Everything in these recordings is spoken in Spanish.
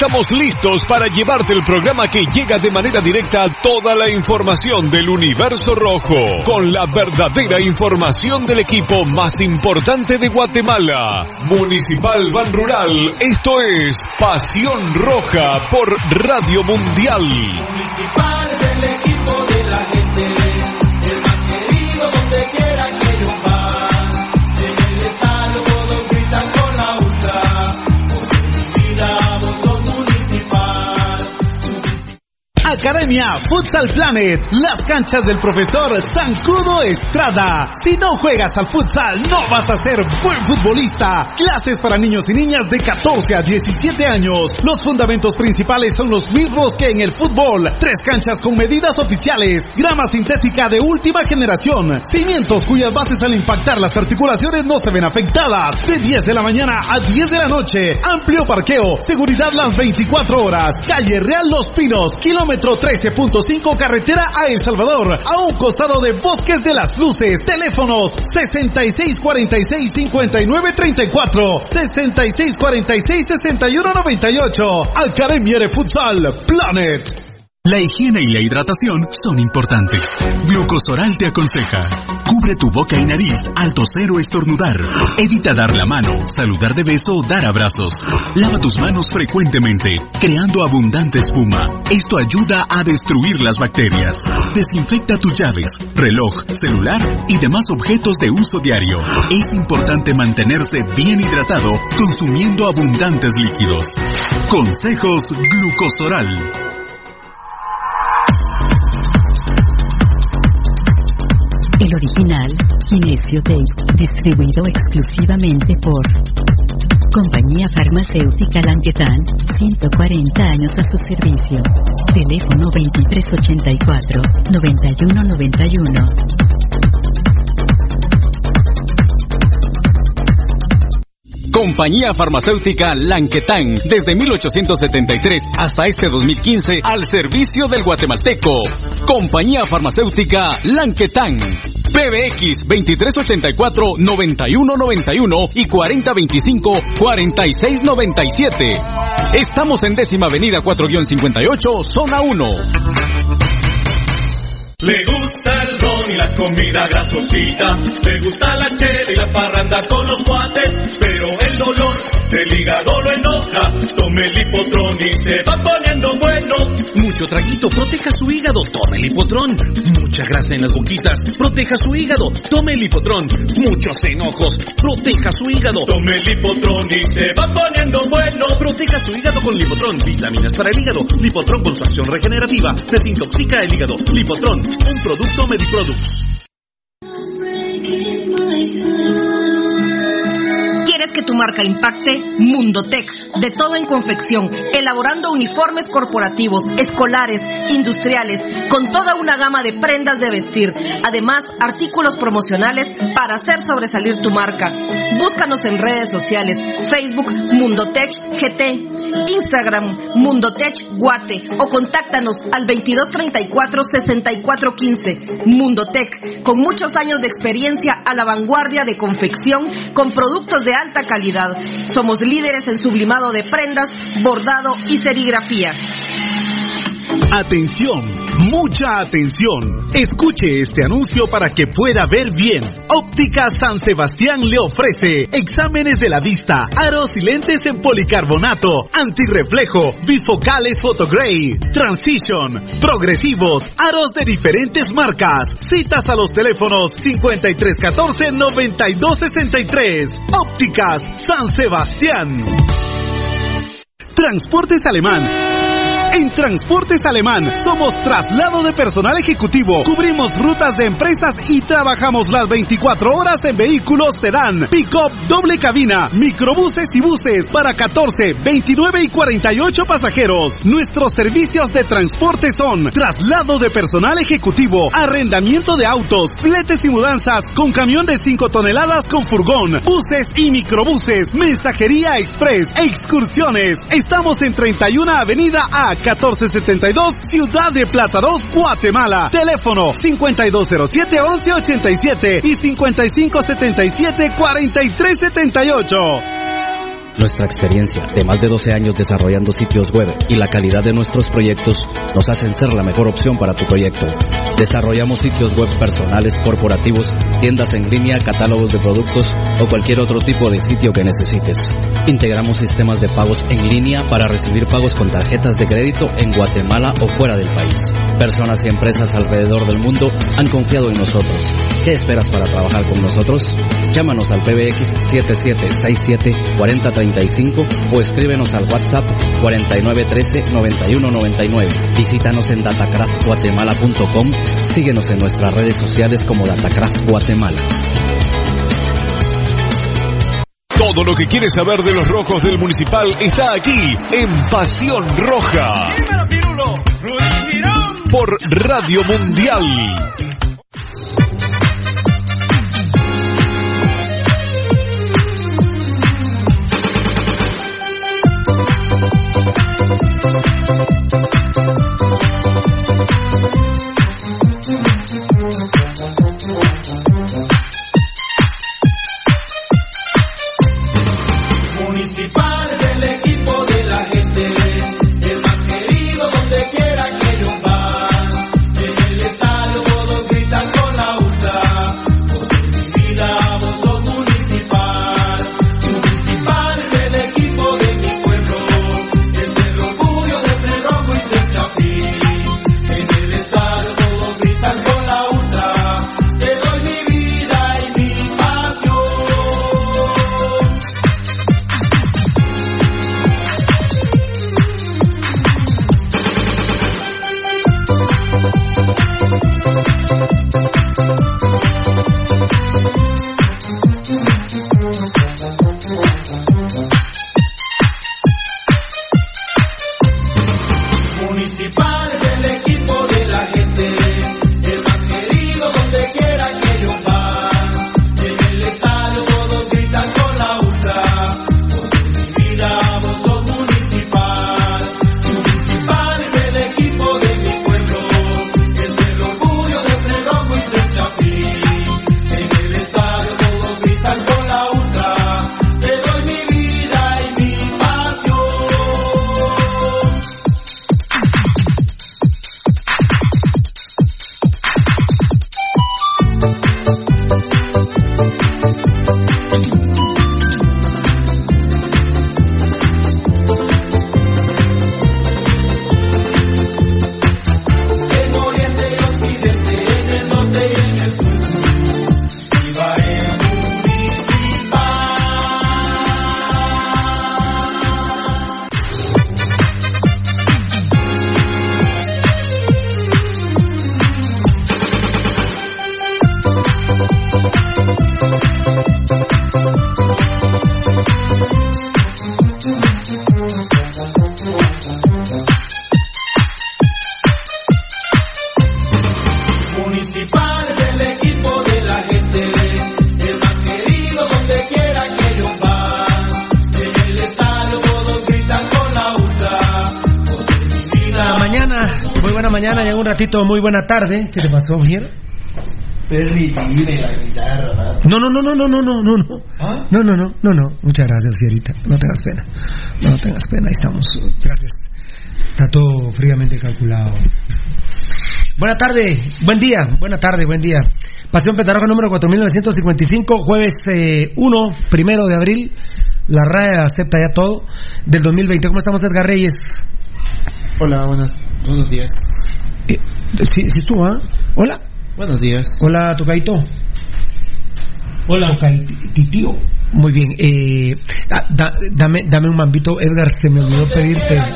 estamos listos para llevarte el programa que llega de manera directa a toda la información del universo rojo, con la verdadera información del equipo más importante de Guatemala. Municipal Ban Rural, esto es Pasión Roja por Radio Mundial. Municipal del equipo de la gente, el más querido donde quiera que ellos van. En el estadio todos gritan con la ultra, porque mi vida votó Municipal. Academia Futsal Planet, las canchas del profesor Zancudo Estrada. Si no juegas al futsal, no vas a ser buen futbolista. Clases para niños y niñas de 14 a 17 años. Los fundamentos principales son los mismos que en el fútbol. 3 canchas con medidas oficiales. Grama sintética de última generación. Cimientos cuyas bases al impactar las articulaciones no se ven afectadas. De 10 de la mañana a 10 de la noche. Amplio parqueo. Seguridad las 24 horas. Calle Real Los Pinos, kilómetro 13.5 carretera a El Salvador, a un costado de Bosques de las Luces. Teléfonos 6646-5934, 6646-6198. Academia de Futsal Planet. La higiene y la hidratación son importantes. Glucosoral te aconseja: cubre tu boca y nariz al toser o estornudar. Evita dar la mano, saludar de beso o dar abrazos. Lava tus manos frecuentemente, creando abundante espuma. Esto ayuda a destruir las bacterias. Desinfecta tus llaves, reloj, celular y demás objetos de uso diario. Es importante mantenerse bien hidratado consumiendo abundantes líquidos. Consejos Glucosoral. El original, Ginesio Tape, distribuido exclusivamente por Compañía Farmacéutica Languetan, 140 años a su servicio. Teléfono 2384-9191. Compañía Farmacéutica Languetan, desde 1873 hasta este 2015, al servicio del guatemalteco. Compañía Farmacéutica Languetan. PBX 2384-9191 y 4025-4697. Estamos en 10ª Avenida 4-58, Zona 1. Le gusta el ron y la comida grasosita, le gusta la chela y la parranda con los cuates, pero el dolor del hígado lo enoja. Tome Lipotrón y se va poniendo bueno. Mucho traguito, proteja su hígado, tome Lipotrón. Mucha grasa en las boquitas, proteja su hígado, tome Lipotrón. Muchos enojos, proteja su hígado, tome Lipotrón y se va poniendo bueno. Proteja su hígado con Lipotrón. Vitaminas para el hígado, Lipotrón con su acción regenerativa desintoxica el hígado. Lipotrón, un producto Mediproducts. ¿Quieres que tu marca impacte? Mundotech, de todo en confección, elaborando uniformes corporativos, escolares, industriales, con toda una gama de prendas de vestir. Además, artículos promocionales para hacer sobresalir tu marca. Búscanos en redes sociales: Facebook Mundotech GT, Instagram Mundotech Guate, o contáctanos al 2234-6415. Mundotech, con muchos años de experiencia a la vanguardia de confección con productos de alta calidad. Somos líderes en sublimado de prendas, bordado y serigrafía. Atención, mucha atención. Escuche este anuncio para que pueda ver bien. Óptica San Sebastián le ofrece exámenes de la vista, aros y lentes en policarbonato, antirreflejo, bifocales Photogray, Transition, progresivos, aros de diferentes marcas. Citas a los teléfonos 5314-9263. Ópticas San Sebastián. Transportes Alemán. En Transportes Alemán somos traslado de personal ejecutivo, cubrimos rutas de empresas y trabajamos las 24 horas en vehículos sedán, pick-up, doble cabina, microbuses y buses para 14, 29 y 48 pasajeros. Nuestros servicios de transporte son traslado de personal ejecutivo, arrendamiento de autos, fletes y mudanzas con camión de 5 toneladas con furgón, buses y microbuses, mensajería express, excursiones. Estamos en 31 Avenida A 1472, Ciudad de Plaza 2, Guatemala. Teléfono 5207-1187 y 5577-4378. Nuestra experiencia de más de 12 años desarrollando sitios web y la calidad de nuestros proyectos nos hacen ser la mejor opción para tu proyecto. Desarrollamos sitios web personales, corporativos, tiendas en línea, catálogos de productos o cualquier otro tipo de sitio que necesites. Integramos sistemas de pagos en línea para recibir pagos con tarjetas de crédito en Guatemala o fuera del país. Personas y empresas alrededor del mundo han confiado en nosotros. ¿Qué esperas para trabajar con nosotros? Llámanos al PBX 7767-4035 o escríbenos al WhatsApp 4913-9199. Visítanos en datacraftguatemala.com. Síguenos en nuestras redes sociales como Datacraft Guatemala. Todo lo que quieres saber de los rojos del Municipal está aquí en Pasión Roja. Por Radio Mundial. Municipal del equipo de la gente, el más querido donde quiera que ellos van. En el estadio todos gritan con la ultra, por mi vida vos sos municipal. Municipal del equipo de mi pueblo, es el orgullo de ser rojo y ser chapín. En el estadio todos gritan con la ultra, te doy mi vida y mi pasión. Municipal del equipo de la gente, el más querido donde quiera que ellos van. En el estadio todos gritan con la ultra, por mi vida vos sos municipal. Municipal del equipo de mi pueblo, es el orgullo de ser rojo y ser chapín. En el estadio todos gritan con la ultra, te doy mi vida y mi pasión. En oriente y occidente, en el norte y en el sur, viva el municipal. Municipal del equipo de la gente, el más querido donde quiera que ellos van. En el estadio todos gritan con la ultra, por mi vida. Mañana, muy buena mañana, ya en un ratito, muy buena tarde. ¿Qué te pasó, Mier? Permitime la guitarra. No. ¿Ah? No. Muchas gracias, Fierita. No tengas pena, ahí estamos. Gracias. Está todo fríamente calculado. Buena tarde, buen día. Pasión Pentarroja número 4955, jueves 1 de abril. La RAE acepta ya todo del 2020. ¿Cómo estamos, Edgar Reyes? Hola, buenos días. Sí, tú, ¿ah? Hola. Buenos días. Hola, Tocaito. Hola. Tocaititio. Muy bien. Dame un mambito, Edgar, se me olvidó pedirte. En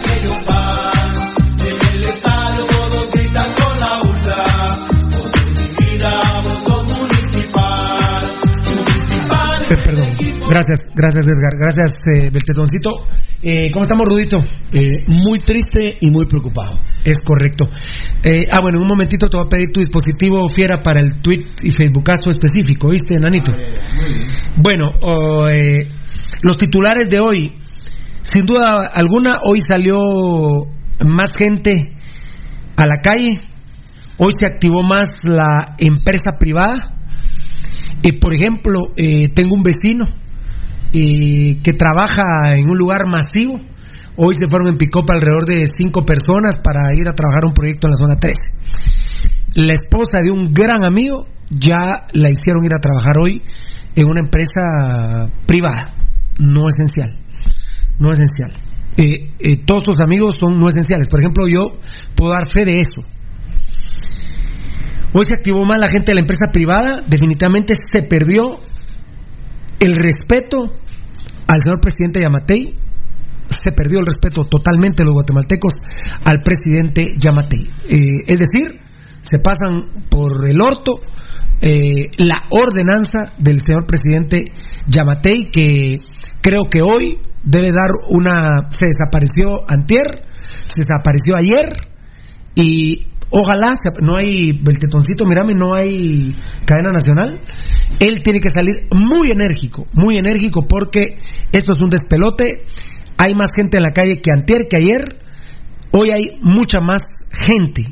el estadio todos gritan con la ultra, por mi vida vos sos municipal. Perdón. Gracias, Edgar. Gracias, Beltetoncito. ¿Cómo estamos, Rudito? Muy triste y muy preocupado. Es correcto. Bueno, en un momentito te voy a pedir tu dispositivo, Fiera, para el tweet y Facebookazo específico, ¿viste, Nanito? Muy bien. Bueno, los titulares de hoy. Sin duda alguna, hoy salió más gente a la calle. Hoy se activó más la empresa privada. Por ejemplo, tengo un vecino que trabaja en un lugar masivo. Hoy se fueron en pick-up alrededor de 5 personas para ir a trabajar un proyecto en la zona 13. La esposa de un gran amigo ya la hicieron ir a trabajar hoy en una empresa privada, no esencial. Todos tus amigos son no esenciales. Por ejemplo, yo puedo dar fe de eso. Hoy se activó más la gente de la empresa privada. Definitivamente se perdió el respeto al señor presidente Yamatei. Se perdió el respeto totalmente de los guatemaltecos al presidente Yamatei. Es decir, se pasan por el orto la ordenanza del señor presidente Yamatei, que creo que hoy debe dar una... Se desapareció antier, se desapareció ayer, y ojalá, no hay Beltetoncito, mírame, no hay cadena nacional. Él tiene que salir muy enérgico, porque esto es un despelote. Hay más gente en la calle que antier, que ayer. Hoy hay mucha más gente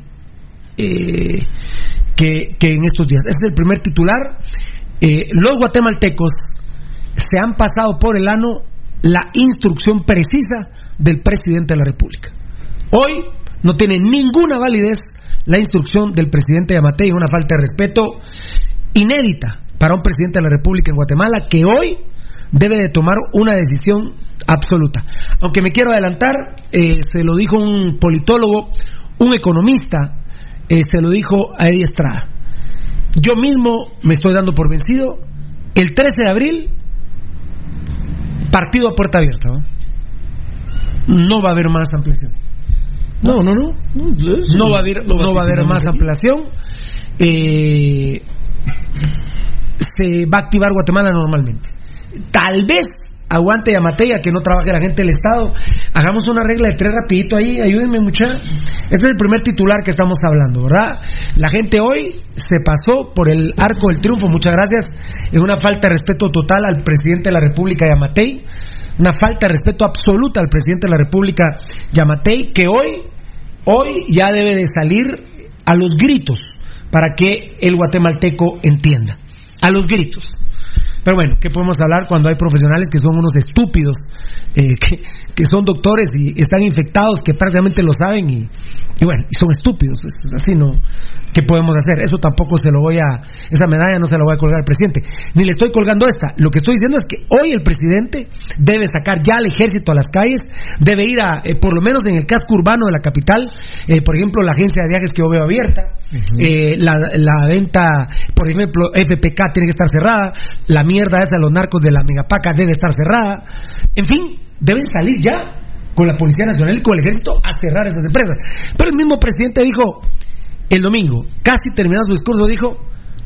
que en estos días. Ese es el primer titular. Los guatemaltecos se han pasado por el ano la instrucción precisa del presidente de la República. Hoy no tiene ninguna validez la instrucción del presidente Yamatei. Es una falta de respeto inédita para un presidente de la República en Guatemala, que hoy debe de tomar una decisión absoluta. Aunque me quiero adelantar, se lo dijo un politólogo, un economista, se lo dijo a Eddie Estrada. Yo mismo me estoy dando por vencido. El 13 de abril, partido a puerta abierta, no va a haber más ampliación. No va a haber más ampliación. Se va a activar Guatemala normalmente. Tal vez aguante Yamatei a que no trabaje la gente del Estado. Hagamos una regla de 3 rapidito ahí, ayúdenme mucha. Este es el primer titular que estamos hablando, ¿verdad? La gente hoy se pasó por el arco del triunfo, muchas gracias. Es una falta de respeto total al presidente de la República, Yamatei. Una falta de respeto absoluta al presidente de la República, Yamatei, que hoy ya debe de salir a los gritos para que el guatemalteco entienda. A los gritos. Pero bueno, ¿qué podemos hablar cuando hay profesionales que son unos estúpidos, que son doctores y están infectados, que prácticamente lo saben y bueno, y son estúpidos? Pues, así no. ¿Qué podemos hacer? Eso tampoco esa medalla no se la voy a colgar al presidente, ni le estoy colgando esta. Lo que estoy diciendo es que hoy el presidente debe sacar ya al ejército a las calles, debe ir a, por lo menos en el casco urbano de la capital, por ejemplo, la agencia de viajes que yo veo abierta, la venta, por ejemplo, FPK tiene que estar cerrada, la mierda esa de los narcos de la Megapaca debe estar cerrada. En fin, deben salir ya con la Policía Nacional y con el ejército a cerrar esas empresas. Pero el mismo presidente dijo el domingo, casi terminado su discurso, dijo: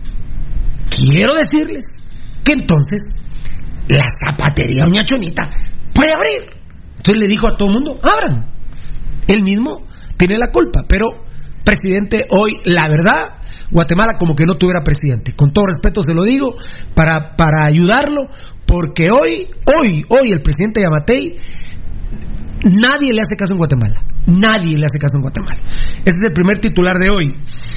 quiero decirles que entonces la zapatería Doña Chonita puede abrir. Entonces le dijo a todo el mundo: abran. Él mismo tiene la culpa. Pero, presidente, hoy, la verdad, Guatemala como que no tuviera presidente. Con todo respeto se lo digo, para ayudarlo, porque hoy el presidente Yamatei, nadie le hace caso en Guatemala. Nadie le hace caso en Guatemala. Ese es el primer titular de hoy.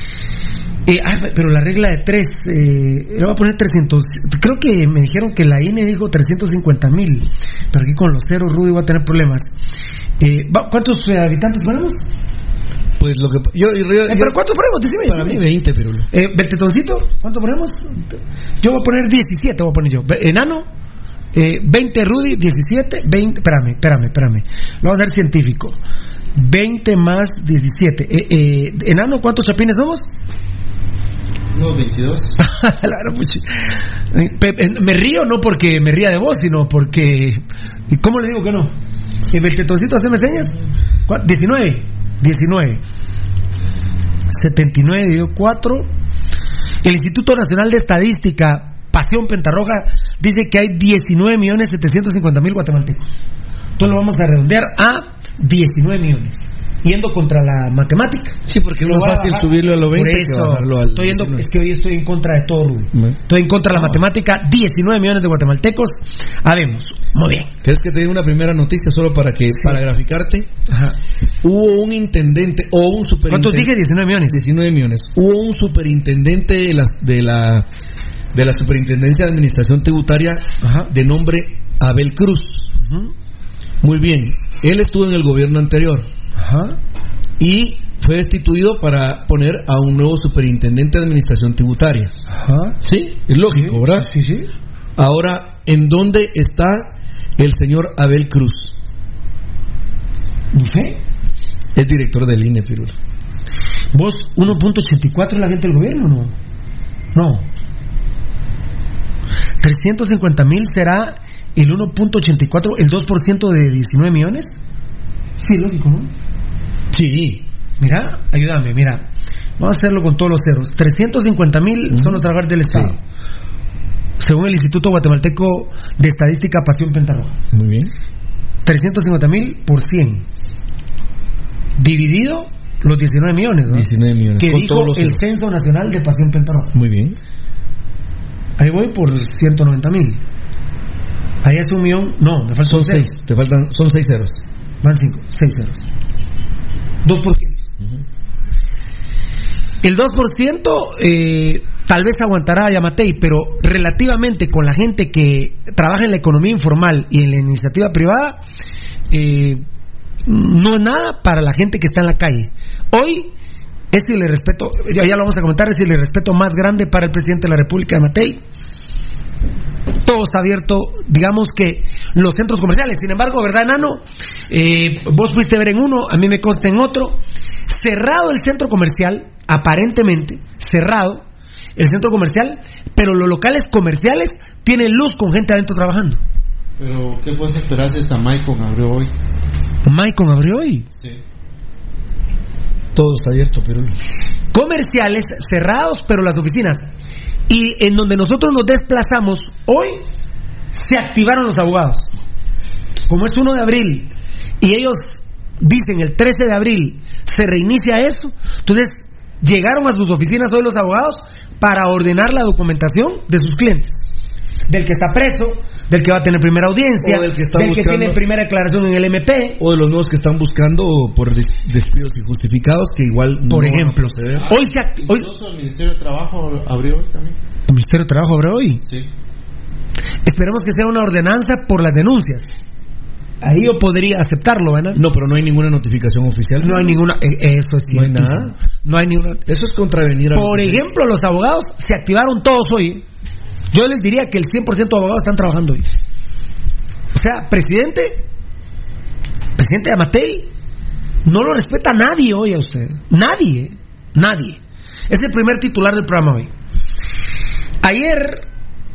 Pero la regla de 3, le voy a poner 300. Creo que me dijeron que la INE dijo 350,000. Pero aquí con los ceros, Rudy, va a tener problemas. ¿Cuántos habitantes ponemos? Pues lo que ¿pero cuántos ponemos? Decime. Para mí 20, pero Beltetoncito, ¿cuánto ponemos? Yo voy a poner 17, voy a poner yo. Enano, 20 Rudy, 17, 20. Espérame. Lo vamos a hacer científico. 20 más 17. Enano, ¿cuántos chapines somos? No, 22. Me río no porque me ría de vos, sino porque... ¿Y cómo le digo que no? Beltetoncito, ¿haceme señas? 19. 79 dio 4. El Instituto Nacional de Estadística, Pasión Pentarroja, dice que hay 19.750.000 guatemaltecos. Entonces lo vamos a redondear a 19 millones. Yendo contra la matemática. Sí, porque es más fácil subirlo a los 20 por eso, que bajarlo al 19. Es que hoy estoy en contra de todo, Rubén. Estoy en contra de la matemática. 19 millones de guatemaltecos. Habemos. Muy bien. ¿Quieres que te diga una primera noticia solo para graficarte? Ajá. Hubo un intendente o un superintendente. ¿Cuántos dije? 19 millones. 19 millones. Hubo un superintendente de la Superintendencia de Administración Tributaria, de nombre Abel Cruz. Muy bien, él estuvo en el gobierno anterior. Y fue destituido para poner a un nuevo superintendente de administración tributaria. Sí, es lógico, ¿verdad? Sí. Ahora, ¿en dónde está el señor Abel Cruz? No sé. Es director del INE, Pirulo. ¿Vos 1.84 es la gente del gobierno? No. 350,000 será el 1.84, el 2% de 19 millones. Sí, lógico, ¿no? Sí. Mira, ayúdame, mira. Vamos a hacerlo con todos los ceros. 350,000 son los trabajadores del Estado. Según el Instituto Guatemalteco de Estadística Pasión Pentarroja. Muy bien. 350,000 por 100. Dividido los 19 millones, ¿no? 19 millones. Que con dijo todos los el Censo Nacional de Pasión Pentarroja. Muy bien. Ahí voy por 190,000. Ahí es 1 millón. No, me faltan 6. Te faltan, son 6 ceros. Van 5, 6 ceros. 2%. El 2% tal vez aguantará a Yamatei, pero relativamente con la gente que trabaja en la economía informal y en la iniciativa privada, no es nada para la gente que está en la calle. Hoy es el respeto, ya lo vamos a comentar, es el respeto más grande para el presidente de la República, Yamatei. Todo está abierto, digamos que los centros comerciales. Sin embargo, ¿verdad, Enano? Vos fuiste a ver en uno, a mí me consta en otro. Cerrado el centro comercial, aparentemente cerrado el centro comercial, pero los locales comerciales tienen luz con gente adentro trabajando. Pero ¿qué puedes esperar si hasta Maicon abrió hoy? ¿Maicon abrió hoy? Sí. Todo está abierto, pero comerciales cerrados, pero las oficinas. Y en donde nosotros nos desplazamos hoy, se activaron los abogados. Como es 1 de abril y ellos dicen el 13 de abril se reinicia eso, entonces llegaron a sus oficinas hoy los abogados para ordenar la documentación de sus clientes, del que está preso, del que va a tener primera audiencia, del que tiene primera declaración en el MP, o de los nuevos que están buscando por despidos injustificados, que igual no por ejemplo van a proceder. Incluso el Ministerio de Trabajo abrió hoy también. ¿El Ministerio de Trabajo abrió hoy? Sí. Esperemos que sea una ordenanza por las denuncias. Ahí yo podría aceptarlo, ¿verdad? No, pero no hay ninguna notificación oficial. No hay ninguna. Eso es cierto. No hay nada. No hay ninguna. Eso es contravenir a Por ejemplo, los abogados se activaron todos hoy. Yo les diría que el 100% de abogados están trabajando hoy. O sea, presidente Yamatei no lo respeta a nadie hoy a usted. Nadie. Es el primer titular del programa hoy. Ayer,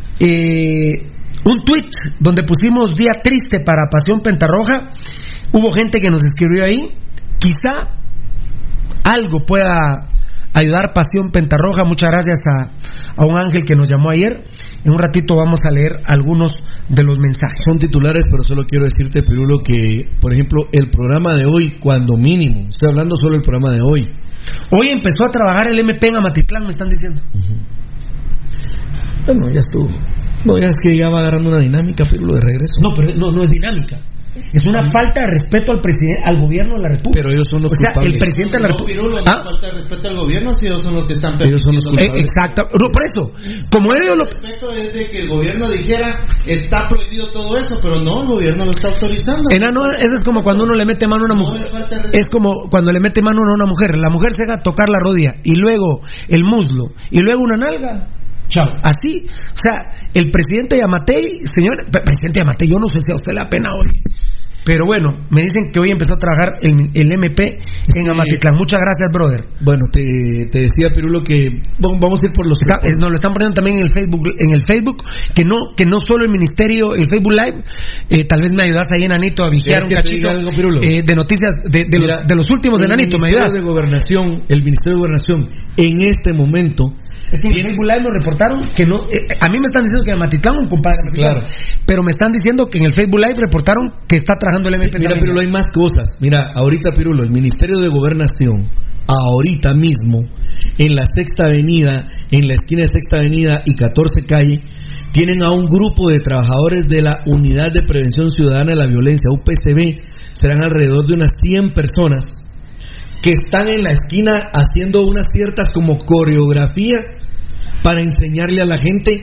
un tweet donde pusimos día triste para Pasión Pentarroja. Hubo gente que nos escribió ahí. Quizá algo pueda ayudar Pasión Pentarroja. Muchas gracias a un ángel que nos llamó ayer. En un ratito vamos a leer algunos de los mensajes. Son titulares, pero solo quiero decirte, Pirulo, que por ejemplo el programa de hoy, cuando mínimo, estoy hablando solo del programa de hoy. Hoy empezó a trabajar el MP en Amatitlán, me están diciendo. Bueno, ya estuvo. No, ya es que ya va agarrando una dinámica, Pirulo, de regreso. No, pero no es dinámica. Es una falta de respeto al presidente, al gobierno de la República. Pero ellos son los culpables. El presidente de la República. No, falta de respeto al gobierno, si ellos son los que están ellos son los culpables. Exacto. No, por eso, como ellos lo. El respeto es de que el gobierno dijera está prohibido todo eso, pero no, el gobierno lo está autorizando. Enano, eso es como cuando uno le mete mano a una mujer. Es como cuando le mete mano a una mujer. La mujer se deja tocar la rodilla y luego el muslo y luego una nalga. Chao. Así, o sea, el presidente Yamatei, señor presidente Yamatei, yo no sé si a usted le da pena hoy. Pero bueno, me dicen que hoy empezó a trabajar el MP en Amatitlán. Muchas gracias, brother. Bueno, te decía, Pirulo, que vamos a ir por los... Nos lo están poniendo también en el Facebook, que no solo el ministerio, el Facebook Live, tal vez me ayudas ahí, Enanito, a vigiar un cachito algo, de noticias de los últimos, Enanito, me ayudas. El Ministerio de Gobernación, en este momento... Es que en Facebook Live nos reportaron que no. A mí me están diciendo que en Amatitlán, un compadre, claro. Pero me están diciendo que en el Facebook Live reportaron que está trabajando el MP. Mira, Pirulo, hay más cosas. Mira, ahorita, Pirulo, el Ministerio de Gobernación, ahorita mismo, en la Sexta Avenida, en la esquina de Sexta Avenida y 14 Calle, tienen a un grupo de trabajadores de la Unidad de Prevención Ciudadana de la Violencia, UPCV. Serán alrededor de unas 100 personas que están en la esquina haciendo unas ciertas como coreografías para enseñarle a la gente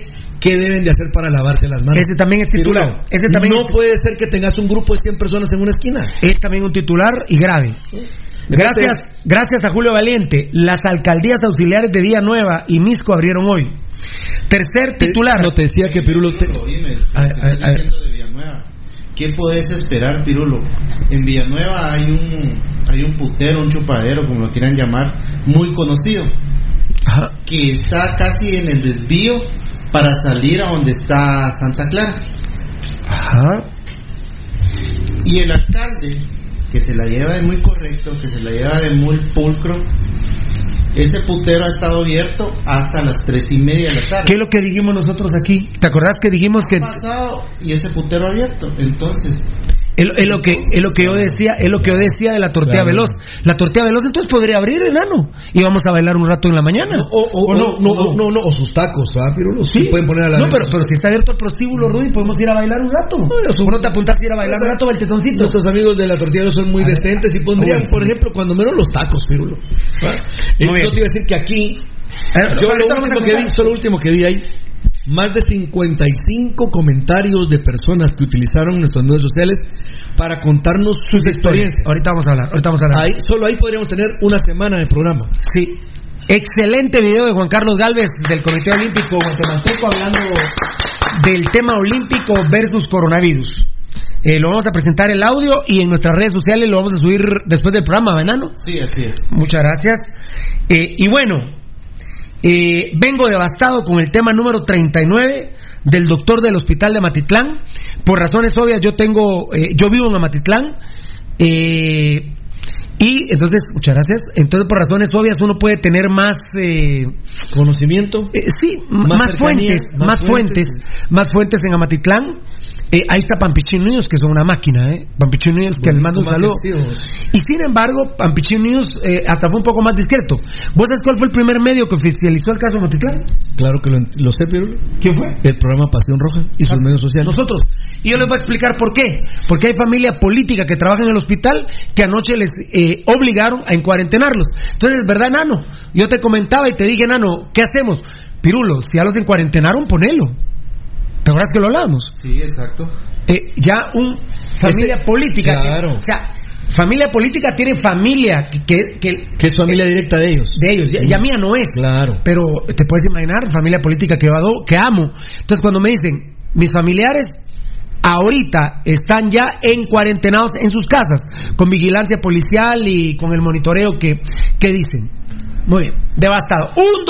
¿qué deben de hacer para lavarse las manos? Ese también es titular. No puede ser que tengas un grupo de 100 personas en una esquina. Es también un titular y grave. Gracias a Julio Valiente. Las alcaldías auxiliares de Villanueva y Misco abrieron hoy. Tercer titular. No te decía que Pirulo... Dime, diciendo de Villanueva. ¿Qué podés esperar, Pirulo? En Villanueva hay un putero, un chupadero, como lo quieran llamar, muy conocido. Ajá. Que está casi en el desvío para salir a donde está Santa Clara. Ajá. Y el alcalde, que se la lleva de muy correcto, que se la lleva de muy pulcro, ese putero ha estado abierto hasta las 3:30 de la tarde. ¿Qué es lo que dijimos nosotros aquí? ¿Te acordás que dijimos que pasado y ese putero abierto? Entonces es lo que yo decía de la tortilla veloz. La tortilla veloz entonces podría abrir, enano, y vamos a bailar un rato en la mañana. O sus tacos, ¿verdad, Pirulo? Sí, pueden poner a la pero si está abierto el prostíbulo, Rudy, podemos ir a bailar un rato. No te apuntas a ir a bailar un rato, Valtetoncito. Nuestros amigos de la tortilla veloz son muy decentes y pondrían, por ejemplo, cuando menos los tacos, Pirulo. Yo te iba a decir que aquí lo último que vi ahí, más de 55 comentarios de personas que utilizaron nuestras redes sociales para contarnos sus experiencias. Ahorita vamos a hablar. Solo ahí podríamos tener una semana de programa. Sí. Excelente video de Juan Carlos Gálvez del Comité Olímpico Guatemalteco hablando del tema olímpico versus coronavirus. Lo vamos a presentar el audio y en nuestras redes sociales lo vamos a subir después del programa, ¿enano? Sí, así es. Muchas gracias. Y bueno, vengo devastado con el tema número 39 del doctor del hospital de Amatitlán. Por razones obvias, yo vivo en Amatitlán. Y entonces, muchas gracias. Entonces, por razones obvias, uno puede tener más conocimiento. Sí, más fuentes en Amatitlán. Ahí está Pampichín News, que son una máquina, Pampichín News, que le mando un saludo. Y sin embargo, Pampichín News hasta fue un poco más discreto. ¿Vos sabés cuál fue el primer medio que oficializó el caso de Amatitlán? Claro que lo sé, pero ¿quién fue? El programa Pasión Roja y sus medios sociales. Nosotros. Y yo les voy a explicar por qué. Porque hay familia política que trabaja en el hospital que anoche les obligaron a encuarentenarlos. Entonces, ¿verdad, Nano? Yo te comentaba y te dije, Nano, ¿qué hacemos? Pirulo, si ya los encuarentenaron, ponelo. ¿Te acuerdas que lo hablábamos? Sí, exacto. Ya familia política. Claro. Familia política tiene familia que es familia directa de ellos. De ellos. Ya mía no es. Claro. Pero te puedes imaginar, familia política que amo. Entonces, cuando me dicen, mis familiares ahorita están ya encuarentenados en sus casas, con vigilancia policial y con el monitoreo que dicen. Muy bien, devastado.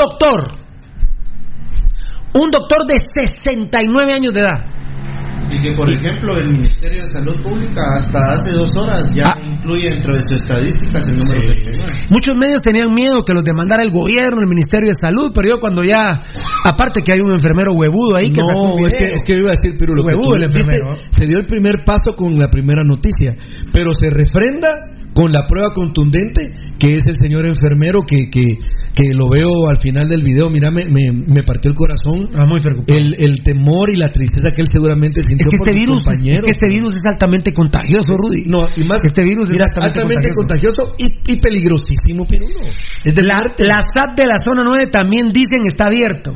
Un doctor de 69 años de edad. Y que, por ejemplo, el Ministerio de Salud Pública hasta hace 2 horas ya incluye dentro de sus estadísticas el número 39. Muchos medios tenían miedo que los demandara el gobierno, el Ministerio de Salud, pero yo cuando aparte que hay un enfermero huevudo ahí que sacó un video. Es que yo iba a decir, pero lo huevudo que tú dijiste, se dio el primer paso con la primera noticia, pero se refrenda con la prueba contundente que es el señor enfermero que lo veo al final del video. Mira, me partió el corazón. Muy preocupado. El temor y la tristeza que él seguramente sintió por sus compañeros. Es que este virus es altamente contagioso, Rudy. No, y más, este virus es altamente contagioso y peligrosísimo, Pirulo. Es la SAT de la zona 9 también dicen está abierto.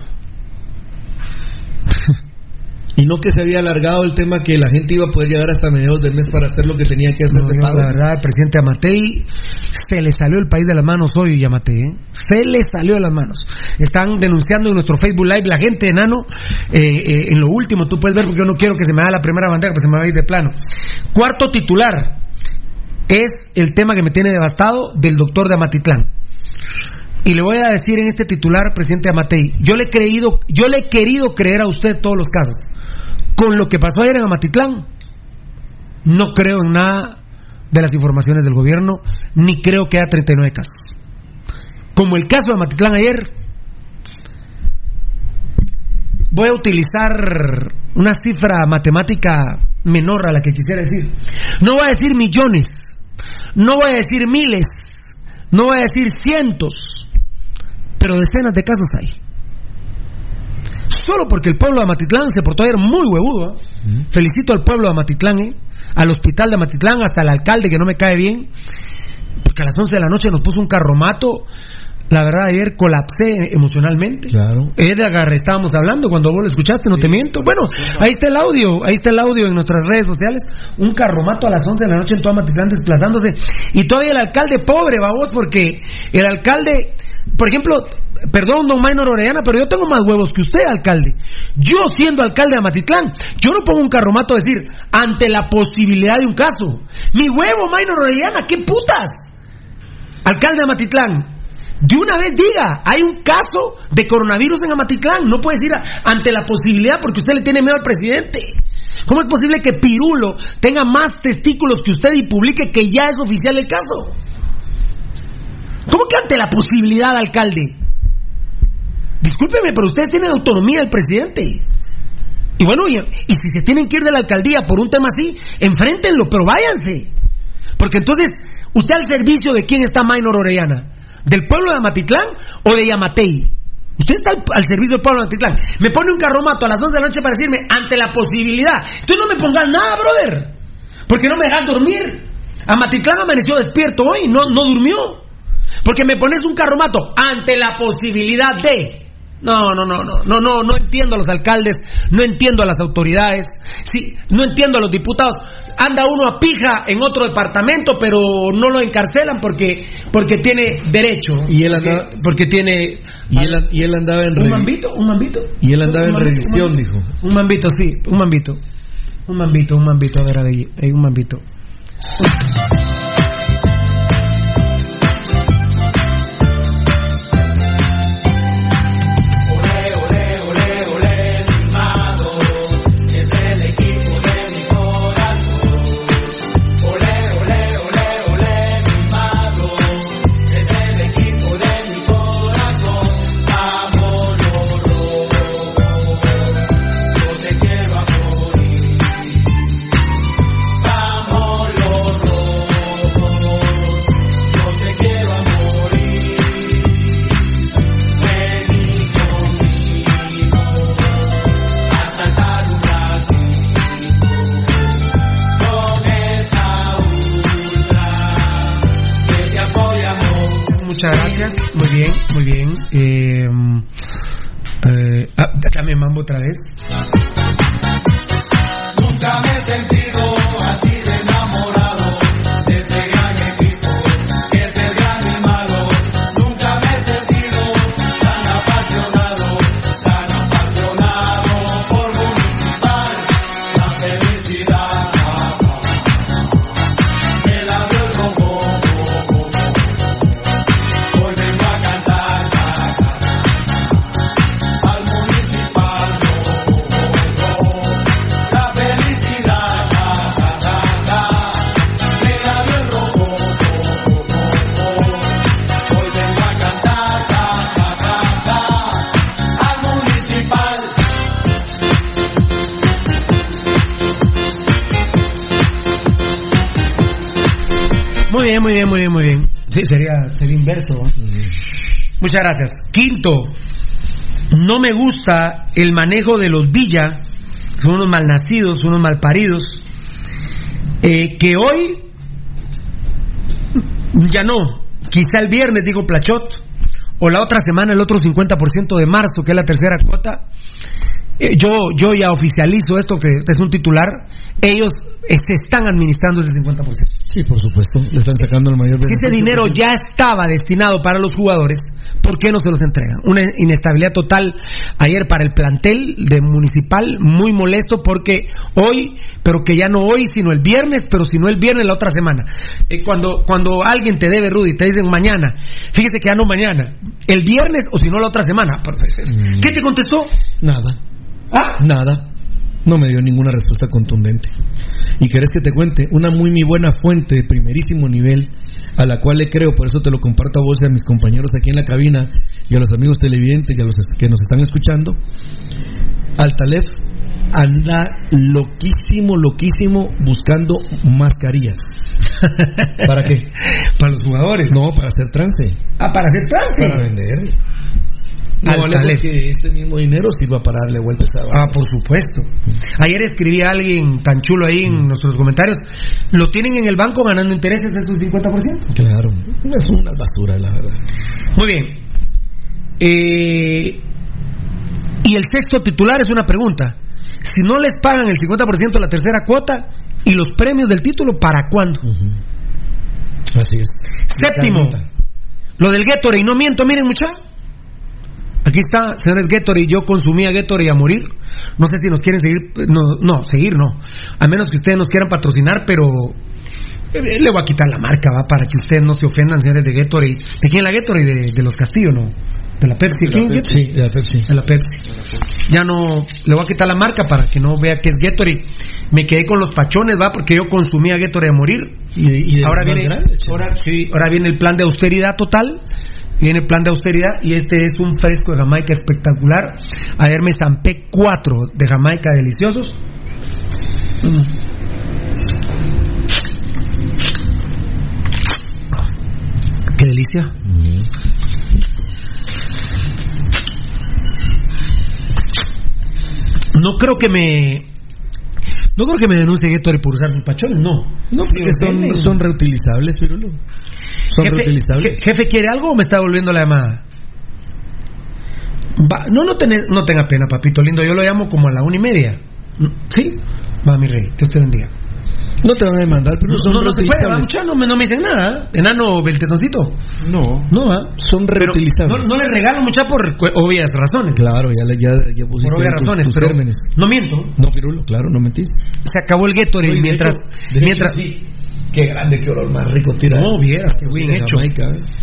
Y no que se había alargado el tema que la gente iba a poder llegar hasta mediados del mes para hacer lo que tenía que hacer. La verdad, el presidente Amatei se le salió el país de las manos hoy, Amatei, se le salió de las manos. Están denunciando en nuestro Facebook Live la gente, enano. En lo último, tú puedes ver, porque yo no quiero que se me haga la primera bandeja, pues se me va a ir de plano. Cuarto titular es el tema que me tiene devastado del doctor de Amatitlán. Y le voy a decir en este titular, presidente Amatei, yo le he querido creer a usted todos los casos. Con lo que pasó ayer en Amatitlán, no creo en nada de las informaciones del gobierno, ni creo que haya 39 casos. Como el caso de Amatitlán ayer, voy a utilizar una cifra matemática menor a la que quisiera decir. No voy a decir millones, no voy a decir miles, no voy a decir cientos, pero decenas de casos hay. Solo porque el pueblo de Amatitlán se portó ayer muy huevudo. Felicito al pueblo de Amatitlán, al hospital de Amatitlán, hasta el alcalde que no me cae bien, porque a las 11 de la noche nos puso un carromato La verdad, ayer colapsé emocionalmente. Claro. Edgar, estábamos hablando cuando vos lo escuchaste, no te miento. Bueno, ahí está el audio en nuestras redes sociales. Un carromato a las 11 de la noche en Toamatitlán desplazándose. Y todavía el alcalde pobre, babos, porque el alcalde, por ejemplo, perdón, don Maynor Orellana, pero yo tengo más huevos que usted, alcalde. Yo, siendo alcalde de Amatitlán, yo no pongo un carromato a decir, ante la posibilidad de un caso. Mi huevo, Maynor Orellana, ¿qué putas? Alcalde de Amatitlán, de una vez diga, hay un caso de coronavirus en Amatitlán. No puede decir ante la posibilidad porque usted le tiene miedo al presidente. ¿Cómo es posible que Pirulo tenga más testículos que usted y publique que ya es oficial el caso? ¿Cómo que ante la posibilidad, alcalde? Discúlpeme, pero ustedes tienen autonomía del presidente. Y bueno, y si se tienen que ir de la alcaldía por un tema así, enfréntenlo, pero váyanse. Porque entonces, ¿usted al servicio de quién está Maynor Orellana? ¿Del pueblo de Amatitlán o de Yamatei? Usted está al servicio del pueblo de Amatitlán. Me pone un carromato a las 11 de la noche para decirme, ante la posibilidad. Entonces no me pongas nada, brother, porque no me dejas dormir. Amatitlán amaneció despierto hoy, no durmió. Porque me pones un carromato ante la posibilidad de... No entiendo a los alcaldes, no entiendo a las autoridades, sí, no entiendo a los diputados. Anda uno a pija en otro departamento, pero no lo encarcelan porque tiene derecho. Y él andaba, porque tiene y él andaba en un mambito. Y él andaba en revisión, dijo. Un mambito, sí, un mambito, a ver, ahí un mambito. Muchas gracias, muy bien. Dame mambo otra vez. Nunca me he sentido así de enamorado de ese gran equipo que es el gran y malo. Nunca me he sentido tan apasionado por Municipal. La felicidad me la dio el rojo. Hoy vengo a cantar al Municipal. La felicidad me la dio el rojo. Hoy vengo a cantar al Municipal. Muy bien. Sí, sería inverso. Muchas gracias. Quinto, no me gusta el manejo de los Villa, son unos malnacidos, unos malparidos, que hoy ya no, quizá el viernes, digo Plachot, o la otra semana el otro 50% de marzo, que es la tercera cuota. Yo ya oficializo esto, que es un titular. Ellos se están administrando ese 50%. Sí, por supuesto, le están sacando el mayor beneficio. Si ese dinero ya estaba destinado para los jugadores, ¿por qué no se los entregan? Una inestabilidad total ayer para el plantel de Municipal, muy molesto porque hoy, pero que ya no hoy, sino el viernes, pero si no el viernes, la otra semana. Cuando alguien te debe, Rudy, te dicen mañana, fíjese que ya no mañana, el viernes o si no la otra semana. ¿Qué te contestó? Nada. Nada. No me dio ninguna respuesta contundente. Y querés que te cuente una muy buena fuente de primerísimo nivel, a la cual le creo, por eso te lo comparto a vos y a mis compañeros aquí en la cabina y a los amigos televidentes y a los que nos están escuchando. Altalef anda loquísimo buscando mascarillas. ¿Para qué? Para los jugadores. No, para hacer trance. Para hacer trance. Para vender. No vale que este mismo dinero sirva para darle vueltas a... por supuesto. Ayer escribía alguien tan chulo ahí en nuestros comentarios, lo tienen en el banco ganando intereses, es un 50%. Claro, es una basura, la verdad. Muy bien. Y el sexto titular es una pregunta. Si no les pagan el 50% de la tercera cuota y los premios del título, ¿para cuándo? Así es. Séptimo, lo del Gatorade. Y no miento, miren, muchachos. Aquí está, señores, Gatorade. Yo consumía Gatorade a morir. No sé si nos quieren seguir. Seguir no. A menos que ustedes nos quieran patrocinar, pero le voy a quitar la marca, va, para que ustedes no se ofendan, señores de Gatorade. ¿De quién es la Gatorade? De los Castillo, ¿no? ¿De la Pepsi? Sí, de la Pepsi. De la Pepsi. Ya no, le voy a quitar la marca para que no vea que es Gatorade. Me quedé con los pachones, va, porque yo consumía Gatorade a morir. Y ahora viene, ahora viene el plan de austeridad total. Viene el plan de austeridad y este es un fresco de Jamaica espectacular. Ayer me zampé 4 de Jamaica deliciosos. Qué delicia. No creo que me denuncie Gatorade por usar sus pachones, no. No, porque son reutilizables, Pirulo. Son reutilizables. ¿Jefe quiere algo o me está volviendo la llamada? No tenga pena, papito lindo. Yo lo llamo como a la 1:30. ¿Sí? Va, mi rey, Dios te bendiga. No te van a demandar, pero son reutilizables. No me dicen nada. Enano Beltetoncito. No, son reutilizables. No le regalo mucha por obvias razones. Claro, ya pusiste por obvias razones, tus pero términos. No miento. No, Pirulo, claro, no mentís. Se acabó el Gatorade mientras sí. Qué grande, qué olor más rico tira. No, vieras, qué bien hecho. Jamaica,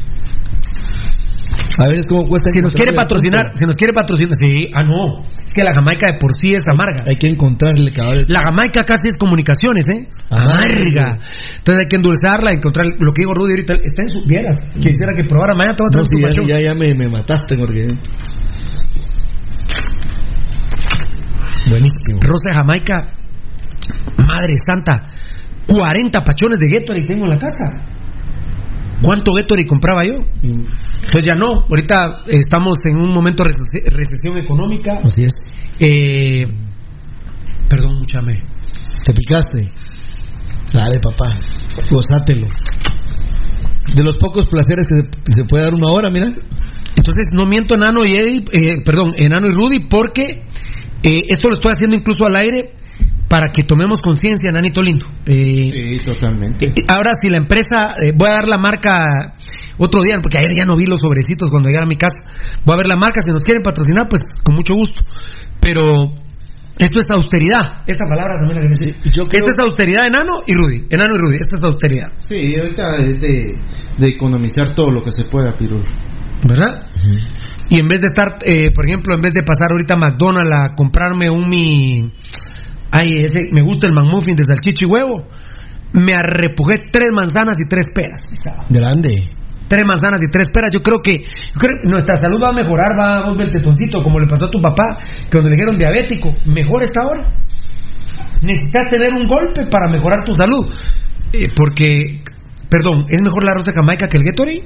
a veces cómo cuesta. Si nos quiere patrocinar, sí. No, es que la Jamaica de por sí es amarga. Hay que encontrarle cabal. La Jamaica casi es comunicaciones, amarga. Entonces hay que endulzarla, encontrar lo que digo Rudy ahorita. Está en sus vieras. Quisiera que probara mañana. Ya me mataste porque. Buenísimo. Rosa de Jamaica, madre santa, 40 pachones de Gatorade tengo en la casa. ¿Cuánto Gatorade compraba yo? Entonces ya no. Ahorita estamos en un momento de recesión económica. Así es. Perdón, muchame. ¿Te picaste? Dale, papá, gozátelo. De los pocos placeres que se puede dar una hora, mira. Entonces no miento, Enano y Enano y Rudy, porque esto lo estoy haciendo incluso al aire para que tomemos conciencia, Nanito lindo. Sí, totalmente. Ahora, si la empresa, voy a dar la marca otro día, porque ayer ya no vi los sobrecitos cuando llegué a mi casa. Voy a ver la marca, si nos quieren patrocinar, pues con mucho gusto. Pero esto es austeridad. Esta palabra también la que necesito. Esto es austeridad, Enano y Rudy. Esta es austeridad. Sí, ahorita es de economizar todo lo que se pueda, Pirulo. ¿Verdad? Uh-huh. Y en vez de estar, por ejemplo, en vez de pasar ahorita a McDonald's a comprarme me gusta el McMuffin de salchicha y huevo, me arrepujé 3 manzanas y 3 peras. Grande. 3 manzanas y 3 peras. Yo creo que nuestra salud va a mejorar, va vos, Beltetoncito, como le pasó a tu papá, que cuando le dijeron diabético. Mejor está ahora. Necesitas tener un golpe para mejorar tu salud. Porque, perdón, ¿es mejor la rosa de Jamaica que el Gatorade?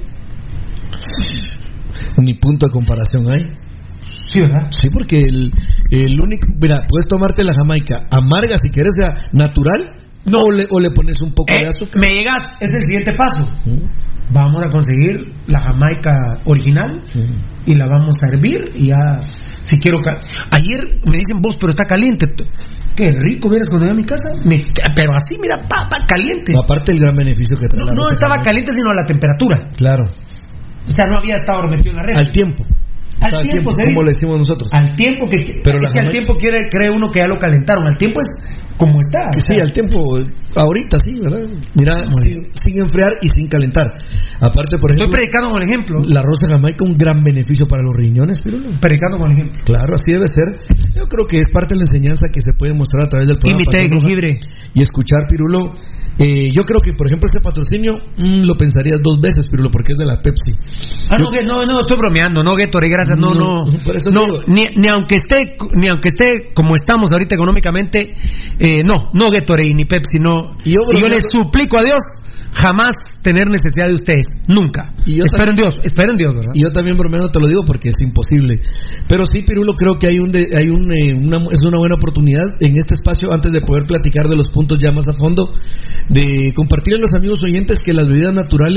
Ni punto de comparación hay. Sí, ¿verdad? Sí, porque el único... Mira, puedes tomarte la Jamaica amarga si quieres, o sea, natural. No. O le pones un poco de azúcar. Me llegas, es el siguiente paso. Vamos a conseguir la Jamaica original y la vamos a hervir y ya, si quiero... Ayer me dicen, vos, pero está caliente. Qué rico, vieras cuando llegué a mi casa. Pero así, mira, caliente. Aparte el gran beneficio que trae no estaba caliente, sino a la temperatura. Claro. O sea, no había estado metido en la red. Al tiempo. Al tiempo, como le decimos nosotros. Al tiempo al tiempo cree uno que ya lo calentaron. Al tiempo es como está. Sí, al tiempo, ahorita sí, ¿verdad? Mira, sin enfriar y sin calentar. Aparte, por ejemplo, estoy predicando con el ejemplo. La rosa Jamaica, un gran beneficio para los riñones, pero no. Predicando con el ejemplo. Claro, así debe ser. Yo creo que es parte de la enseñanza que se puede mostrar a través del programa. Y escuchar, Pirulo. Yo creo que, por ejemplo, este patrocinio lo pensarías 2 veces, Pirulo, porque es de la Pepsi. No, estoy bromeando, no, Gatorade, gracias, no. Por eso ni aunque esté como estamos ahorita económicamente, no Gatorade ni Pepsi, no. Y yo les suplico a Dios jamás tener necesidad de ustedes, nunca. Espero en Dios, ¿verdad? Y yo también bromeando te lo digo porque es imposible. Pero sí, Pirulo, creo que es una buena oportunidad en este espacio, antes de poder platicar de los puntos ya más a fondo, de compartir a los amigos oyentes que las bebidas naturales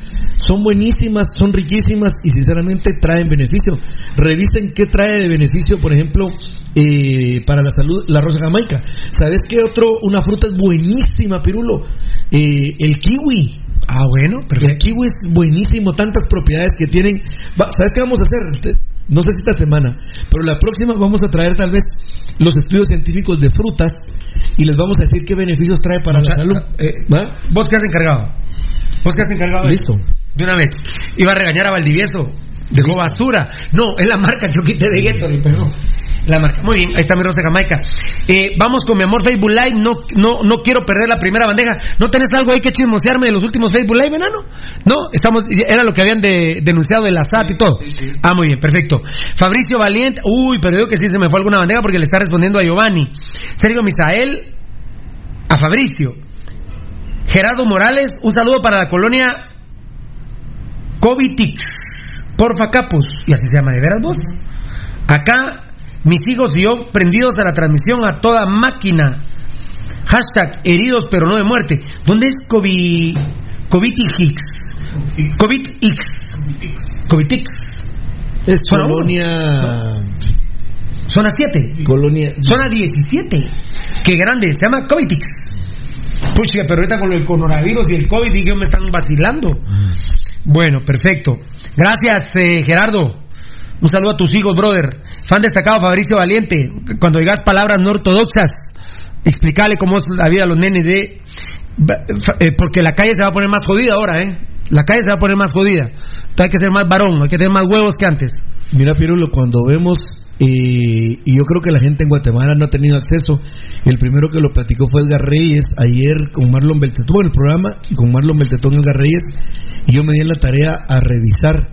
son buenísimas, son riquísimas y sinceramente traen beneficio. Revisen qué trae de beneficio, por ejemplo, para la salud, la rosa jamaica. ¿Sabes qué una fruta es buenísima, Pirulo? El kiwi. Ah, bueno, perfecto. El kiwi es buenísimo, tantas propiedades que tienen. ¿Sabes qué vamos a hacer? No sé si esta semana, pero la próxima vamos a traer tal vez los estudios científicos de frutas y les vamos a decir qué beneficios trae para la salud. ¿Vos qué has encargado? Listo. De una vez. Iba a regañar a Valdivieso. Dejó basura. No, es la marca que yo quité de Gatorade, perdón. La marca. Muy bien, ahí está mi rosa jamaica. Vamos con mi amor Facebook Live. No quiero perder la primera bandeja. ¿No tenés algo ahí que chismosearme de los últimos Facebook Live, enano? No, era lo que habían denunciado de la SAT y todo. Sí. Ah, muy bien, perfecto. Fabricio Valiente. Uy, pero digo que sí se me fue alguna bandeja porque le está respondiendo a Giovanni. Sergio Misael. A Fabricio. Gerardo Morales. Un saludo para la colonia Covitix. Porfa Capus. Y así se llama, ¿de veras vos? Acá. Mis hijos y yo prendidos a la transmisión a toda máquina. Hashtag heridos pero no de muerte. ¿Dónde es Covitix? Covitix. Es colonia... Zona 7. Colonia... Zona 17. Qué grande. Se llama Covitix. Pucha, pero ahorita con el coronavirus y el COVID dije, me están vacilando. Bueno, perfecto. Gracias, Gerardo. Un saludo a tus hijos, brother. Fan destacado Fabricio Valiente. Cuando digas palabras no ortodoxas, explícale cómo es la vida a los nenes porque la calle se va a poner más jodida ahora, La calle se va a poner más jodida. Entonces hay que ser más varón, hay que tener más huevos que antes. Mira, Pirulo, cuando vemos, y yo creo que la gente en Guatemala no ha tenido acceso, el primero que lo platicó fue Edgar Reyes, ayer con Marlon Beltetón en el programa, y con Marlon Beltetón y Edgar Reyes, y yo me di en la tarea a revisar,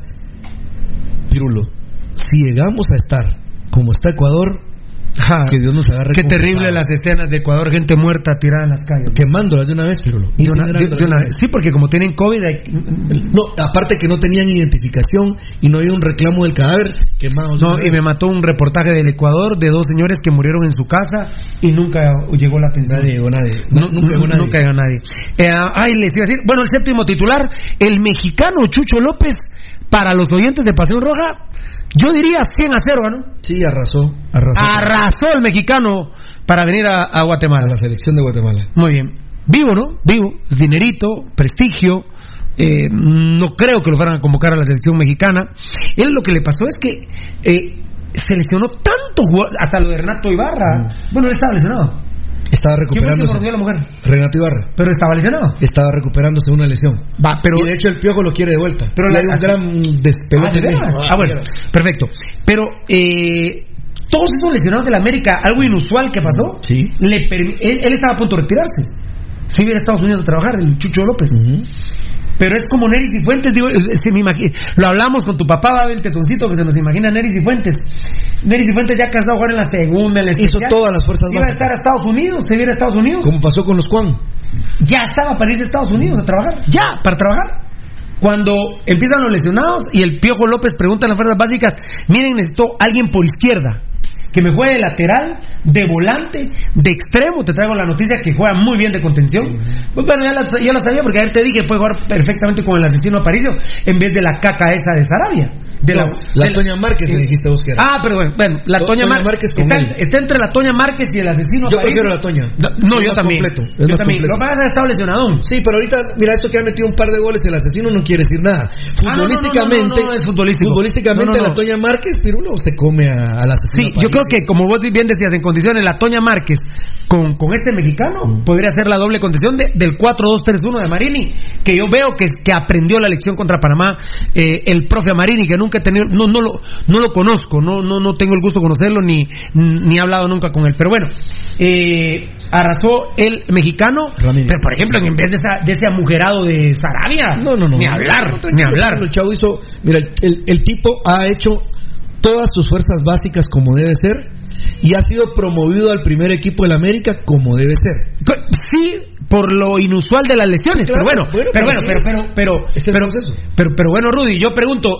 Pirulo, si llegamos a estar como está Ecuador, que Dios nos agarre. Qué terrible las escenas de Ecuador, gente muerta tirada en las calles. Quemándolas de una vez, Pirulo. De una vez. Sí, porque como tienen COVID... No, aparte que no tenían identificación y no había un reclamo del cadáver, quemados. No, y me mató un reportaje del Ecuador de 2 señores que murieron en su casa y nunca llegó la atención. Nadie. Nunca llegó nadie. Les iba a decir, bueno, el séptimo titular, el mexicano Chucho López, para los oyentes de Pasión Roja... Yo diría 100-0, ¿no? Sí, arrasó el mexicano para venir a Guatemala. A la selección de Guatemala. Muy bien. Vivo, ¿no? Vivo. Es dinerito, prestigio. No creo que lo fueran a convocar a la selección mexicana. Él lo que le pasó es que seleccionó tanto jugadores, hasta lo de Renato Ibarra. Bueno, él estaba lesionado. Estaba recuperándose. ¿Quién fue el que mordió a la mujer? Renato Ibarra. Pero estaba lesionado. Estaba recuperándose de una lesión. Y de hecho el Piojo lo quiere de vuelta. Pero hay un gran despelote. Bueno, perfecto. Pero todos esos lesionados de la América, algo inusual que pasó, sí. Él estaba a punto de retirarse. Si viene a Estados Unidos a trabajar, el Chucho López. Pero es como Nery Cifuentes, digo, me imagino, lo hablamos con tu papá, va a ver el tetoncito que se nos imagina Nery Cifuentes. Nery Cifuentes ya cansado de jugar en la segunda, en la especial. Hizo todas las fuerzas básicas. Iba a estar a Estados Unidos, se viene a Estados Unidos. Como pasó con los Juan. Ya estaba para irse a Estados Unidos a trabajar, para trabajar. Cuando empiezan los lesionados y el Piojo López pregunta en las fuerzas básicas, miren, necesito alguien por izquierda, que me juegue de lateral, de volante, de extremo. Te traigo la noticia que juega muy bien de contención. Bueno, ya la sabía porque ayer te dije que puede jugar perfectamente con el asesino Aparicio en vez de la caca esa de Sarabia. La Toña Márquez me dijiste vos que era. Pero bueno, la Toña Márquez está entre la Toña Márquez y el asesino Aparicio. Yo prefiero la Toña. No, yo también. Yo también. Lo que pasa es que ha estado lesionado. Sí, pero ahorita, mira, esto que ha metido un par de goles, el asesino no quiere decir nada. Futbolísticamente, futbolísticamente la Toña Márquez, Pirulo, se come al asesino. Sí, yo creo que como vos bien decías, en condiciones la Toña Márquez con este mexicano podría ser la doble condición del 4-2-3-1 de Marini, que yo veo que aprendió la lección contra Panamá el profe Marini, que nunca he tenido, no lo conozco, no tengo el gusto de conocerlo ni he hablado nunca con él, pero bueno, arrasó el mexicano. Ramírez. Pero por ejemplo, en vez de ese amujerado de Sarabia, ni hablar. El chavo hizo, mira, el tipo ha hecho todas sus fuerzas básicas como debe ser y ha sido promovido al primer equipo del América como debe ser. Sí, por lo inusual de las lesiones, claro, pero bueno, Rudy, yo pregunto,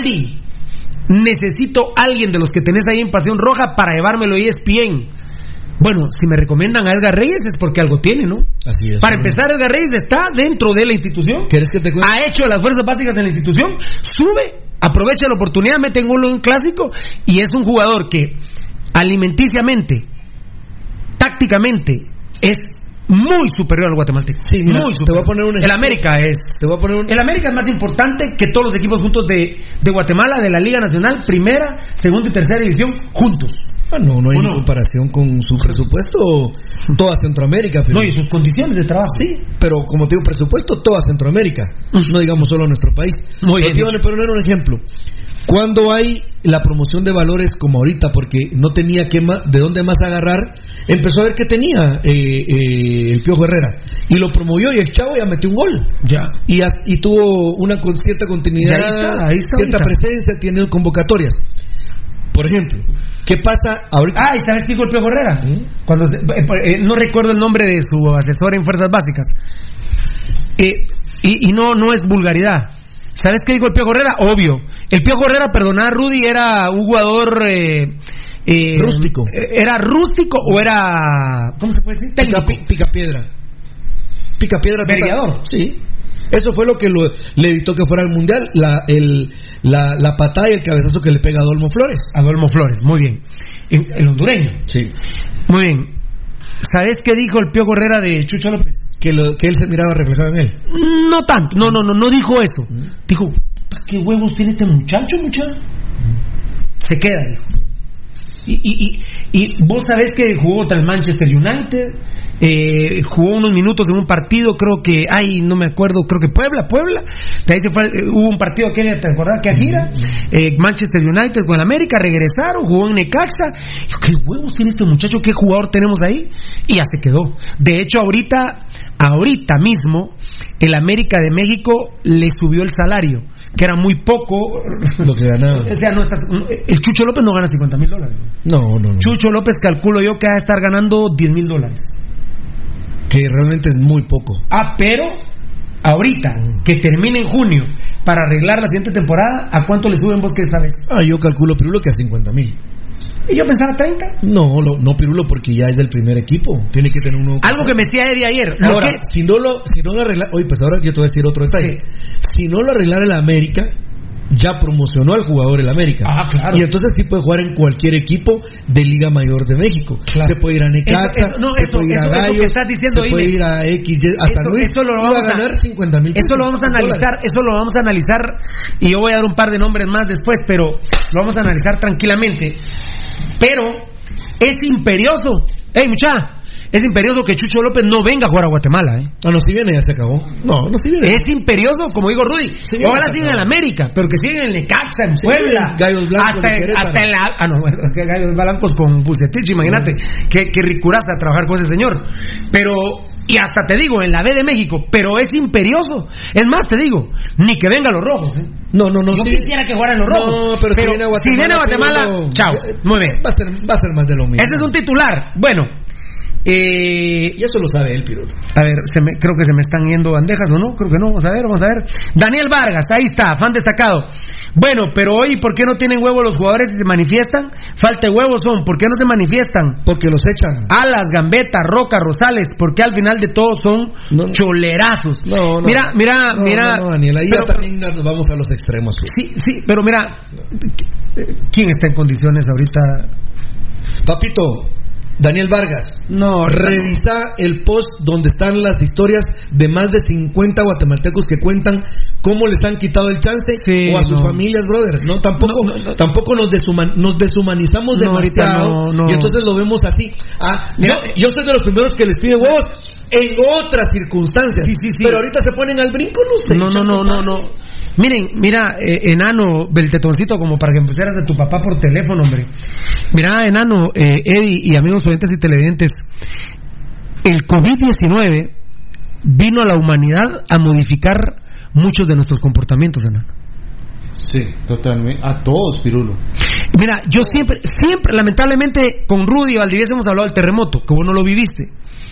Baldi, necesito alguien de los que tenés ahí en Pasión Roja para llevármelo a ESPN. Bueno, si me recomiendan a Edgar Reyes es porque algo tiene, ¿no? Así es. Para empezar, Edgar Reyes está dentro de la institución. ¿Quieres que te cuente? Ha hecho las fuerzas básicas en la institución, sube, aprovecha la oportunidad, mete un gol en un clásico y es un jugador que alimenticiamente, tácticamente, es muy superior al guatemalteco. Sí, mira, muy superior. te voy a poner un ejemplo. El América es más importante que todos los equipos juntos de Guatemala, de la Liga Nacional, primera, segunda y tercera división, juntos. No hay ni comparación con su presupuesto, toda Centroamérica. No, y sus condiciones de trabajo. Sí, pero como te digo, presupuesto, toda Centroamérica. No digamos solo nuestro país. Muy bien. Te voy a poner un ejemplo. Cuando hay la promoción de valores como ahorita, porque no tenía de dónde más agarrar, empezó a ver que tenía el Piojo Herrera y lo promovió y el chavo ya metió un gol. Ya. Y tuvo una cierta continuidad, ahí está, cierta presencia, tiene convocatorias. Por ejemplo, ¿qué pasa ahorita? ¿Y sabes qué dijo el Piojo Herrera? Cuando no recuerdo el nombre de su asesor en Fuerzas Básicas. Y no es vulgaridad. ¿Sabes qué dijo el Piojo Herrera? Obvio. El Piojo Herrera, perdona, Rudy, era un jugador rústico. ¿Era rústico o era, ¿cómo se puede decir? Técnico. Picapiedra. Vergador. Sí. Eso fue lo que le evitó que fuera al Mundial, la patada y el cabezazo que le pega a Adolfo Flores. Muy bien. El hondureño. Sí. Muy bien. ¿Sabes qué dijo el Piojo Herrera de Chucho López? Que él se miraba reflejado en él. No tanto, no dijo eso. Dijo, ¿qué huevos tiene este muchacho? Se queda, dijo. Y vos sabés que jugó contra el Manchester United, jugó unos minutos en un partido, creo que, no me acuerdo, creo que Puebla, de ahí se fue, hubo un partido que te acordás que Ajira, Manchester United con el América, regresaron, jugó en Necaxa. ¿Qué huevos tiene este muchacho? ¿Qué jugador tenemos ahí? Y ya se quedó. De hecho, ahorita mismo, el América de México le subió el salario, que era muy poco lo que ganaba. O sea, el Chucho López no gana $50,000. No. Chucho López, calculo yo que va a estar ganando $10,000. Que realmente es muy poco. Pero ahorita, que termine en junio, para arreglar la siguiente temporada, ¿a cuánto le suben vos que sabes? Yo calculo, Pirulo, que a 50,000. ¿Y yo pensaba 30? No, Pirulo, porque ya es del primer equipo. Tiene que tener uno. Algo que me decía Eddie ayer. Ahora, si no lo arregla. Oye, pues ahora yo te voy a decir otro detalle. Sí. Si no lo arreglara el América, ya promocionó al jugador el América. Claro. Y entonces sí puede jugar en cualquier equipo de Liga Mayor de México. Claro. Se puede ir a Necaxa, se puede ir a Gallos, que estás diciendo, se puede ir a XY, hasta Luis. Eso lo vamos a ganar 50,000. Eso lo vamos a analizar. Eso lo vamos a analizar. Y yo voy a dar un par de nombres más después, pero lo vamos a analizar tranquilamente. Pero es imperioso. Es imperioso que Chucho López no venga a jugar a Guatemala, No, si viene ya se acabó. No si viene. Es imperioso, como digo Rudy. Ojalá sigan en América, pero que sigan en Necaxa, en Puebla. Gallos Blancos hasta en la... Gallos Blancos con Bucetich, imagínate. Qué ricuraza trabajar con ese señor. Pero... Y hasta te digo, en la B de México, pero es imperioso. Es más, te digo, ni que vengan los rojos. No. Yo quisiera que jugaran los rojos. No, pero si viene a Guatemala, chao. Muy bien. Va a ser más de lo mismo. Ese es un titular. Bueno. Y eso lo sabe él, Pirulo. A ver, creo que se me están yendo bandejas, ¿o no? Creo que no, vamos a ver. Daniel Vargas, ahí está, fan destacado. Bueno, pero hoy, ¿por qué no tienen huevos los jugadores y se manifiestan? Falta de huevos son, ¿por qué no se manifiestan? Porque los echan. Alas, Gambetta, Roca, Rosales, porque al final de todo son cholerazos. No. Mira. No, Daniel, ahí ya también nos vamos a los extremos. Sí, pero mira, ¿quién está en condiciones ahorita? Papito, Daniel Vargas, revisa el post donde están las historias de más de 50 guatemaltecos que cuentan cómo les han quitado el chance o a sus familias, brother. Tampoco nos deshumanizamos demasiado y entonces lo vemos así. Yo soy de los primeros que les pide huevos en otras circunstancias. Sí. Pero ahorita se ponen al brinco, no sé. No. Mira, enano, Beltetoncito, como para que empezaras de tu papá por teléfono, hombre. Mira, enano, Eddie y amigos oyentes y televidentes, el COVID-19 vino a la humanidad a modificar muchos de nuestros comportamientos, enano. Sí, totalmente. A todos, Pirulo. Mira, yo siempre, lamentablemente, con Rudy y Valdivieso hemos hablado del terremoto, que vos no lo viviste.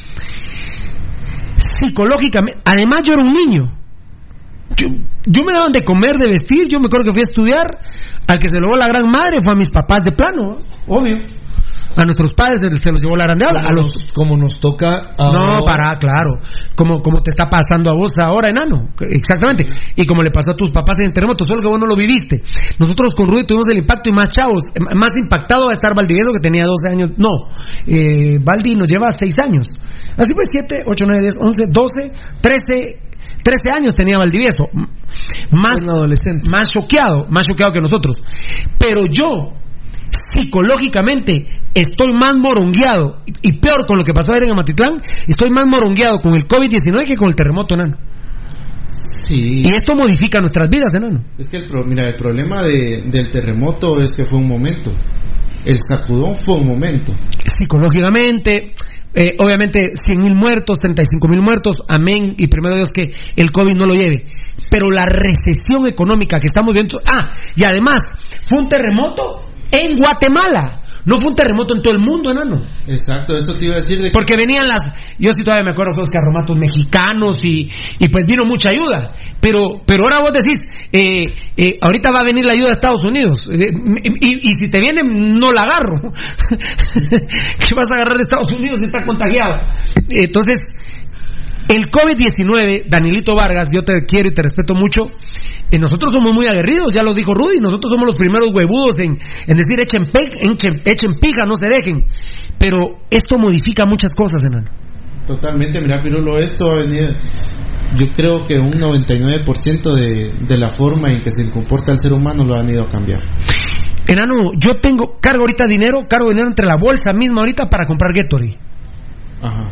Psicológicamente, además yo era un niño. Yo me daban de comer, de vestir. Yo me acuerdo que fui a estudiar. Al que se lo dio la gran madre fue a mis papás de plano, obvio. A nuestros padres se los llevó la grandeada. Como nos toca ahora. No, claro. Como te está pasando a vos ahora, enano. Exactamente. Y como le pasó a tus papás en el terremoto, solo que vos no lo viviste. Nosotros con Rudy tuvimos el impacto y más chavos. Más impactado va a estar Valdivieso, que tenía 12 años. No, Valdi nos lleva 6 años. Así pues, 7, 8, 9, 10, 11, 12, 13 años tenía Valdivieso. Más choqueado que nosotros. Pero yo, psicológicamente, estoy más morongueado, y peor con lo que pasó ayer en Amatitlán, estoy más morongueado con el COVID-19 que con el terremoto, enano. Sí. Y esto modifica nuestras vidas, enano. Es que el problema del terremoto es que fue un momento. El sacudón fue un momento. Psicológicamente, obviamente 100,000 muertos, 35,000 muertos, amén, y primero Dios que el COVID no lo lleve. Pero la recesión económica que estamos viendo, y además fue un terremoto en Guatemala. No fue un terremoto en todo el mundo, enano. Exacto, eso te iba a decir. Porque venían yo sí todavía me acuerdo de los carromatos mexicanos y pues vino mucha ayuda. Pero ahora vos decís, ahorita va a venir la ayuda de Estados Unidos. Y si te viene, no la agarro. ¿Qué vas a agarrar de Estados Unidos si está contagiado? Entonces, el COVID-19, Danielito Vargas, yo te quiero y te respeto mucho. Nosotros somos muy aguerridos, ya lo dijo Rudy. Nosotros somos los primeros huevudos en decir echen pija, no se dejen. Pero esto modifica muchas cosas, enano. Totalmente, mira, Pirulo, esto ha venido. Yo creo que un 99% de la forma en que se comporta el ser humano lo han ido a cambiar. Enano, yo cargo ahorita dinero entre la bolsa misma ahorita para comprar Gatorade. Ajá.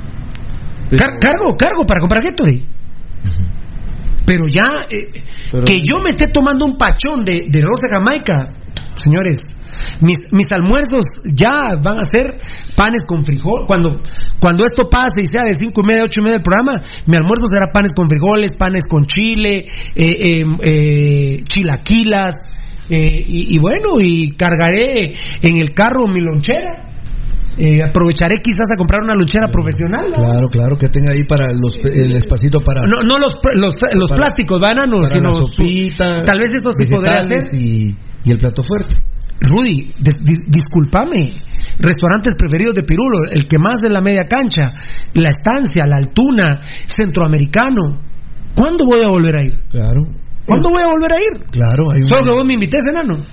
Cargo para comprar Gatorade. Pero ya que yo me esté tomando un pachón de rosa jamaica, señores, mis almuerzos ya van a ser panes con frijol. Cuando esto pase y sea de 5:30 a 8:30 el programa, mi almuerzo será panes con frijoles, panes con chile, chilaquilas, y bueno, y cargaré en el carro mi lonchera. Aprovecharé quizás a comprar una lonchera profesional, ¿no? Claro, que tenga ahí para el espacito para no los plásticos bananos, sino la sopita, tal vez esto sí podría hacer y el plato fuerte. Rudy, discúlpame, restaurantes preferidos de Pirulo, el que más en la media cancha, La Estancia, La Altuna, Centroamericano. ¿Cuándo voy a volver a ir? Claro. ¿Cuándo voy a volver a ir? Claro, solo que vos me invités, enano.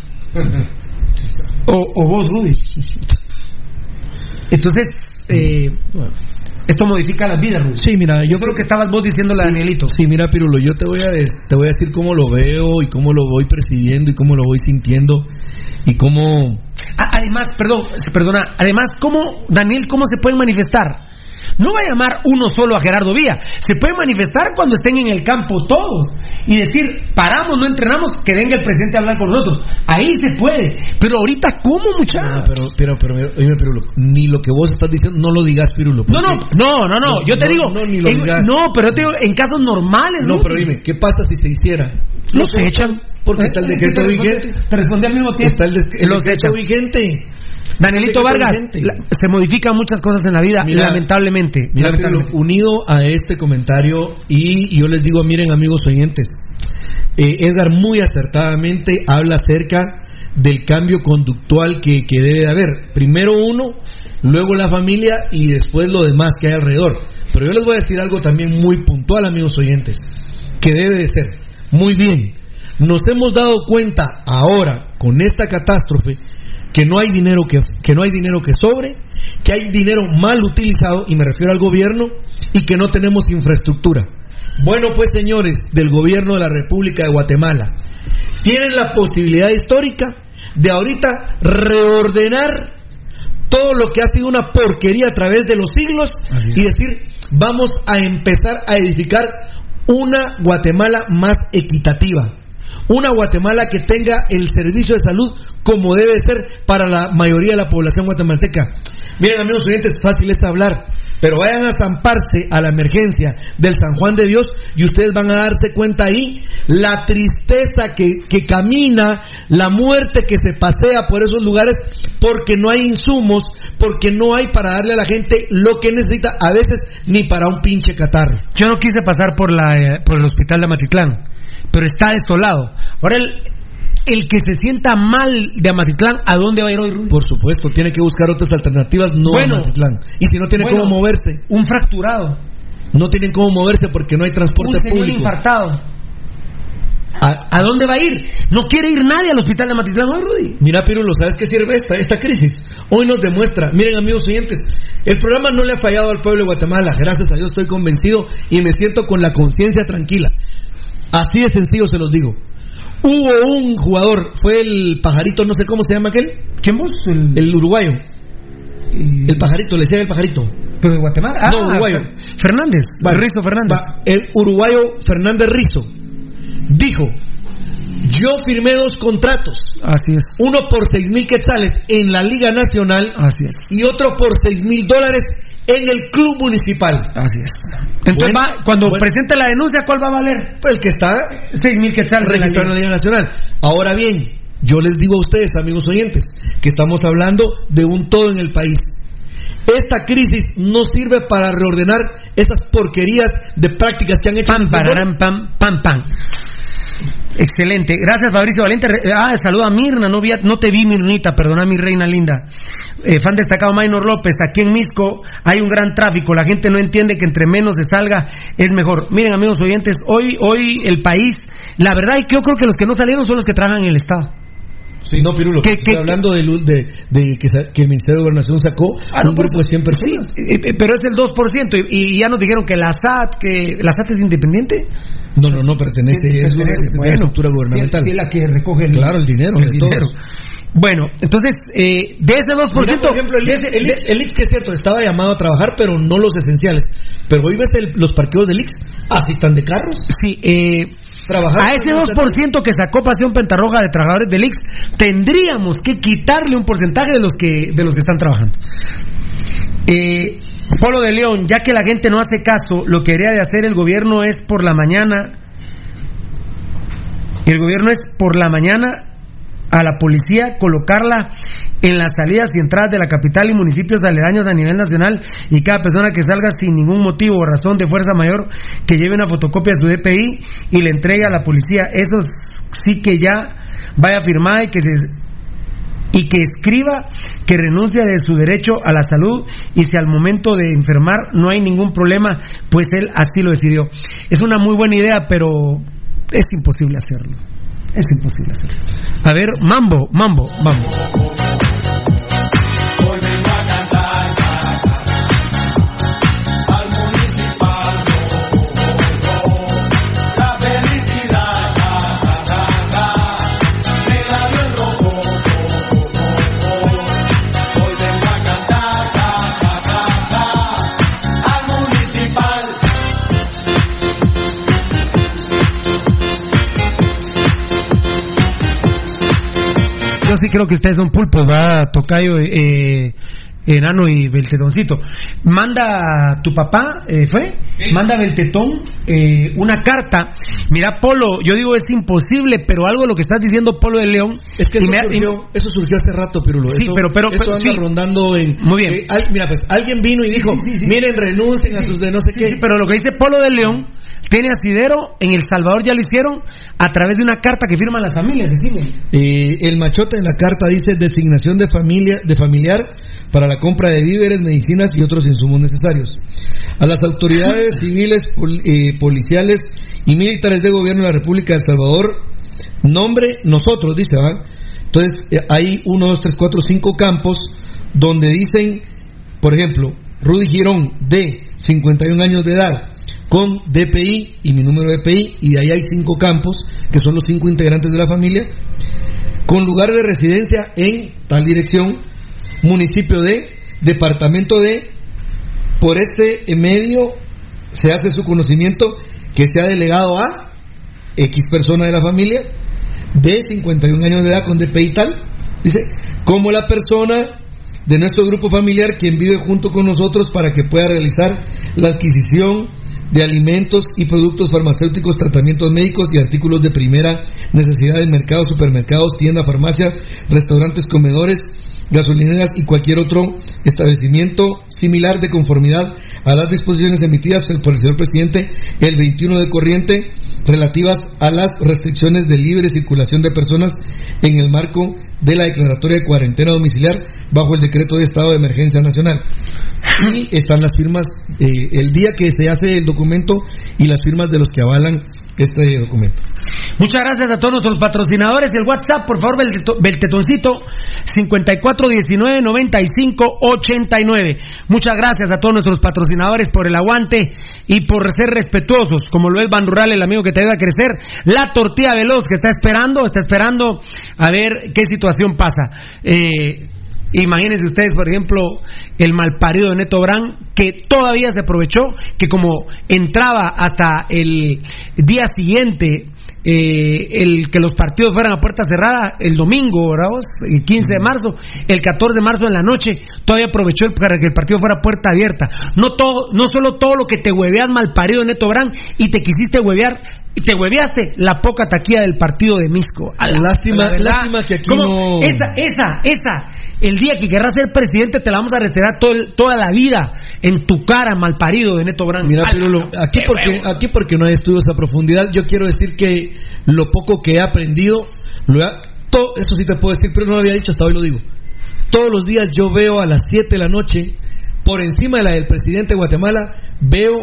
o vos, Rudy. Entonces, esto modifica las vidas, Rudy. Sí, mira, yo creo que estabas vos diciéndole a Danielito. Sí, mira, Pirulo, yo te voy a decir cómo lo veo y cómo lo voy percibiendo y cómo lo voy sintiendo y cómo. Además, además, Daniel, ¿cómo se pueden manifestar? No va a llamar uno solo a Gerardo Villa. Se puede manifestar cuando estén en el campo todos y decir, paramos, no entrenamos, que venga el presidente a hablar con nosotros. Ahí se puede. Pero ahorita, ¿cómo, muchachos? Pero, oíme, Pirulo, ni lo que vos estás diciendo, no lo digas, Pirulo. No. Yo te digo, pero yo te digo, en casos normales. No, pero dime, ¿qué pasa si se hiciera? Los echan. Porque está el decreto vigente. Te respondí al mismo tiempo. Está el decreto vigente. Danielito Vargas, se modifican muchas cosas en la vida, lamentablemente. Mira, unido a este comentario, y yo les digo, miren, amigos oyentes, Edgar muy acertadamente habla acerca del cambio conductual que debe de haber. Primero uno, luego la familia y después lo demás que hay alrededor. Pero yo les voy a decir algo también muy puntual, amigos oyentes, que debe de ser. Muy bien, nos hemos dado cuenta ahora con esta catástrofe que no hay dinero que sobre, que hay dinero mal utilizado, y me refiero al gobierno, y que no tenemos infraestructura. Bueno, pues, señores del gobierno de la República de Guatemala, tienen la posibilidad histórica de ahorita reordenar todo lo que ha sido una porquería a través de los siglos y decir, vamos a empezar a edificar una Guatemala más equitativa, una Guatemala que tenga el servicio de salud como debe ser para la mayoría de la población guatemalteca. Miren, amigos oyentes, fácil es hablar, pero vayan a zamparse a la emergencia del San Juan de Dios y ustedes van a darse cuenta ahí la tristeza que camina, la muerte que se pasea por esos lugares, porque no hay insumos, porque no hay para darle a la gente lo que necesita, a veces ni para un pinche catarro. Yo no quise pasar por el hospital de Amatitlán, pero está desolado. Ahora el que se sienta mal de Amatitlán, ¿a dónde va a ir hoy, Rudy? Por supuesto, tiene que buscar otras alternativas, no a Amatitlán. Y si no tiene cómo moverse. Un fracturado. No tienen cómo moverse porque no hay transporte público. Un infartado. ¿A dónde va a ir? No quiere ir nadie al hospital de Amatitlán hoy, Rudy. Mira, Pirulo, ¿sabes qué sirve esta crisis? Hoy nos demuestra, miren, amigos oyentes, el programa no le ha fallado al pueblo de Guatemala, gracias a Dios estoy convencido y me siento con la conciencia tranquila. Así de sencillo se los digo. Hubo un jugador, fue el pajarito, no sé cómo se llama aquel. ¿Quién vos? El uruguayo. El pajarito, le decía el pajarito. ¿Pero de Guatemala? No, uruguayo. Fernández, Rizo Fernández. El uruguayo Fernández Rizo dijo: yo firmé 2 contratos. Así es. Uno por 6,000 quetzales en la Liga Nacional. Así es. Y otro por $6,000 en el club municipal. Así es. Entonces cuando presente la denuncia, ¿cuál va a valer? Pues el que está 6,000 quetzales registrado en la Liga Nacional. Ahora bien, yo les digo a ustedes, amigos oyentes, que estamos hablando de un todo en el país. Esta crisis no sirve para reordenar esas porquerías de prácticas que han hecho. Pam. Excelente, gracias Fabricio Valente. Saluda a Mirna, no te vi, Mirnita, perdona mi reina linda. Fan destacado Maynor López, aquí en Misco hay un gran tráfico, la gente no entiende que entre menos se salga es mejor. Miren, amigos oyentes, hoy el país, la verdad es que yo creo que los que no salieron son los que trabajan en el Estado. Sí, no, Pirulo, estoy hablando de que el Ministerio de Gobernación sacó un grupo de 100 personas. Sí, pero es el 2%, y ya nos dijeron que la SAT es independiente. No pertenece, es una estructura gubernamental. Sí, la que recoge el dinero. Todos. Bueno, entonces, de ese 2%... Mira, por ejemplo, el IX, que es cierto, estaba llamado a trabajar, pero no los esenciales. Pero hoy ves los parqueos del IX, así están de carros. Sí, a ese 2% que sacó Pasión Pentarroja de trabajadores del IX, tendríamos que quitarle un porcentaje de los que están trabajando. Polo de León, ya que la gente no hace caso, lo que debería de hacer el gobierno es por la mañana a la policía, colocarla en las salidas y entradas de la capital y municipios aledaños a nivel nacional, y cada persona que salga sin ningún motivo o razón de fuerza mayor, que lleve una fotocopia de su DPI y le entregue a la policía. Eso sí que ya vaya firmada y que escriba que renuncia de su derecho a la salud, y si al momento de enfermar no hay ningún problema, pues él así lo decidió. Es una muy buena idea, pero es imposible hacerlo. A ver, mambo. Yo sí creo que ustedes son pulpos, va, tocayo, enano y beltetoncito. Manda a tu papá, manda a Beltetón una carta. Mira, Polo, yo digo es imposible, pero algo de lo que estás diciendo, Polo de León, es que eso surgió hace rato, Pirulo. Sí, pero eso anda rondando en. Muy bien. Mira, pues alguien vino y dijo, miren, renuncien a sus de no sé qué. Sí, pero lo que dice Polo de León tiene asidero. En El Salvador ya lo hicieron a través de una carta que firman las familias. El machote en la carta dice designación de familiar para la compra de víveres, medicinas y otros insumos necesarios. A las autoridades civiles, policiales y militares de gobierno de la República de El Salvador, nombre nosotros, dice, ¿va? Entonces hay 1, 2, 3, 4, 5 campos donde dicen, por ejemplo, Rudy Girón, de 51 años de edad, con DPI y mi número de DPI, y de ahí hay 5 campos, que son los 5 integrantes de la familia, con lugar de residencia en tal dirección, municipio de, departamento de, por este medio se hace su conocimiento que se ha delegado a X persona de la familia, de 51 años de edad con DPI tal, dice, como la persona de nuestro grupo familiar quien vive junto con nosotros para que pueda realizar la adquisición de alimentos y productos farmacéuticos, tratamientos médicos y artículos de primera necesidad en mercados, supermercados, tiendas, farmacias, restaurantes, comedores, gasolineras y cualquier otro establecimiento similar de conformidad a las disposiciones emitidas por el señor presidente el 21 de corriente relativas a las restricciones de libre circulación de personas en el marco de la declaratoria de cuarentena domiciliar bajo el decreto de estado de emergencia nacional. Y están las firmas, el día que se hace el documento y las firmas de los que avalan este documento. Muchas gracias a todos nuestros patrocinadores. El WhatsApp, por favor, Beltetoncito, 54199589. Muchas gracias a todos nuestros patrocinadores por el aguante y por ser respetuosos, como lo es Ban Rural, el amigo que te ayuda a crecer. La Tortilla Veloz, que está esperando a ver qué situación pasa. Imagínense ustedes, por ejemplo, el malparido de Neto Brand, que todavía se aprovechó, que como entraba hasta el día siguiente, el que los partidos fueran a puerta cerrada, el domingo, ¿verdad? El 15 de marzo, el 14 de marzo en la noche, todavía aprovechó para que el partido fuera puerta abierta. No solo todo lo que te hueveas malparido de Neto Brand y te quisiste huevear, te hueveaste la poca taquilla del partido de Misco. Lástima que aquí no... Esa, el día que querrás ser presidente te la vamos a restaurar toda la vida en tu cara, malparido de Neto Brand. Mira, pero aquí porque no hay estudios a profundidad, yo quiero decir que lo poco que he aprendido, eso sí te puedo decir, pero no lo había dicho, hasta hoy lo digo. Todos los días yo veo a las 7 de la noche, por encima de la del presidente de Guatemala, veo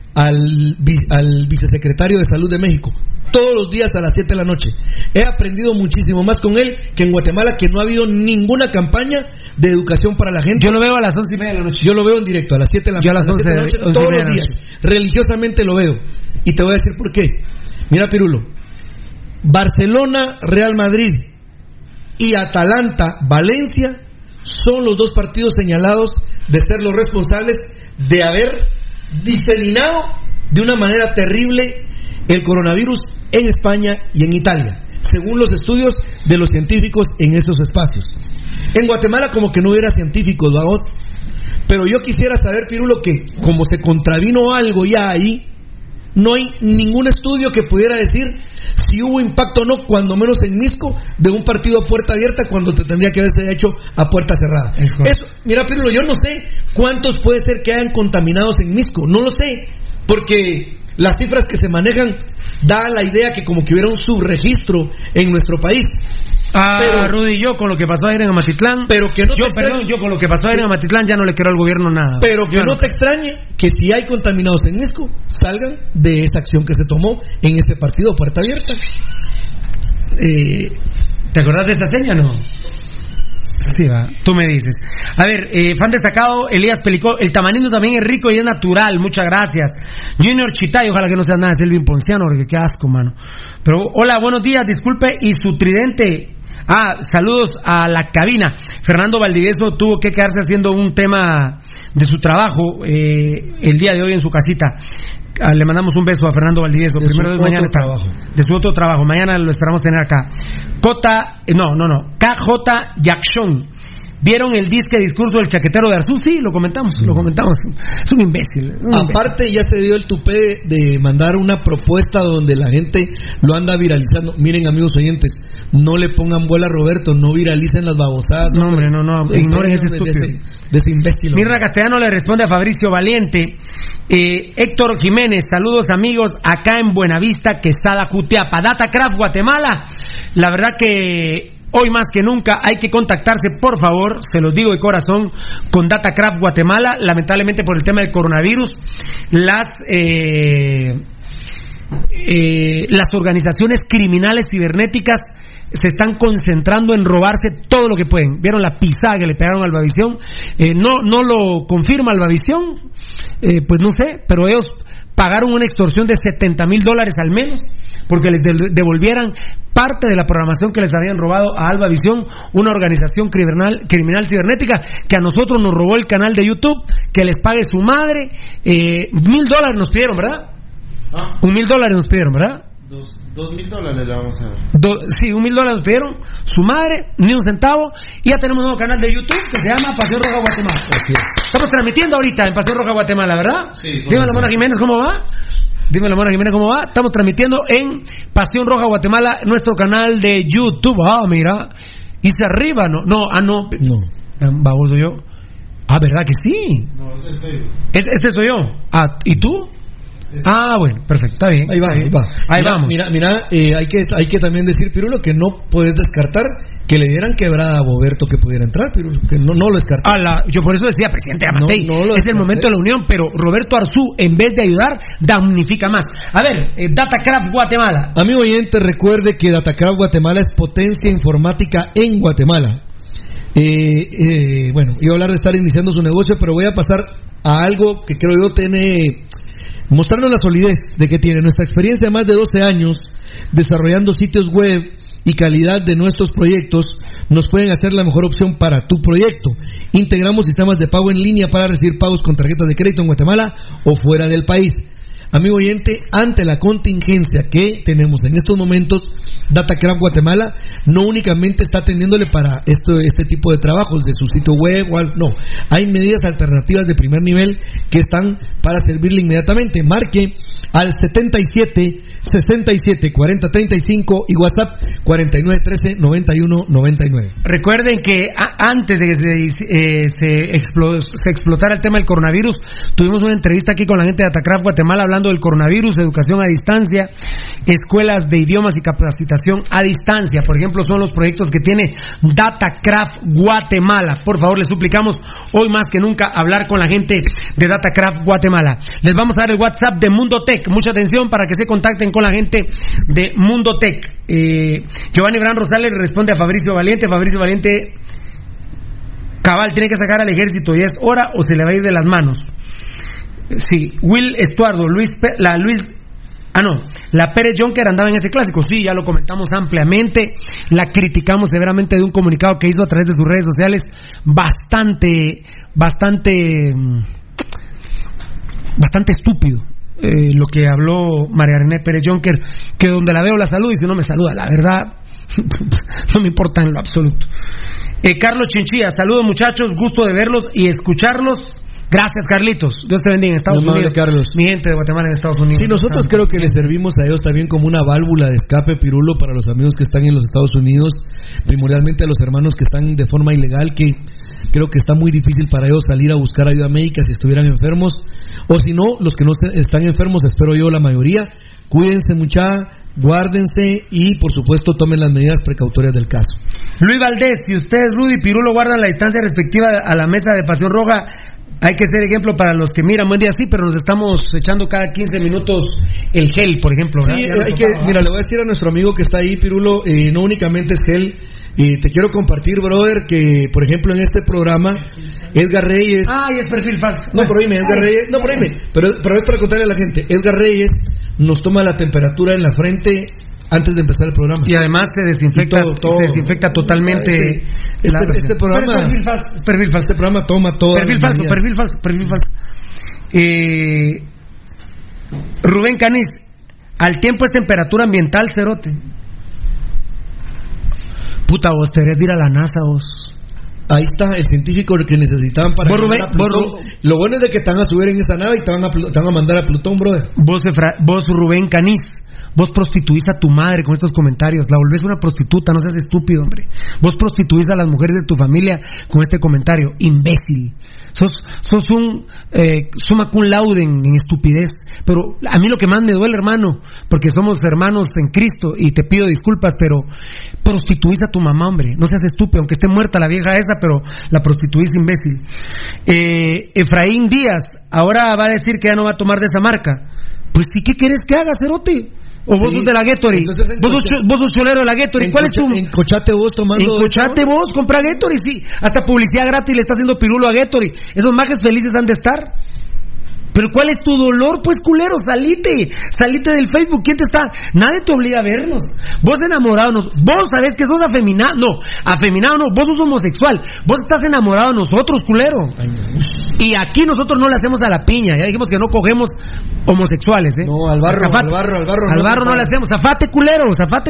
al vicesecretario de Salud de México. Todos los días a las 7 de la noche. He aprendido muchísimo más con él que en Guatemala, que no ha habido ninguna campaña de educación para la gente. Yo lo veo a las 11:30 de la noche. Yo lo veo en directo a las 7 de la noche. Yo a las 11 de la noche, todos los días. Religiosamente lo veo. Y te voy a decir por qué. Mira, Pirulo. Barcelona, Real Madrid y Atalanta, Valencia son los dos partidos señalados de ser los responsables de haber diseminado de una manera terrible el coronavirus en España y en Italia, según los estudios de los científicos en esos espacios. En Guatemala como que no hubiera científicos, vamos, pero yo quisiera saber, Pirulo, que como se contravino algo ya ahí, no hay ningún estudio que pudiera decir si hubo impacto o no, cuando menos en Misco, de un partido a puerta abierta cuando te tendría que haberse hecho a puerta cerrada. Eso, mira, Pirulo, yo no sé cuántos puede ser que hayan contaminados en Misco, no lo sé, porque las cifras que se manejan da la idea que como que hubiera un subregistro en nuestro país. Pero Rudy, yo con lo que pasó ayer en Amatitlán, pero que no yo con lo que pasó ayer en Amatitlán ya no le quiero al gobierno nada. Pero que no te extrañe que si hay contaminados en Misco, salgan de esa acción que se tomó en este partido a puerta abierta. ¿Te acordás de esta seña, no? Sí, va, tú me dices. A ver, fan destacado, Elías Pelicó. El tamarino también es rico y es natural, muchas gracias. Junior Chitay, ojalá que no sea nada de Selvin Ponciano, porque qué asco, mano. Pero, hola, buenos días, disculpe, y su tridente. Saludos a la cabina. Fernando Valdivieso tuvo que quedarse haciendo un tema de su trabajo el día de hoy en su casita. Le mandamos un beso a Fernando Valdivieso. Primero de mañana está de su otro trabajo. Mañana lo esperamos tener acá. KJ Jackson. ¿Vieron el discurso del chaquetero de Arzú? Sí, lo comentamos. Es un imbécil. Aparte, ya se dio el tupé de mandar una propuesta donde la gente lo anda viralizando. Miren, amigos oyentes, no le pongan bola a Roberto, no viralicen las babosadas. No, hombre, no, ignoren ese estúpido. De ese imbécil. Mirna Castellano le responde a Fabricio Valiente. Héctor Jiménez, saludos amigos, acá en Buenavista, Quesada, Jutiapa. Datacraft, Guatemala. La verdad que hoy más que nunca hay que contactarse, por favor, se los digo de corazón, con Datacraft Guatemala. Lamentablemente por el tema del coronavirus, las organizaciones criminales cibernéticas se están concentrando en robarse todo lo que pueden. ¿Vieron la pisada que le pegaron a Albavisión? No lo confirma Albavisión, pues no sé, pero ellos pagaron una extorsión de $70,000 al menos porque les devolvieran parte de la programación que les habían robado a Albavisión, una organización criminal cibernética que a nosotros nos robó el canal de YouTube, que les pague su madre. $1,000 nos pidieron, ¿verdad? $1,000 nos pidieron, ¿verdad? $2,000 le vamos a dar. Sí, $1,000 nos pidieron, su madre, ni un centavo. Y ya tenemos un nuevo canal de YouTube que se llama Pasión Roja Guatemala. Estamos transmitiendo ahorita en Pasión Roja Guatemala, ¿verdad? Sí. Dime, Mona Jiménez, ¿cómo va? Estamos transmitiendo en Pasión Roja Guatemala, nuestro canal de YouTube. Mira, hice arriba, no. Baboso yo. ¿Verdad que sí? No, ese soy yo. Este soy yo. ¿Y tú? Bueno, perfecto, está bien. Ahí va. Ahí vamos. Mira, hay que también decir, Pirulo, que no puedes descartar que le dieran quebrada a Boberto que pudiera entrar, Pirulo, que no lo descarté. Yo por eso decía, presidente Amatei, es el momento de la unión, pero Roberto Arzú, en vez de ayudar, damnifica más. A ver, Datacraft Guatemala. Amigo oyente, recuerde que Datacraft Guatemala es potencia informática en Guatemala. Bueno, iba a hablar de estar iniciando su negocio, pero voy a pasar a algo que creo yo mostrarnos la solidez de que tiene nuestra experiencia de más de 12 años desarrollando sitios web y calidad de nuestros proyectos nos pueden hacer la mejor opción para tu proyecto. Integramos sistemas de pago en línea para recibir pagos con tarjetas de crédito en Guatemala o fuera del país. Amigo oyente, ante la contingencia que tenemos en estos momentos, Datacraft Guatemala no únicamente está atendiéndole para este tipo de trabajos de su sitio web no, hay medidas alternativas de primer nivel que están para servirle inmediatamente. Marque al 77 67 40 35 y WhatsApp 49 13 91 99. Recuerden que antes de que se explotara el tema del coronavirus, tuvimos una entrevista aquí con la gente de Datacraft Guatemala hablando del coronavirus, educación a distancia, escuelas de idiomas y capacitación a distancia. Por ejemplo, son los proyectos que tiene Datacraft Guatemala. Por favor, les suplicamos hoy más que nunca hablar con la gente de Datacraft Guatemala. Les vamos a dar el WhatsApp de Mundo Tech. Mucha atención para que se contacten con la gente de Mundo Tech. Giovanni Bran Rosales responde a Fabricio Valiente. Fabricio Valiente, cabal, tiene que sacar al ejército, ya es hora o se le va a ir de las manos. Sí, Will Estuardo, la Pérez Jonker andaba en ese clásico. Sí, ya lo comentamos ampliamente, la criticamos severamente de un comunicado que hizo a través de sus redes sociales bastante estúpido. Lo que habló María René Pérez Jonker, que donde la veo la saludo y si no me saluda, la verdad no me importa en lo absoluto. Carlos Chinchilla, saludos muchachos, gusto de verlos y escucharlos. Gracias, Carlitos. Dios te bendiga en Estados Unidos. Carlos. Mi gente de Guatemala en Estados Unidos. Sí, nosotros creo que le servimos a ellos también como una válvula de escape, Pirulo, para los amigos que están en los Estados Unidos, primordialmente a los hermanos que están de forma ilegal, que creo que está muy difícil para ellos salir a buscar ayuda médica si estuvieran enfermos, o si no, los que no están enfermos, espero yo la mayoría, cuídense mucha, guárdense y por supuesto tomen las medidas precautorias del caso. Luis Valdés, si ustedes, Rudy y Pirulo, guardan la distancia respectiva a la mesa de Pasión Roja, hay que ser ejemplo para los que miran. Buen día, sí, pero nos estamos echando cada 15 minutos el gel, por ejemplo. Sí, mira, le voy a decir a nuestro amigo que está ahí, Pirulo, no únicamente es gel. Te quiero compartir, brother, que por ejemplo en este programa Edgar Reyes... es perfil falso. No, prohíme, Edgar Reyes... No, prohíme, pero es para contarle a la gente. Edgar Reyes nos toma la temperatura en la frente antes de empezar el programa. Y además se desinfecta, se desinfecta totalmente. Este programa... Es perfil falso. Este programa toma todo... Perfil falso. Rubén Canis, al tiempo es temperatura ambiental, cerote. Puta, vos te querés ir a la NASA, vos. Ahí está el científico que necesitaban para llegar a Plutón. Lo bueno es de que te van a subir en esa nave y te van a mandar a Plutón, brother. Vos Rubén Canis, vos prostituís a tu madre con estos comentarios. La volvés una prostituta, no seas estúpido, hombre. Vos prostituís a las mujeres de tu familia con este comentario, imbécil. Sos un summa cum laude en estupidez. Pero a mí lo que más me duele, hermano, porque somos hermanos en Cristo y te pido disculpas, pero prostituís a tu mamá, hombre. No seas estúpido, aunque esté muerta la vieja esa, pero la prostituís, imbécil. Efraín Díaz ahora va a decir que ya no va a tomar de esa marca. Pues sí, ¿qué querés que haga, cerote? O vos sos de la Gatorade. Vos sos cholero de la Gatorade. ¿Cuál es tu...? Encochate vos tomando... Encochate vos, compra Gatorade, sí. Hasta publicidad gratis le está haciendo Pirulo a Gatorade. Esos majes felices han de estar. Pero ¿cuál es tu dolor? Pues culero, salite del Facebook. ¿Quién te está? Nadie te obliga a vernos. Vos enamorado, vos sabés que sos afeminado. No, afeminado no, vos sos homosexual. Vos estás enamorado de nosotros, culero. Ay, no. Y aquí nosotros no le hacemos a la piña. Ya dijimos que no cogemos homosexuales, ¿eh? No, al barro no le hacemos. Zafate culero.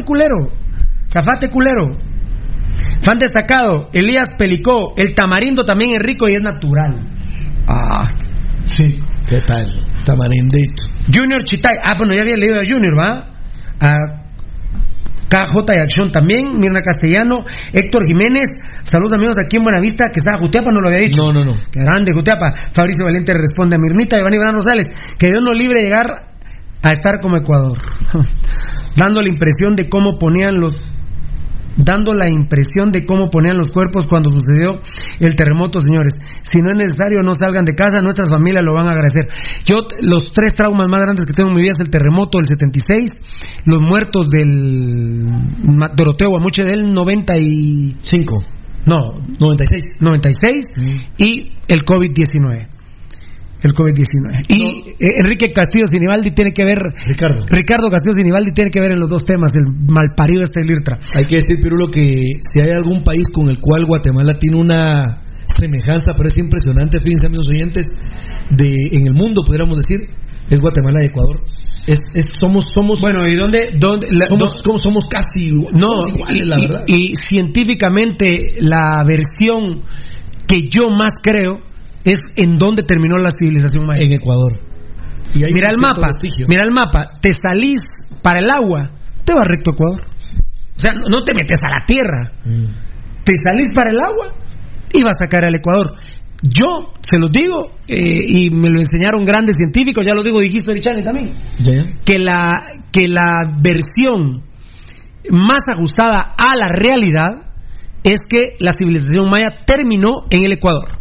Fan destacado, Elías Pelicó. El tamarindo también es rico y es natural. Sí. ¿Qué tal? Tamarindito. Junior Chitay. Bueno, ya había leído a Junior, ¿va? A KJ y Acción también. Mirna Castellano. Héctor Jiménez. Saludos amigos aquí en Buenavista. Que está Jutiapa, no lo había dicho. No. Qué grande Jutiapa. Fabricio Valente responde a Mirnita. Giovanni Bran Rosales. Que Dios nos libre de llegar a estar como Ecuador, dando la impresión de cómo ponían los cuerpos cuando sucedió el terremoto, señores. Si no es necesario, no salgan de casa, nuestras familias lo van a agradecer. Yo, los 3 traumas más grandes que tengo en mi vida es el terremoto del 76, los muertos del Doroteo Guamuche del 95, no, 96, y el COVID-19. Y Enrique Castillo Sinibaldi tiene que ver, Ricardo Castillo Sinibaldi tiene que ver en los dos temas, el malparido del IRTRA. Hay que decir, Pirulo, que si hay algún país con el cual Guatemala tiene una semejanza, pero es impresionante, fíjense, amigos oyentes, en el mundo, podríamos decir, es Guatemala y Ecuador. Somos bueno, ¿y dónde somos casi iguales, la verdad? Y científicamente la versión que yo más creo es en dónde terminó la civilización maya. En Ecuador. Mira el mapa, te salís para el agua, te vas recto a Ecuador. O sea, no te metes a la tierra. Te salís para el agua y vas a caer al Ecuador. Yo se los digo, y me lo enseñaron grandes científicos, ya lo digo, dijiste Richani también, que la versión más ajustada a la realidad es que la civilización maya terminó en el Ecuador.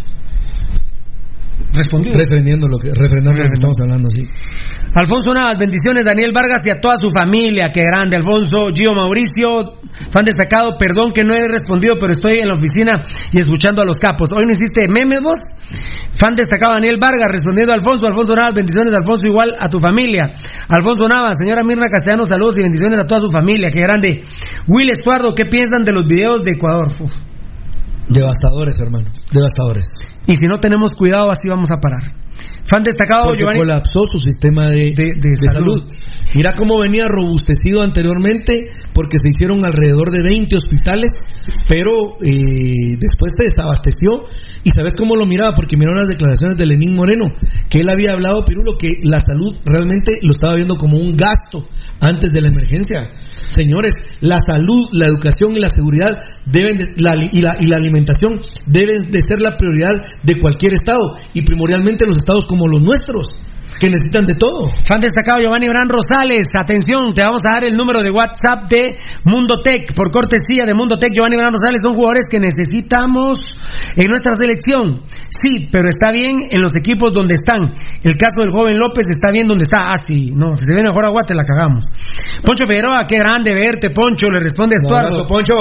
Refrendando lo que estamos hablando, sí. Alfonso Navas, bendiciones. Daniel Vargas y a toda su familia, qué grande. Alfonso, Gio Mauricio, fan destacado, perdón que no he respondido, pero estoy en la oficina y escuchando a los capos. Hoy no hiciste memes vos. Fan destacado Daniel Vargas, respondiendo a Alfonso Navas, bendiciones Alfonso, igual a tu familia. Alfonso Navas, señora Mirna Castellanos, saludos y bendiciones a toda su familia, qué grande. Will Estuardo, ¿qué piensan de los videos de Ecuador? Devastadores, hermano, devastadores. Y si no tenemos cuidado, así vamos a parar. Fan destacado, porque Giovanni, colapsó su sistema de salud. Mira cómo venía robustecido anteriormente, porque se hicieron alrededor de 20 hospitales, pero después se desabasteció. Y ¿sabes cómo lo miraba? Porque miraron las declaraciones de Lenín Moreno, que él había hablado, Pirulo, que la salud realmente lo estaba viendo como un gasto antes de la emergencia. Señores, la salud, la educación y la seguridad y la alimentación deben de ser la prioridad de cualquier estado, y primordialmente los estados como los nuestros, que necesitan de todo. Fan destacado Giovanni Bran Rosales, atención, te vamos a dar el número de WhatsApp de Mundo Tech, por cortesía de Mundo Tech. Giovanni Bran Rosales, son jugadores que necesitamos en nuestra selección, sí, pero está bien en los equipos donde están. El caso del joven López está bien donde está. Sí, no, si se viene mejor a Guate la cagamos. Poncho Figueroa, qué grande verte, Poncho, le responde Estuardo. Un Poncho.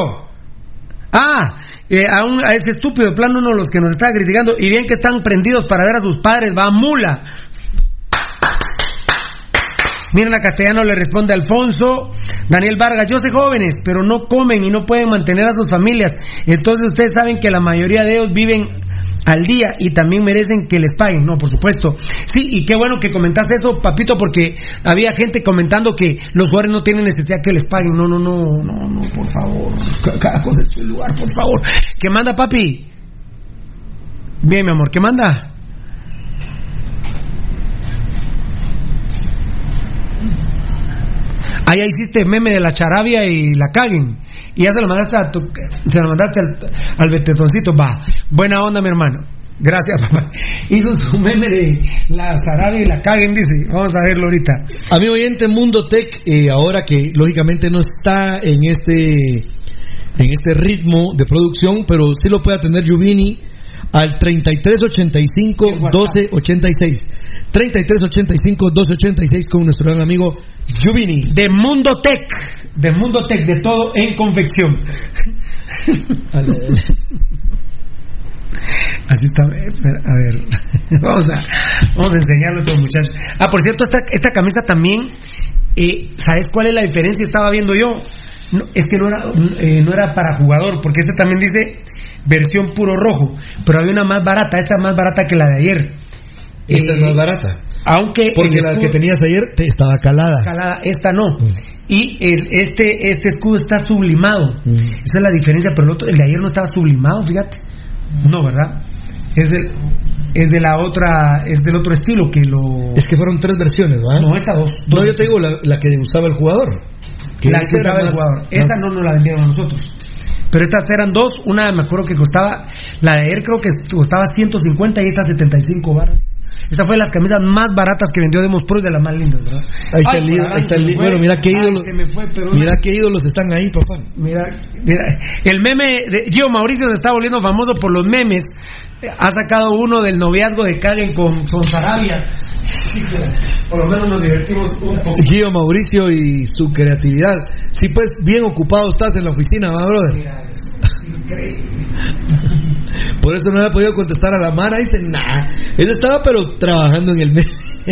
A ese estúpido de plano, uno de los que nos está criticando, y bien que están prendidos para ver a sus padres, va mula. Mirna Castellano le responde a Alfonso. Daniel Vargas, yo sé jóvenes, pero no comen y no pueden mantener a sus familias. Entonces ustedes saben que la mayoría de ellos viven al día y también merecen que les paguen. No, por supuesto. Sí, y qué bueno que comentaste eso, papito, porque había gente comentando que los jugadores no tienen necesidad que les paguen. No, por favor. Cada cosa en su lugar, por favor. ¿Qué manda, papi? Bien, mi amor, ¿qué manda? Ahí hiciste meme de la charabia y la caguen. Y ya se lo mandaste al betetoncito. Va, buena onda, mi hermano. Gracias, papá. Hizo su meme de la charabia y la caguen, dice. Vamos a verlo ahorita. Amigo oyente, Mundo Tech, ahora que lógicamente no está en este ritmo de producción, pero sí lo puede atender Giovini al 3385-1286. 3385-1286 con nuestro gran amigo Giovini. De Mundo Tech, de todo en confección. Así está. A ver, vamos a enseñarlo a estos muchachos. Por cierto, esta camisa también, ¿sabes cuál es la diferencia? Estaba viendo yo. No, es que no era para jugador, porque este también dice versión puro rojo, pero había una más barata. Esta es más barata que la de ayer. Esta es más barata, porque la que tenías ayer estaba calada, esta no. Y este escudo está sublimado. Esa es la diferencia, pero el de ayer no estaba sublimado, fíjate. No, ¿verdad? Es del otro estilo que lo. Es que fueron 3 versiones, ¿verdad? No, esta dos. No, yo te digo la que usaba el jugador. La que usaba el jugador. Esta no nos la vendieron a nosotros. Pero estas eran 2, una me acuerdo que costaba, la de ayer creo que costaba 150 y esta 75 barras. Esa fue de las camisas más baratas que vendió Demos Pro y de las más lindas, ¿verdad? Ahí está el bueno, mira qué ídolos. Mira qué ídolos están ahí, papá. Mira, el meme de Gio Mauricio se está volviendo famoso por los memes. Ha sacado uno del noviazgo de Karen con Sarabia. Sí, por lo menos nos divertimos un poco. Gio Mauricio y su creatividad. Sí, pues bien ocupado estás en la oficina, ¿va, brother? Mira, es increíble. Por eso no le ha podido contestar a la Mara. Dice, nah, él estaba pero trabajando en el meme.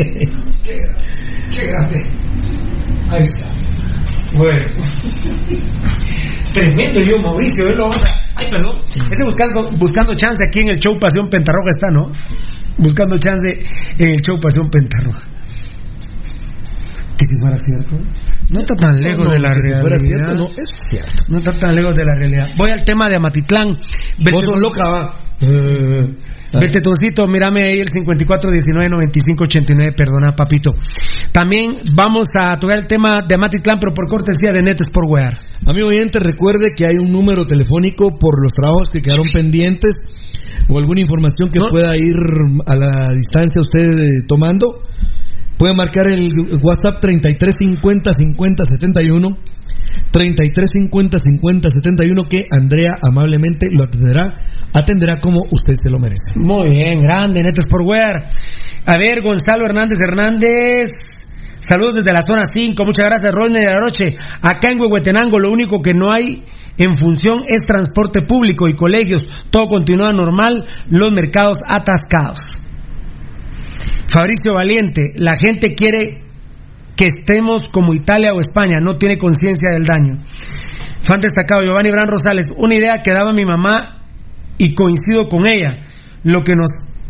Qué grande. Ahí está. Bueno. Tremendo Gio Mauricio, ay, perdón. Ese buscando chance aquí en el show Pasión Pentarroja está, ¿no? Buscando chance en el show Pasión Pentarroja. Que si fuera cierto, no está tan lejos de la realidad. Si fuera cierto, no, es cierto. No está tan lejos de la realidad. Voy al tema de Amatitlán. Vos sos loca, va. Betetoncito, mírame ahí el 54199589, perdona, papito. También vamos a tocar el tema de Amatitlán, pero por cortesía de Net Sportwear. Amigo oyente, recuerde que hay un número telefónico por los trabajos que quedaron pendientes o alguna información que pueda ir a la distancia usted tomando. Puede marcar el WhatsApp 33505071 33505071 que Andrea amablemente lo atenderá como usted se lo merece. Muy bien, grande, Net Sportwear. A ver, Gonzalo Hernández, saludos desde la zona 5, muchas gracias, Rodney de la Noche. Acá en Huehuetenango lo único que no hay en función es transporte público y colegios, todo continúa normal, los mercados atascados. Fabricio Valiente, la gente quiere que estemos como Italia o España, no tiene conciencia del daño. Fan destacado, Giovanni Bran Rosales, una idea que daba mi mamá y coincido con ella, los que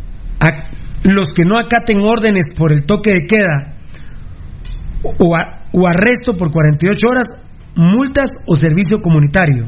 no acaten órdenes por el toque de queda o arresto por 48 horas, multas o servicio comunitario.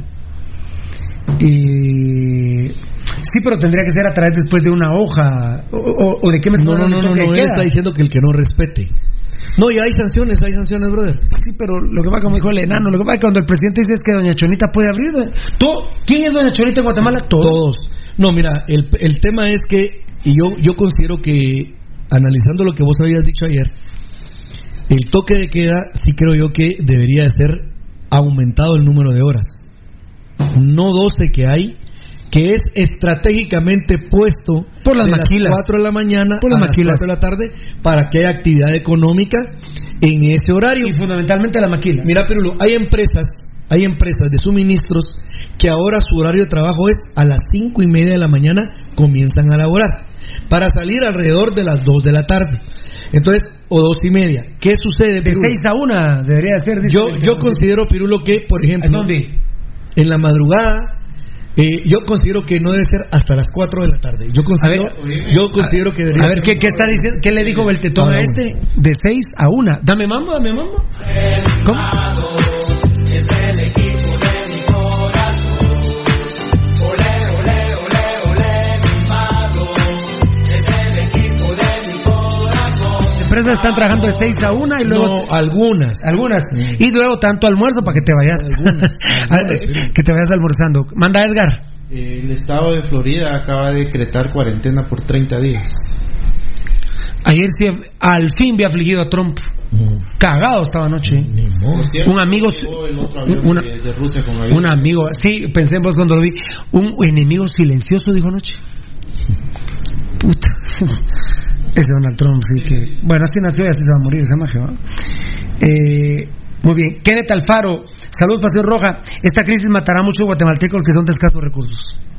Sí, pero tendría que ser a través después de una hoja o de qué me está hablando. No, él está diciendo que el que no respete. No, y hay sanciones, brother. Sí, pero lo que pasa, como dijo el enano, lo que pasa es que cuando el presidente dice es que doña Chonita puede abrir. ¿Quién es doña Chonita en Guatemala? Todos. No, mira, el tema es que, y yo considero que, analizando lo que vos habías dicho ayer, el toque de queda, sí creo yo que debería de ser aumentado el número de horas. No 12 que hay, que es estratégicamente puesto por las maquilas, las 4 de la mañana a las 4 de la tarde para que haya actividad económica en ese horario. Y fundamentalmente la maquila. Mira, Pirulo, hay empresas de suministros que ahora su horario de trabajo es a las 5:30 de la mañana comienzan a laborar para salir alrededor de las 2 de la tarde. Entonces, o 2:30. ¿Qué sucede, Pirulo? De 6 a 1 debería ser. Yo considero, Pirulo, que, por ejemplo, ¿dónde? En la madrugada, yo considero que no debe ser hasta las 4 de la tarde. Yo considero que debería ser. A ver, ¿qué está diciendo? ¿Qué le dijo Beltetón a este? De 6 a 1. Dame mambo. ¿Cómo? Es el equipo de mi corazón. Olé, mimado. Es el equipo de mi corazón. Las empresas están trabajando de 6 a 1 y luego. No, algunas. Y luego tanto almuerzo para que te vayas. Que te vayas almorzando. Manda Edgar. El estado de Florida acaba de decretar cuarentena por 30 días. Ayer sí, al fin vi afligido a Trump. Cagado estaba anoche. Un amigo de Rusia con avión. Un amigo, sí, pensé en vos cuando lo vi. Un enemigo silencioso dijo anoche. Puta. Ese Donald Trump, sí que. Bueno, así nació y así se va a morir esa magia, ¿no? Muy bien. Kenneth Alfaro, saludos, Pasión Roja. Esta crisis matará a muchos guatemaltecos que son de escasos recursos.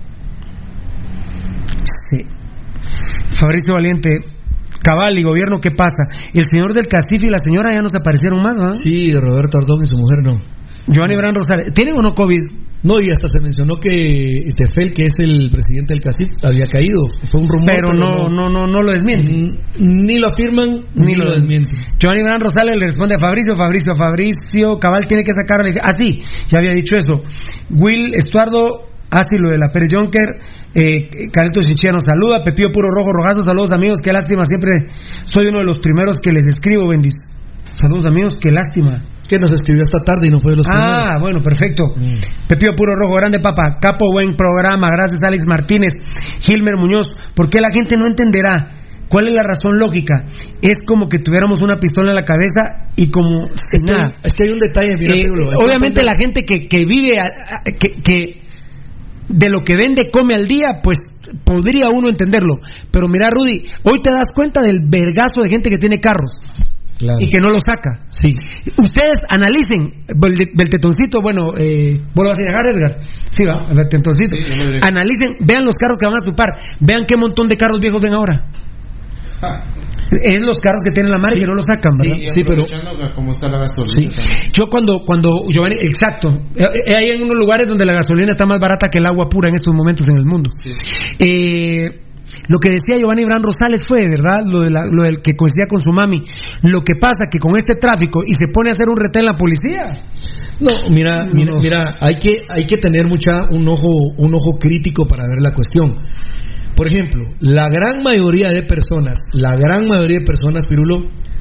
Sí. Fabricio Valiente, cabal y gobierno, ¿qué pasa? El señor del Cacife y la señora ya no se aparecieron más, ¿no? Sí, Roberto Ardón y su mujer no. Giovanni Bran Rosales, ¿tienen o no COVID? No, y hasta se mencionó que Tefel, que es el presidente del CACIF, había caído. Fue un rumor. Pero no lo desmienten. Ni lo afirman, ni lo desmienten. Giovanni Bran Rosales le responde a Fabricio, cabal tiene que sacar. Sí, ya había dicho eso. Will Estuardo, sí, lo de la Pérez Jonker. Carlitos Chinchilla nos saluda. Pepío Puro Rojo Rojazo, saludos amigos, qué lástima, siempre soy uno de los primeros que les escribo. Saludos amigos, qué lástima. Que nos escribió esta tarde y no fue de los primeros. Bueno, perfecto. Pepío Puro Rojo, grande papa. Capo, buen programa. Gracias, Alex Martínez. Gilmer Muñoz, ¿por qué la gente no entenderá ¿cuál es la razón lógica? Es como que tuviéramos una pistola en la cabeza y como sin nada. Es que hay un detalle, mira, obviamente la gente que vive, que de lo que vende come al día, pues podría uno entenderlo. Pero mira, Rudy, hoy te das cuenta del vergazo de gente que tiene carros. Claro. Y que no lo saca. Sí. Ustedes analicen el tetoncito, bueno, ¿vos lo vas a dejar, Edgar? Sí, va, el tetoncito. Sí, analicen, vean los carros que van a supar, vean qué montón de carros viejos ven ahora. Es los carros que tienen la marca, sí, que no lo sacan, ¿verdad? Sí, pero cómo está la gasolina. Sí. Yo cuando Giovanni, exacto, hay en unos lugares donde la gasolina está más barata que el agua pura en estos momentos en el mundo. Sí. Lo que decía Giovanni Bran Rosales fue, ¿verdad? Lo del que coincidía con su mami. Lo que pasa que con este tráfico y se pone a hacer un retén la policía. No, mira, hay que tener un ojo crítico para ver la cuestión. Por ejemplo, la gran mayoría de personas, Pirulo,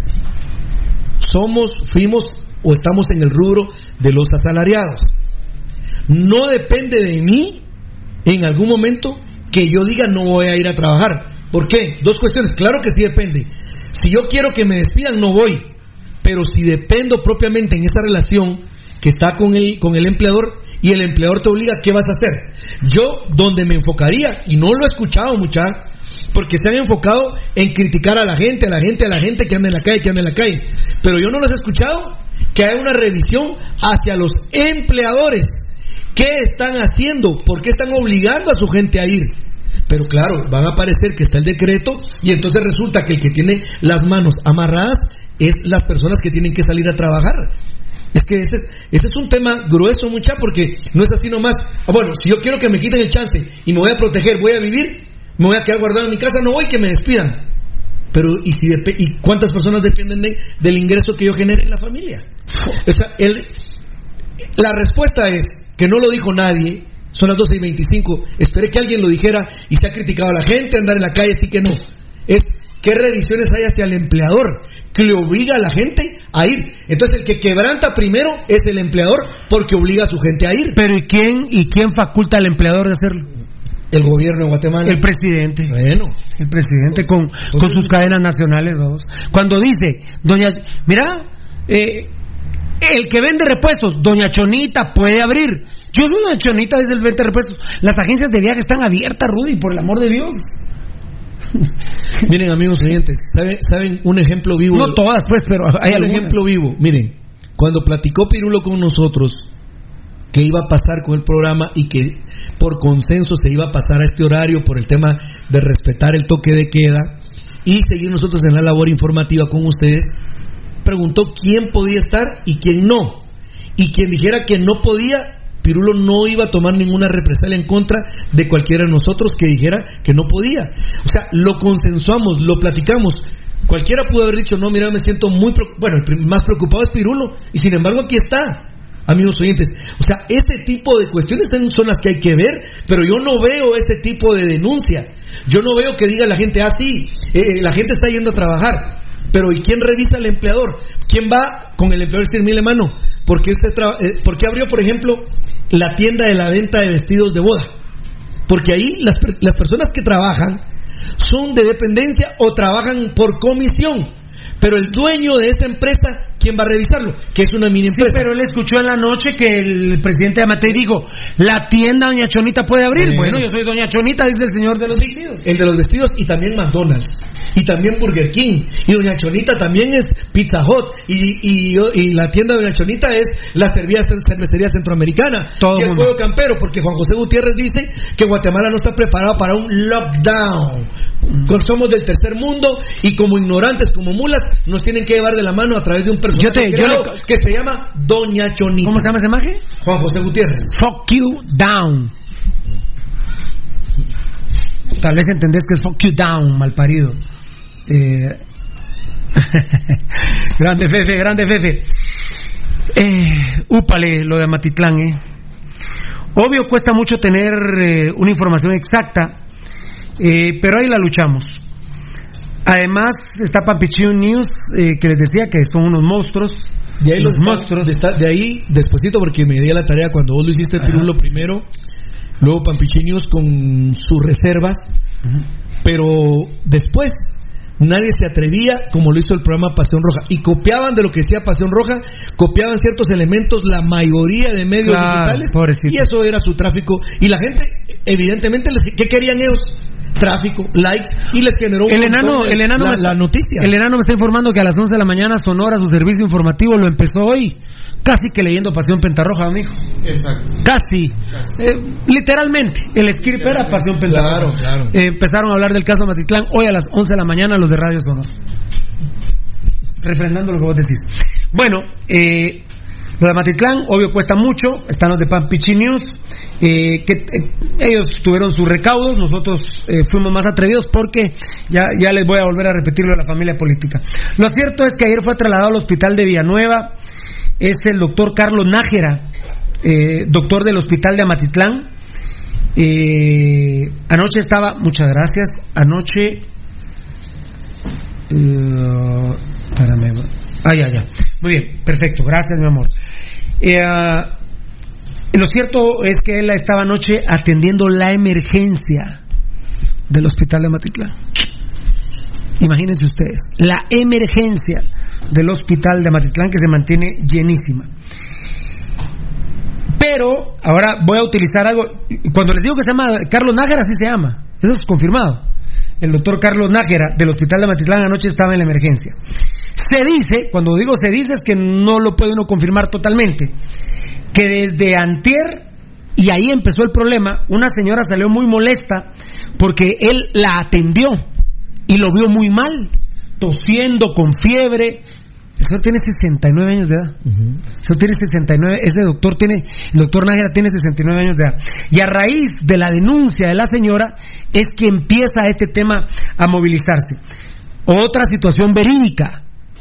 fuimos o estamos en el rubro de los asalariados. No depende de mí en algún momento que yo diga no voy a ir a trabajar. ¿Por qué? Dos cuestiones. Claro que sí depende. Si yo quiero que me despidan, no voy. Pero si dependo propiamente en esa relación que está con el empleador y el empleador te obliga, ¿qué vas a hacer? Yo, donde me enfocaría, y no lo he escuchado porque se han enfocado en criticar a la gente que anda en la calle, pero yo no los he escuchado que haya una revisión hacia los empleadores. ¿Qué están haciendo? ¿Por qué están obligando a su gente a ir? Pero claro, van a aparecer que está el decreto y entonces resulta que el que tiene las manos amarradas es las personas que tienen que salir a trabajar. Es que ese es un tema grueso, mucha, porque no es así nomás. Bueno, si yo quiero que me quiten el chance y me voy a proteger, voy a vivir, me voy a quedar guardado en mi casa, no voy, que me despidan. Pero ¿y cuántas personas dependen del ingreso que yo genere en la familia? O sea, la respuesta es que no lo dijo nadie. Son las 12:25. Esperé que alguien lo dijera y se ha criticado a la gente andar en la calle, sí que no. Es qué revisiones hay hacia el empleador que le obliga a la gente a ir. Entonces el que quebranta primero es el empleador porque obliga a su gente a ir. Pero ¿y quién faculta al empleador de hacerlo? El gobierno de Guatemala. El presidente. Bueno. El presidente con sus cadenas nacionales, dos. Cuando dice, mira, el que vende repuestos, doña Chonita, puede abrir. Yo soy doña Chonita desde el vende repuestos. Las agencias de viaje están abiertas, Rudy, por el amor de Dios. Miren, amigos oyentes, ¿saben un ejemplo vivo? No todas, pues, pero hay un ejemplo vivo. Miren, cuando platicó Pirulo con nosotros que iba a pasar con el programa y que por consenso se iba a pasar a este horario por el tema de respetar el toque de queda y seguir nosotros en la labor informativa con ustedes, preguntó quién podía estar y quién no. Y quien dijera que no podía, Pirulo no iba a tomar ninguna represalia en contra de cualquiera de nosotros que dijera que no podía. O sea, lo consensuamos, lo platicamos. Cualquiera pudo haber dicho, no, mira, me siento muy bueno, el más preocupado es Pirulo, y sin embargo aquí está. Amigos oyentes, o sea, ese tipo de cuestiones son las que hay que ver, pero yo no veo ese tipo de denuncia. Yo no veo que diga la gente, sí, la gente está yendo a trabajar, pero ¿y quién revisa al empleador? ¿Quién va con el empleador y decir, mire, mano, ¿por qué abrió, por ejemplo, la tienda de la venta de vestidos de boda? Porque ahí las personas que trabajan son de dependencia o trabajan por comisión. Pero el dueño de esa empresa, ¿quién va a revisarlo? Que es una mini empresa. Sí, pero él escuchó en la noche que el presidente de Amatei dijo, la tienda Doña Chonita puede abrir. Bueno, yo soy Doña Chonita, dice el señor de los vestidos. El de los vestidos, y también McDonald's, y también Burger King, y Doña Chonita también es Pizza Hut, y la tienda de Doña Chonita es la cervecería centroamericana. Todo y el Pueblo Campero, porque Juan José Gutiérrez dice que Guatemala no está preparado para un lockdown. Somos del tercer mundo y como ignorantes, como mulas, nos tienen que llevar de la mano a través de un personaje que se llama Doña Chonita. ¿Cómo se llama ese maje? Juan José Gutiérrez. Fuck you down. Tal vez entendés que es fuck you down, malparido. Grande Fefe. Úpale lo de Amatitlán, Obvio cuesta mucho tener una información exacta, pero ahí la luchamos. Además está Pampichín News, que les decía que son unos monstruos. De ahí los monstruos. De ahí, despuesito, porque me di a la tarea cuando vos lo hiciste, Pirulo primero, luego Pampichín News con sus reservas, pero después Nadie se atrevía como lo hizo el programa Pasión Roja. Y copiaban de lo que decía Pasión Roja, copiaban ciertos elementos, la mayoría de medios digitales. Pobrecito. Y eso era su tráfico. Y la gente, evidentemente, ¿qué querían ellos? Tráfico, likes, y les generó la noticia. El enano me está informando que a las 11 de la mañana Sonora, su servicio informativo, lo empezó hoy. Casi que leyendo Pasión Pentarroja, amigo. Exacto. Casi. Literalmente. El script era Pasión Pentarroja. Claro. Empezaron a hablar del caso Matitlán hoy a las 11 de la mañana los de Radio Sonora. Refrendando lo que vos decís. Bueno, lo de Matitlán, obvio, cuesta mucho. Están los de Pampichi News, ellos tuvieron sus recaudos. Nosotros fuimos más atrevidos porque ya les voy a volver a repetirlo de la familia política. Lo cierto es que ayer fue trasladado al hospital de Villanueva. Es el doctor Carlos Nájera, doctor del hospital de Amatitlán. Anoche estaba, muchas gracias, anoche... espérame. Ya. Muy bien, perfecto, gracias, mi amor. Lo cierto es que él estaba anoche atendiendo la emergencia del hospital de Amatitlán. Imagínense ustedes, la emergencia del hospital de Amatitlán, que se mantiene llenísima. Pero ahora voy a utilizar algo. Cuando les digo que se llama Carlos Nájera, así se llama, eso es confirmado. El doctor Carlos Nájera del hospital de Amatitlán anoche estaba en la emergencia. Se dice, cuando digo se dice, es que no lo puede uno confirmar totalmente, que desde antier, y ahí empezó el problema, una señora salió muy molesta porque él la atendió y lo vio muy mal, tosiendo, con fiebre. El señor tiene 69 años de edad. El señor tiene 69, el doctor Nájera tiene 69 años de edad. Y a raíz de la denuncia de la señora es que empieza este tema a movilizarse. Otra situación verídica.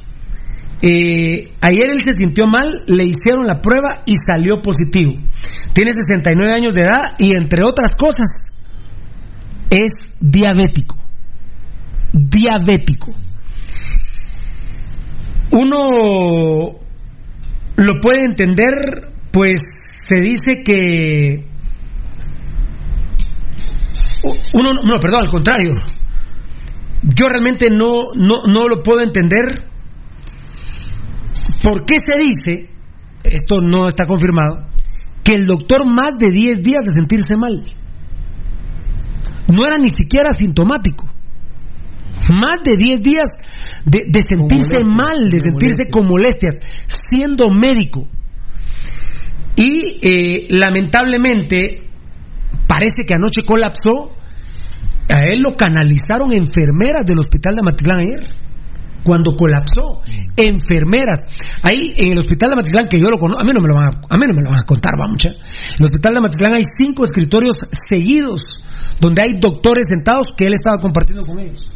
Ayer él se sintió mal, le hicieron la prueba y salió positivo. Tiene 69 años de edad y, entre otras cosas, es diabético. Uno lo puede entender, pues se dice que al contrario, yo realmente no lo puedo entender. ¿Por qué se dice, esto no está confirmado, que el doctor más de 10 días de sentirse mal? No era ni siquiera asintomático. Más de 10 días de sentirse mal, de sentirse con molestias, siendo médico. Y lamentablemente parece que anoche colapsó. A él lo canalizaron enfermeras del hospital de Amatitlán ayer, cuando colapsó. Enfermeras ahí en el hospital de Amatitlán, que yo lo conozco. A mí no me lo van a contar, vamos. En el hospital de Amatitlán hay 5 escritorios seguidos donde hay doctores sentados que él estaba compartiendo con ellos.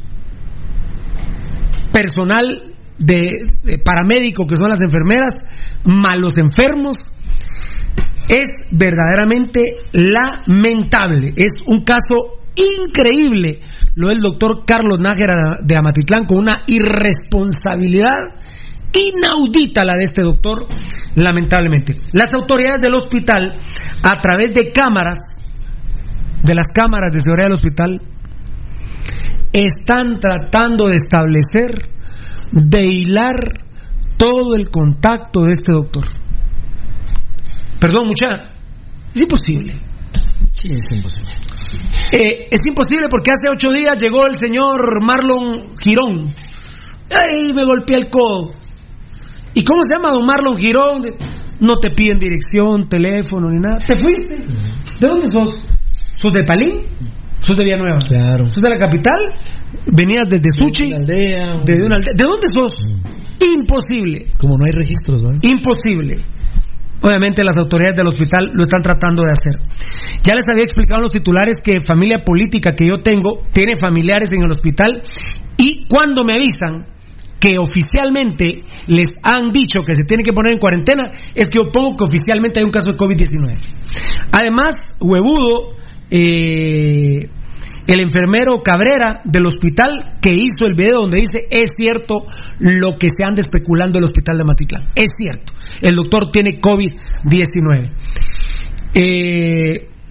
Personal de paramédico, que son las enfermeras, más los enfermos. Es verdaderamente lamentable. Es un caso increíble lo del doctor Carlos Nájera de Amatitlán, con una irresponsabilidad inaudita la de este doctor, lamentablemente. Las autoridades del hospital, a través de las cámaras de seguridad del hospital, están tratando de establecer, de hilar todo el contacto de este doctor. Perdón, muchacha, es imposible. Sí, es imposible. Es imposible porque hace 8 días llegó el señor Marlon Girón. ¡Ay, me golpeé el codo! ¿Y cómo se llama don Marlon Girón? No te piden dirección, teléfono ni nada. ¿Te fuiste? ¿De dónde sos? ¿Sos de Palín? ¿Sos de Villanueva? Claro. ¿Sos de la capital? ¿Venías desde Suchi? ¿De una aldea? ¿De dónde sos? Imposible. Como no hay registros, ¿no? Imposible. Obviamente las autoridades del hospital lo están tratando de hacer. Ya les había explicado a los titulares que familia política que yo tengo tiene familiares en el hospital, y cuando me avisan que oficialmente les han dicho que se tiene que poner en cuarentena, es que yo pongo que oficialmente hay un caso de COVID-19. Además, huevudo, el enfermero Cabrera del hospital, que hizo el video donde dice: es cierto lo que se anda especulando el hospital de Amatitlán, es cierto, el doctor tiene COVID-19.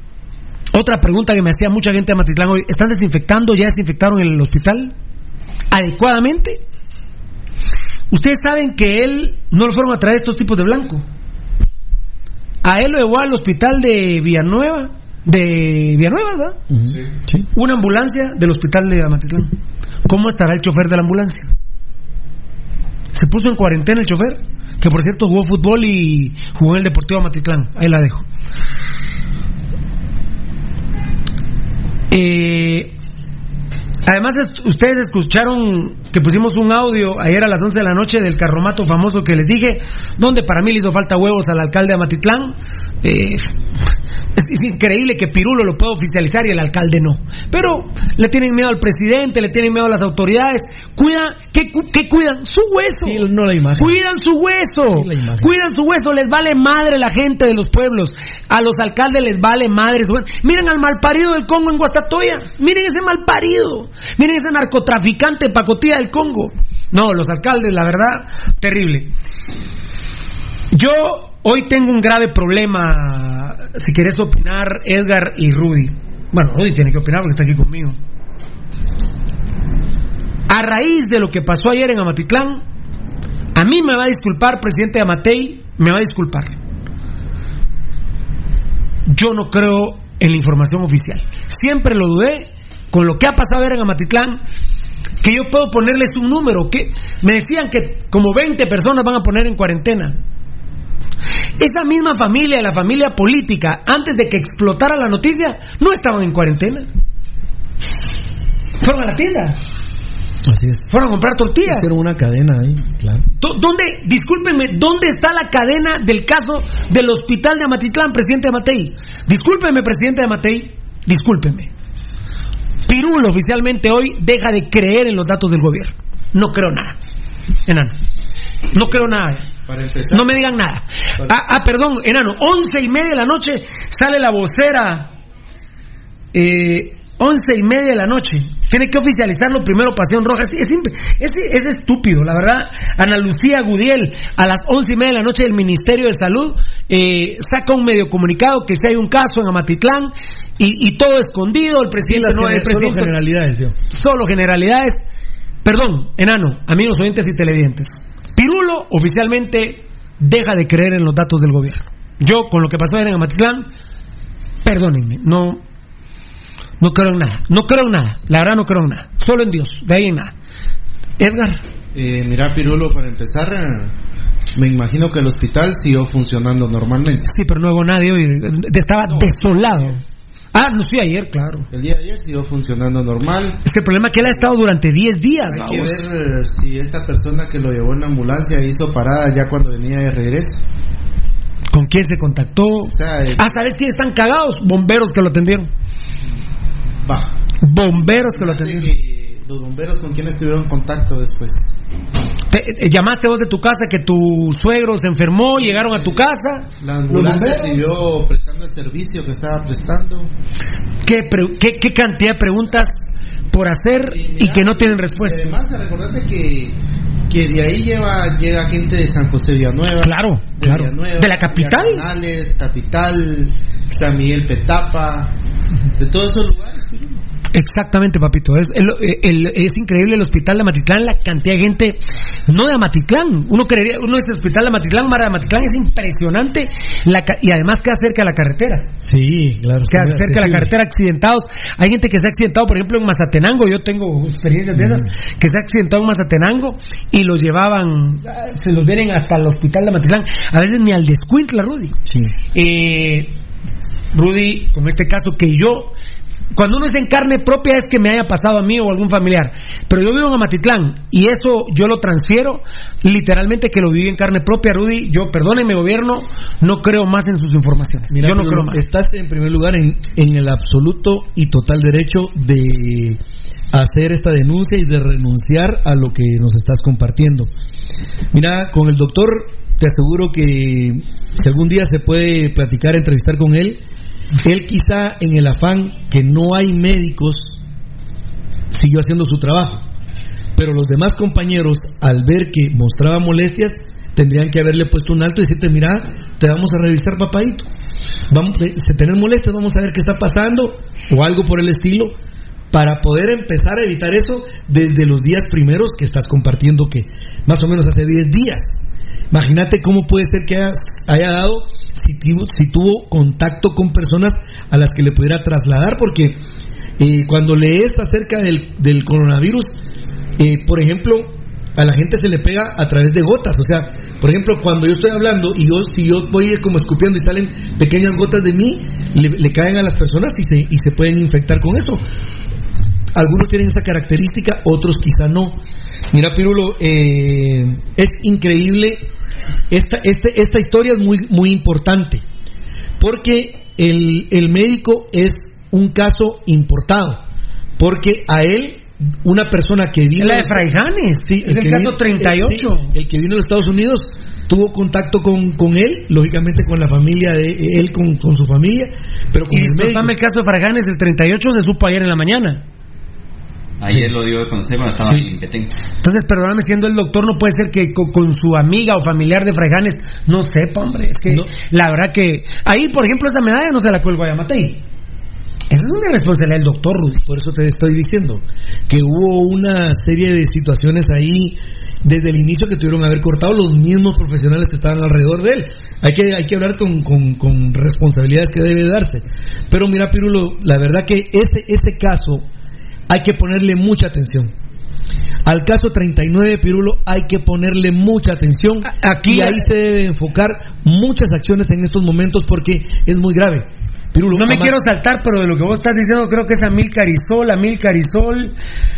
Otra pregunta que me hacía mucha gente de Amatitlán hoy: ¿están desinfectando? ¿Ya desinfectaron el hospital? adecuadamente. Ustedes saben que él no lo fueron a traer estos tipos de blanco. A él lo llevó al hospital de Villanueva, ¿verdad? Sí. Una ambulancia del hospital de Amatitlán. ¿Cómo estará el chofer de la ambulancia? Se puso en cuarentena el chofer, que por cierto jugó fútbol y jugó en el Deportivo Amatitlán. Ahí la dejo. Además, ustedes escucharon que pusimos un audio ayer a las 11 de la noche del carromato famoso que les dije, donde para mí le hizo falta huevos al alcalde de Amatitlán. Es increíble que Pirulo lo pueda oficializar y el alcalde no. Pero le tienen miedo al presidente, le tienen miedo a las autoridades. ¿Qué cuidan? Su hueso. Sí, no la imagen. Cuidan su hueso. Sí, cuidan su hueso. Les vale madre la gente de los pueblos. A los alcaldes les vale madre su hueso. Miren al malparido del Congo en Guastatoya. Miren ese malparido. Miren ese narcotraficante pacotilla del Congo. No, los alcaldes, la verdad, terrible. Yo hoy tengo un grave problema. Si querés opinar, Edgar y Rudy. Bueno, Rudy tiene que opinar porque está aquí conmigo. A raíz de lo que pasó ayer en Amatitlán, a mí me va a disculpar, presidente Amatei, me va a disculpar. Yo no creo en la información oficial. Siempre lo dudé. Con lo que ha pasado ayer en Amatitlán, que yo puedo ponerles un número, que me decían que como 20 personas van a poner en cuarentena. Esa misma familia, la familia política, antes de que explotara la noticia, no estaban en cuarentena. Fueron a la tienda. Así es. Fueron a comprar tortillas. Hicieron una cadena ahí, claro. Discúlpenme, ¿dónde está la cadena del caso del hospital de Amatitlán, presidente Amatei? Discúlpenme, presidente Amatei, discúlpenme. Pirulo oficialmente hoy deja de creer en los datos del gobierno. No creo nada, enano. No creo nada. Para empezar, no me digan nada. Perdón, enano. 11:30 de la noche sale la vocera. 11:30 de la noche. Tiene que oficializarlo primero Pasión Roja. Es estúpido, la verdad. Ana Lucía Gudiel, a las 11:30 de la noche del Ministerio de Salud, saca un medio comunicado que si hay un caso en Amatitlán y todo escondido. El presidente no es presidente. Solo generalidades, yo. Solo generalidades. Perdón, enano, amigos oyentes y televidentes. Pirulo oficialmente deja de creer en los datos del gobierno. Yo, con lo que pasó ayer en Amatitlán, perdónenme, no creo en nada. No creo en nada. La verdad no creo en nada. Solo en Dios. De ahí en nada. Edgar. Mira, Pirulo, para empezar, me imagino que el hospital siguió funcionando normalmente. Sí, pero no hubo nadie hoy. Estaba desolado. No, sí, ayer, claro. El día de ayer siguió funcionando normal. Es que el problema es que él ha estado durante 10 días. Hay que ver si esta persona que lo llevó en la ambulancia hizo parada ya cuando venía de regreso. ¿Con quién se contactó? O sea, ¿sabes quién están cagados? Bomberos que lo atendieron. Bomberos que lo atendieron. Los bomberos, ¿con quién estuvieron en contacto después? Llamaste vos de tu casa que tu suegro se enfermó, llegaron a tu casa. La ambulancia siguió prestando el servicio que estaba prestando. ¿Qué cantidad de preguntas por hacer y que no tienen respuesta? Además, recordate que de ahí llega gente de San José Villanueva. Claro. Villanueva, de la capital. Canales, Capital, San Miguel Petapa, de todos esos lugares. Exactamente, papito. Es increíble el hospital de Amatitlán, la cantidad de gente, no de Amatitlán. Uno es el hospital de Amatitlán, Mara de Amatitlán, es impresionante. Y además queda cerca de la carretera. Sí, claro. Queda cerca de la carretera, accidentados. Hay gente que se ha accidentado, por ejemplo, en Mazatenango. Yo tengo experiencias de esas, que se ha accidentado en Mazatenango y los llevaban, se los vienen hasta el hospital de Amatitlán. A veces ni al Descuintla, Rudy. Sí. Rudy, con este caso que yo... Cuando uno es en carne propia es que me haya pasado a mí o a algún familiar, pero yo vivo en Amatitlán y eso yo lo transfiero literalmente que lo viví en carne propia, Rudy. Yo, perdónenme gobierno, no creo más en sus informaciones. Mira, yo no creo más. Estás en primer lugar en el absoluto y total derecho de hacer esta denuncia y de renunciar a lo que nos estás compartiendo. Mira, con el doctor te aseguro que si algún día se puede platicar, entrevistar con él quizá en el afán que no hay médicos siguió haciendo su trabajo, pero los demás compañeros al ver que mostraba molestias tendrían que haberle puesto un alto y decirte: mira, te vamos a revisar, papadito, vamos a tener molestias, vamos a ver qué está pasando o algo por el estilo, para poder empezar a evitar eso desde los días primeros que estás compartiendo, que más o menos hace 10 días. Imagínate cómo puede ser que haya dado si tuvo contacto con personas a las que le pudiera trasladar, porque cuando lees acerca del coronavirus, por ejemplo, a la gente se le pega a través de gotas. O sea, por ejemplo, cuando yo estoy hablando y si yo voy como escupiendo y salen pequeñas gotas de mí, le caen a las personas y se pueden infectar con eso. Algunos tienen esa característica, otros quizá no. Mira, Pirulo, es increíble. Esta historia es muy, muy importante, porque el médico es un caso importado, porque a él, una persona que vino... Es la de Fraijanes, sí, es el caso 38. Sí, el que vino de los Estados Unidos tuvo contacto con él, lógicamente con la familia de él, con su familia, pero con el médico. El caso de Fraijanes, el 38 se supo ayer en la mañana. Ayer lo dio a conocer cuando estaba en Petén. Entonces, perdóname, siendo el doctor, no puede ser que con su amiga o familiar de Fraijanes no sepa, hombre. Es que no. La verdad que ahí, por ejemplo, esa medalla no se la cuelgo a Yamatei. Esa es una responsabilidad del doctor, Rudy. Por eso te estoy diciendo que hubo una serie de situaciones ahí desde el inicio que tuvieron que haber cortado los mismos profesionales que estaban alrededor de él. Hay que hablar con responsabilidades que debe darse. Pero mira, Pirulo, la verdad que ese caso hay que ponerle mucha atención. Al caso 39, Pirulo, hay que ponerle mucha atención. Aquí y ahí se debe enfocar muchas acciones en estos momentos, porque es muy grave. Pirulo, no me quiero saltar, pero de lo que vos estás diciendo, creo que es Amílcar Isol.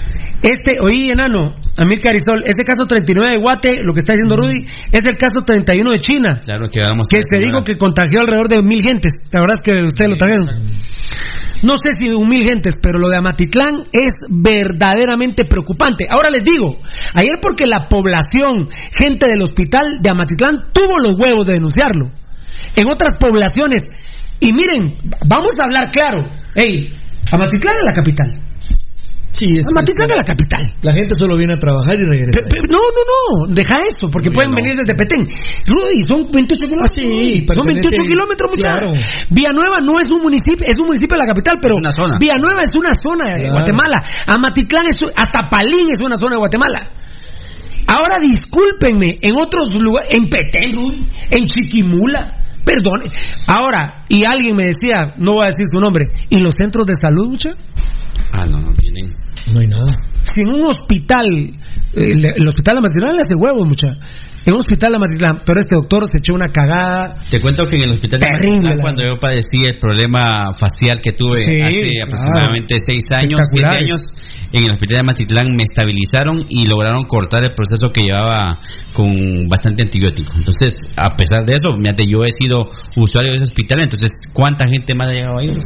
Oí, enano, Amílcar Isol, este caso 39 de Guate, lo que está diciendo Rudy, es el caso 31 de China. Claro, que se dijo que contagió alrededor de 1,000 gentes. La verdad es que ustedes lo trajeron. No sé si 1,000 gentes, pero lo de Amatitlán es verdaderamente preocupante. Ahora les digo, ayer porque la población, gente del hospital de Amatitlán, tuvo los huevos de denunciarlo. En otras poblaciones, y miren, vamos a hablar claro. Amatitlán es la capital. Sí, Amatitlán es la capital. La gente solo viene a trabajar y regresa. No, deja eso, porque pueden venir desde Petén. Rudy, son 28 kilómetros. Sí, son 28 kilómetros, muchachos. Claro. Villanueva no es un municipio, es un municipio de la capital, pero una zona. Villanueva es una zona de Guatemala. Amatitlán hasta Palín es una zona de Guatemala. Ahora discúlpenme, en otros lugares, en Petén, Rudy, en Chiquimula, perdón. Ahora, y alguien me decía, no voy a decir su nombre, ¿y los centros de salud, mucha? No tienen. No hay nada. Si en un hospital, el hospital de Amatitlán le hace huevos, mucha. En un hospital de Amatitlán, pero este doctor se echó una cagada. Te cuento que en el hospital de Amatitlán, cuando yo padecí el problema facial que tuve hace aproximadamente 6 años, 7 años, en el hospital de Amatitlán me estabilizaron y lograron cortar el proceso que llevaba con bastante antibiótico. Entonces, a pesar de eso, yo he sido usuario de ese hospital. Entonces, ¿cuánta gente más ha llegado ahí?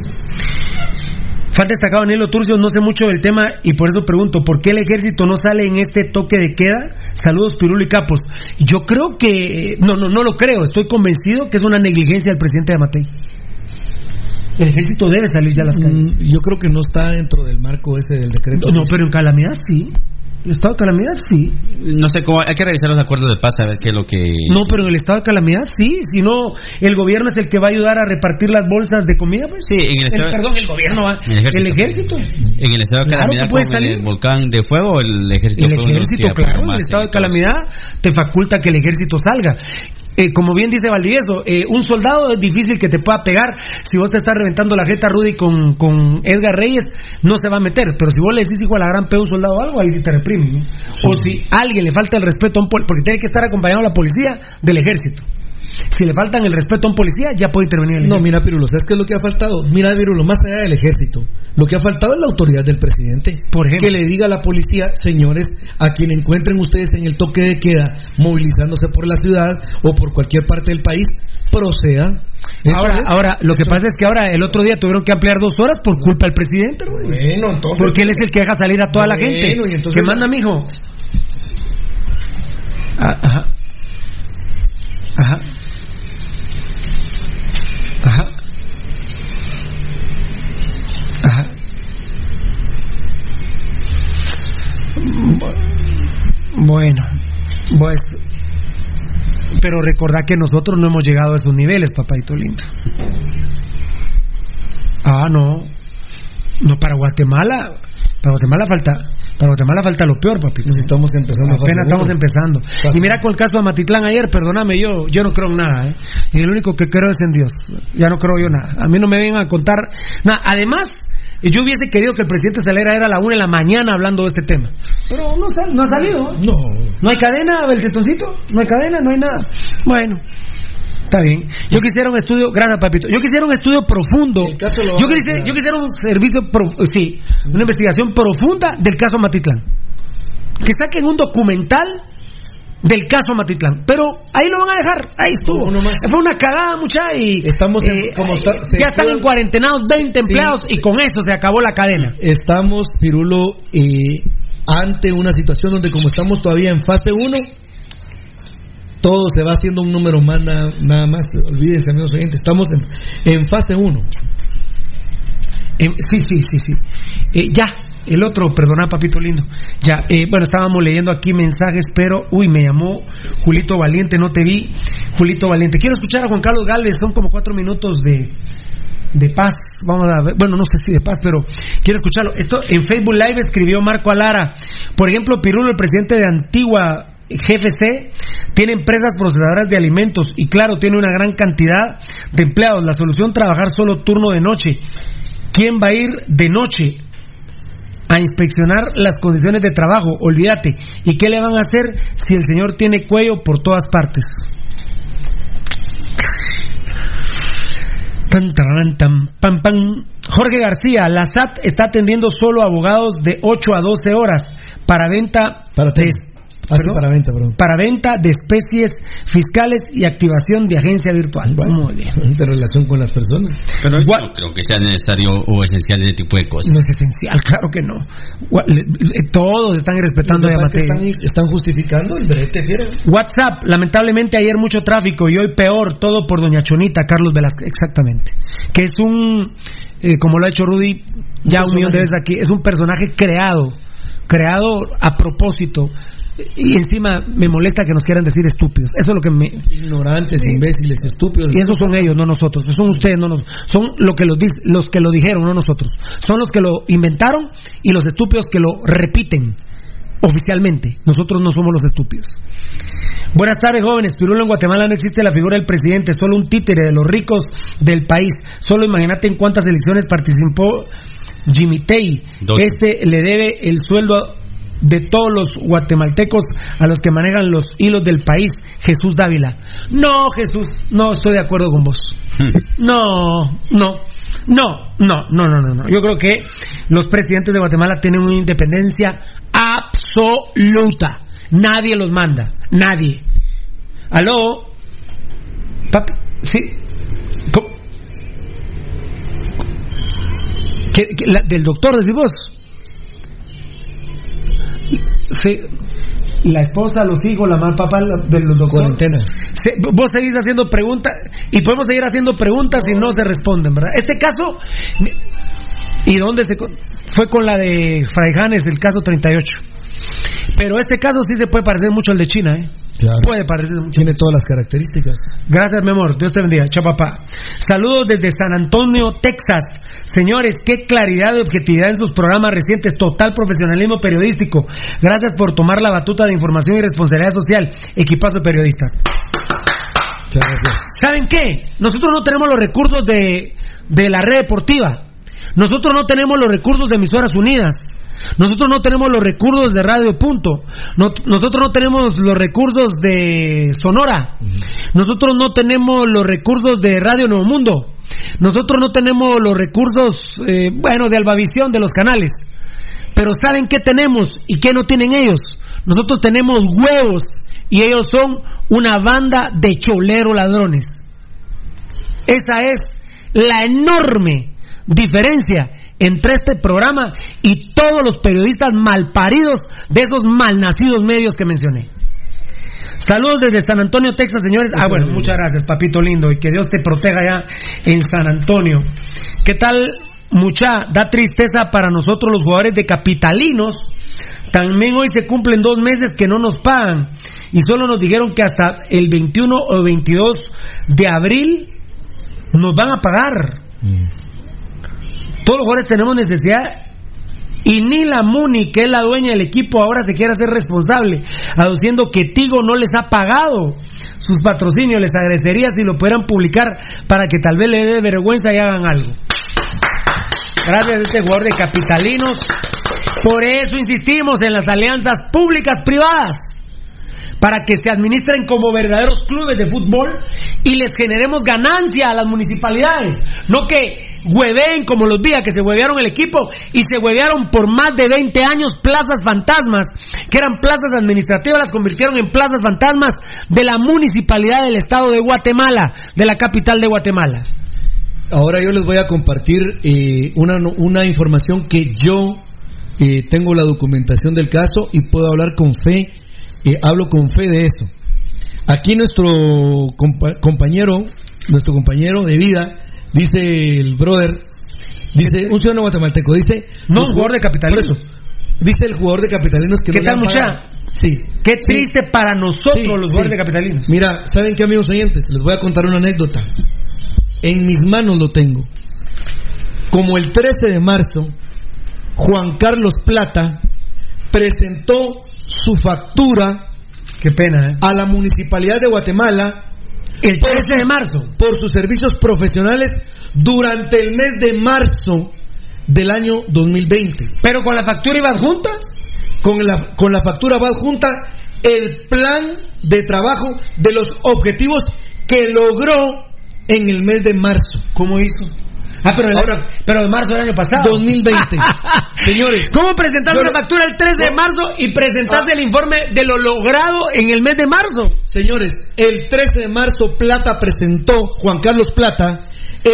Fan destacado Nilo Turcios, no sé mucho del tema y por eso pregunto, ¿por qué el ejército no sale en este toque de queda? Saludos, Pirulo y Capos. Yo creo que, no lo creo, estoy convencido que es una negligencia del presidente Yamatei. El ejército debe salir ya a las calles. Yo creo que no está dentro del marco ese del decreto. No, pero en calamidad sí. El estado de calamidad sí. No sé cómo, hay que revisar los acuerdos de paz a ver qué es lo que... No, pero en el estado de calamidad sí. Si no, el gobierno es el que va a ayudar a repartir las bolsas de comida, pues. Sí, en el estado... el gobierno va. El ejército. En el estado de calamidad, con el volcán de fuego, el ejército... El ejército, claro, en el estado de calamidad te faculta que el ejército salga. Como bien dice Valdivieso, un soldado es difícil que te pueda pegar. Si vos te estás reventando la jeta, Rudy, con Edgar Reyes, no se va a meter. Pero si vos le decís hijo a la gran pedo a un soldado o algo, ahí sí te reprime, ¿no? Sí. O si a alguien le falta el respeto a un porque tiene que estar acompañado de la policía del ejército. Si le faltan el respeto a un policía, ya puede intervenir el ejército. No, mira, Pirulo, ¿sabes qué es lo que ha faltado? Mira, Pirulo, más allá del ejército, lo que ha faltado es la autoridad del presidente. Por ejemplo, que le diga a la policía, señores, a quien encuentren ustedes en el toque de queda, movilizándose por la ciudad o por cualquier parte del país, procedan. Ahora, lo que pasa es que ahora, el otro día tuvieron que ampliar 2 horas por culpa del presidente, ¿no? Bueno, entonces... Porque él es el que deja salir a toda la gente. Y entonces, ¿qué manda, mijo? Ajá. Bueno, pues, pero recordá que nosotros no hemos llegado a esos niveles, papadito lindo. No para Guatemala. Para Guatemala falta lo peor, papi. Estamos empezando. Apenas estamos empezando. Y mira con el caso de Amatitlán ayer, perdóname, yo no creo en nada, y el único que creo es en Dios. Ya no creo yo nada. A mí no me vengan a contar nada. Además, yo hubiese querido que el presidente saliera a la 1 de la mañana hablando de este tema. Pero no ha salido. No hay cadena, Belcetoncito. No hay cadena, no hay nada. Bueno, está bien. Yo quisiera un estudio, gracias papito. Yo quisiera un estudio profundo. Yo quisiera un servicio, una investigación profunda del caso Amatitlán. Que saquen un documental del caso Amatitlán, pero ahí lo van a dejar, ahí estuvo. Fue una cagada, muchacha, y ya están en cuarentenados 20 empleados y con eso se acabó la cadena. Estamos, Pirulo, ante una situación donde como estamos todavía en fase 1, todo se va haciendo un número más, nada más. Olvídense, amigos oyentes, estamos en fase 1. Sí. Ya. El otro, perdona, papito lindo. Ya, bueno, estábamos leyendo aquí mensajes, pero, me llamó Julito Valiente, no te vi. Julito Valiente. Quiero escuchar a Juan Carlos Galvez, son como 4 minutos de paz. Vamos a ver, bueno, no sé si de paz, pero quiero escucharlo. Esto en Facebook Live escribió Marco Alara. Por ejemplo, Pirulo, el presidente de Antigua GFC, tiene empresas procesadoras de alimentos y claro, tiene una gran cantidad de empleados. La solución, trabajar solo turno de noche. ¿Quién va a ir de noche a inspeccionar las condiciones de trabajo? Olvídate. ¿Y qué le van a hacer si el señor tiene cuello por todas partes? Jorge García, la SAT está atendiendo solo a abogados de 8 a 12 horas para venta para venta de especies fiscales y activación de agencia virtual. Muy bien. De relación con las personas. Pero yo no creo que sea necesario o esencial ese tipo de cosas. No es esencial, claro que no. Todos están respetando la materia. Están justificando el brete. WhatsApp, lamentablemente ayer mucho tráfico y hoy peor, todo por doña Chonita, Carlos Velázquez, exactamente. Que es como lo ha hecho Rudy ya un millón de veces aquí, es un personaje creado a propósito. Y encima me molesta que nos quieran decir estúpidos. Eso es lo que ignorantes, imbéciles, estúpidos. Y esos son ellos, no nosotros. Son ustedes, no nosotros. Son los que lo dijeron, no nosotros. Son los que lo inventaron y los estúpidos que lo repiten oficialmente. Nosotros no somos los estúpidos. Buenas tardes, jóvenes. Pirulo, en Guatemala no existe la figura del presidente, solo un títere de los ricos del país. Solo imagínate en cuántas elecciones participó Jimmy Tay. Le debe el sueldo de todos los guatemaltecos a los que manejan los hilos del país. Jesús Dávila. No, Jesús, no estoy de acuerdo con vos. No. Yo creo que los presidentes de Guatemala tienen una independencia absoluta. Nadie los manda, nadie. ¿Aló? Papi, sí. ¿Del doctor decís vos? Sí. La esposa, los hijos, la mamá, papá de los doctores. Cuarentena. Sí, vos seguís haciendo preguntas y podemos seguir haciendo preguntas y no se responden, ¿verdad? Este caso, ¿y dónde fue con la de Fray Janes, el caso 38? Pero este caso sí se puede parecer mucho al de China, Claro. Puede parecer mucho. Tiene todas las características. Gracias, mi amor. Dios te bendiga. Chao, papá. Saludos desde San Antonio, Texas. Señores, qué claridad y objetividad en sus programas recientes. Total profesionalismo periodístico. Gracias por tomar la batuta de información y responsabilidad social. Equipazo de periodistas. Muchas gracias. ¿Saben qué? Nosotros no tenemos los recursos de la red deportiva. Nosotros no tenemos los recursos de Emisoras Unidas. Nosotros no tenemos los recursos de Radio Punto. Nosotros no tenemos los recursos de Sonora. Nosotros no tenemos los recursos de Radio Nuevo Mundo. Nosotros no tenemos los recursos, de Albavisión, de los canales. Pero ¿saben qué tenemos y qué no tienen ellos? Nosotros tenemos huevos y ellos son una banda de choleros ladrones. Esa es la enorme diferencia entre este programa y todos los periodistas malparidos de esos malnacidos medios que mencioné. Saludos desde San Antonio, Texas, señores. Bueno, muchas gracias, papito lindo, y que Dios te proteja allá en San Antonio. ¿Qué tal, mucha? Da tristeza para nosotros los jugadores de Capitalinos. También hoy se cumplen 2 meses que no nos pagan y solo nos dijeron que hasta el 21 o 22 de abril nos van a pagar. Todos los jugadores tenemos necesidad Y ni la Muni, que es la dueña del equipo, ahora se quiere hacer responsable, aduciendo que Tigo no les ha pagado sus patrocinios. Les agradecería si lo pudieran publicar para que tal vez le dé vergüenza y hagan algo. Gracias a este jugador de Capitalinos. Por eso insistimos en las alianzas públicas-privadas, para que se administren como verdaderos clubes de fútbol y les generemos ganancia a las municipalidades. No que hueveen como los días que se huevearon el equipo y se huevearon por más de 20 años plazas fantasmas, que eran plazas administrativas, las convirtieron en plazas fantasmas de la municipalidad del estado de Guatemala, de la capital de Guatemala. Ahora yo les voy a compartir una información que yo tengo la documentación del caso y puedo hablar con fe. Hablo con fe de eso. Aquí nuestro compañero de vida, dice el brother, dice un ciudadano guatemalteco, dice no un jugador de Capitalinos. Dice el jugador de Capitalinos que ¿qué no tal, muchacha? Sí. Qué triste para nosotros los jugadores de Capitalinos. Mira, ¿saben qué, amigos oyentes? Les voy a contar una anécdota. En mis manos lo tengo. Como el 13 de marzo, Juan Carlos Plata presentó su factura, qué pena, a la Municipalidad de Guatemala el 13 de marzo por sus servicios profesionales durante el mes de marzo del año 2020. Pero con la factura iba adjunta. Con la factura va adjunta el plan de trabajo de los objetivos que logró en el mes de marzo. ¿Cómo hizo? Pero de marzo del año pasado, 2020. Señores, ¿cómo presentaste una factura el 3 de marzo y presentaste el informe de lo logrado en el mes de marzo? Señores, el 13 de marzo Juan Carlos Plata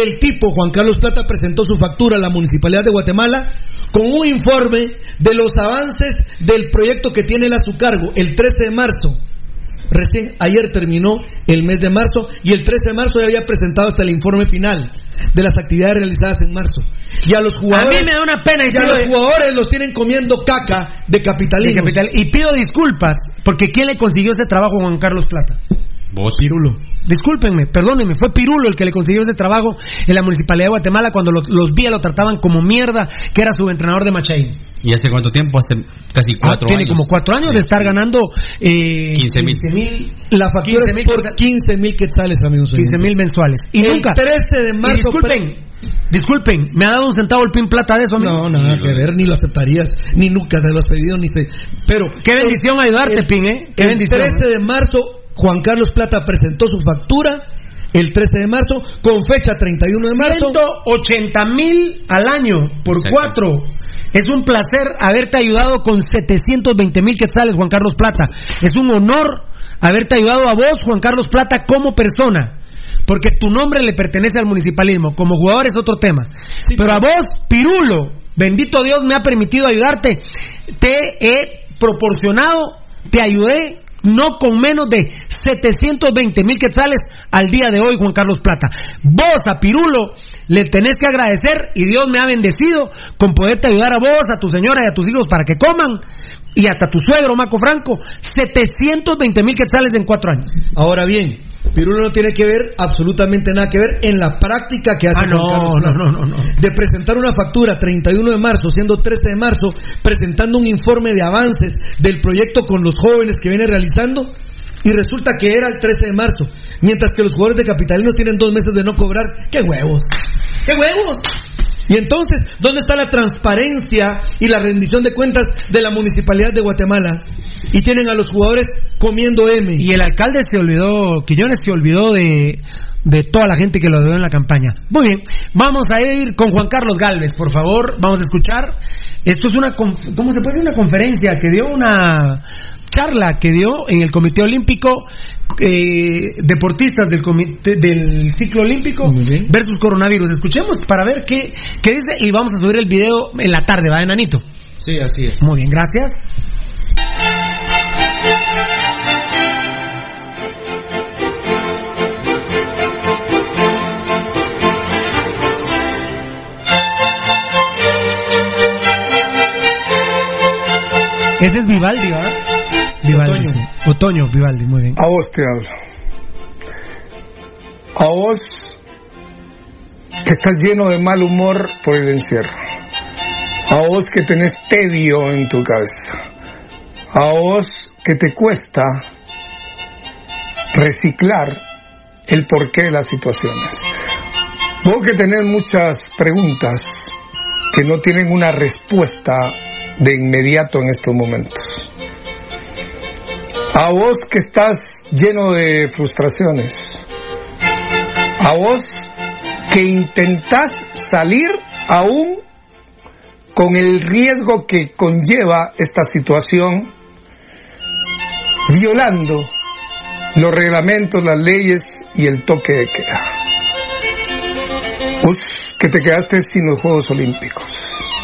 presentó su factura a la Municipalidad de Guatemala con un informe de los avances del proyecto que tiene él a su cargo. El 13 de marzo, recién ayer terminó el mes de marzo, y el 13 de marzo ya había presentado hasta el informe final de las actividades realizadas en marzo. Y a los jugadores, a mí me da una pena, y a los jugadores los tienen comiendo caca de Capitalinos. Y pido disculpas, porque ¿quién le consiguió ese trabajo a Juan Carlos Plata? Vos, Pirulo. Discúlpenme, perdónenme, fue Pirulo el que le consiguió ese trabajo en la Municipalidad de Guatemala cuando los Vía lo trataban como mierda, que era su entrenador de Machaín. ¿Y hace cuánto tiempo? Hace casi 4 años. Tiene como 4 años de estar ganando 15,000. La factura es por 15,000 quetzales, amigos. 15,000 mensuales. Y el nunca. 13 de marzo. Disculpen, ¿me ha dado un centavo el PIN Plata de eso, amigo? No, nada que ver, ni lo aceptarías, ni nunca te lo has pedido, ni te... Pero qué bendición ayudarte, PIN, Qué bendición. El 13 de marzo, Juan Carlos Plata presentó su factura. El 13 de marzo, con fecha 31 de marzo. 180,000 al año por 4. Es un placer haberte ayudado con 720,000 quetzales, Juan Carlos Plata. Es un honor haberte ayudado a vos, Juan Carlos Plata, como persona, porque tu nombre le pertenece al municipalismo. Como jugador es otro tema. Sí, pero a vos, Pirulo, bendito Dios, me ha permitido ayudarte. Te he proporcionado, te ayudé, no con menos de 720,000 quetzales al día de hoy, Juan Carlos Plata. Vos a Pirulo le tenés que agradecer, y Dios me ha bendecido con poderte ayudar a vos, a tu señora y a tus hijos para que coman, y hasta tu suegro, Maco Franco. 720,000 quetzales en 4 años. Ahora bien, Pirulo no tiene que ver, absolutamente nada que ver en la práctica que hace Juan Carlos Plata. No. De presentar una factura 31 de marzo, siendo 13 de marzo, presentando un informe de avances del proyecto con los jóvenes que viene realizando, y resulta que era el 13 de marzo, mientras que los jugadores de Capitalinos tienen 2 meses de no cobrar. ¡Qué huevos! ¡Qué huevos! Y entonces, ¿dónde está la transparencia y la rendición de cuentas de la Municipalidad de Guatemala? Y tienen a los jugadores comiendo M. Y el alcalde Quiñones se olvidó de toda la gente que lo ayudó en la campaña. Muy bien, vamos a ir con Juan Carlos Gálvez, por favor, vamos a escuchar. Esto es ¿cómo se puede decir? Una conferencia que dio, una charla que dio en el Comité Olímpico, deportistas del ciclo olímpico versus coronavirus. Escuchemos para ver qué dice, y vamos a subir el video en la tarde, ¿va, enanito? Sí, así es. Muy bien, gracias. Ese es Vivaldi, ¿verdad? Vivaldi, Otoño Vivaldi, muy bien. A vos te hablo. A vos que estás lleno de mal humor por el encierro. A vos que tenés tedio en tu cabeza. A vos que te cuesta reciclar el porqué de las situaciones. Vos que tenés muchas preguntas que no tienen una respuesta de inmediato en estos momentos. A vos que estás lleno de frustraciones. A vos que intentás salir aún con el riesgo que conlleva esta situación, violando los reglamentos, las leyes y el toque de queda. Vos que te quedaste sin los Juegos Olímpicos.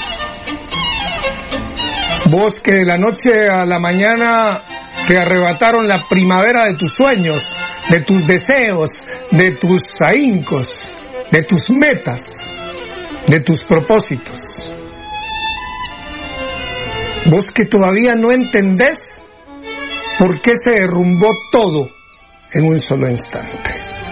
Vos que de la noche a la mañana te arrebataron la primavera de tus sueños, de tus deseos, de tus ahíncos, de tus metas, de tus propósitos. Vos que todavía no entendés por qué se derrumbó todo en un solo instante.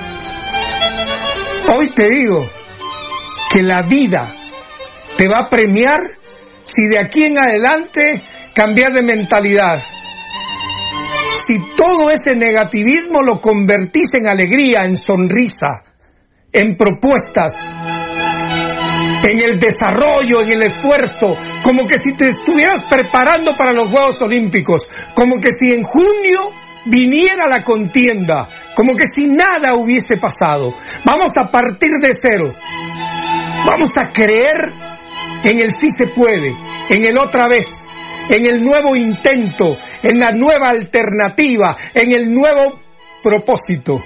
Hoy te digo que la vida te va a premiar si de aquí en adelante cambias de mentalidad. Si todo ese negativismo lo convertís en alegría, en sonrisa, en propuestas, en el desarrollo, en el esfuerzo, como que si te estuvieras preparando para los Juegos Olímpicos, como que si en junio viniera la contienda, como que si nada hubiese pasado. Vamos a partir de cero. Vamos a creer en el sí se puede, en el otra vez, en el nuevo intento, en la nueva alternativa, en el nuevo propósito.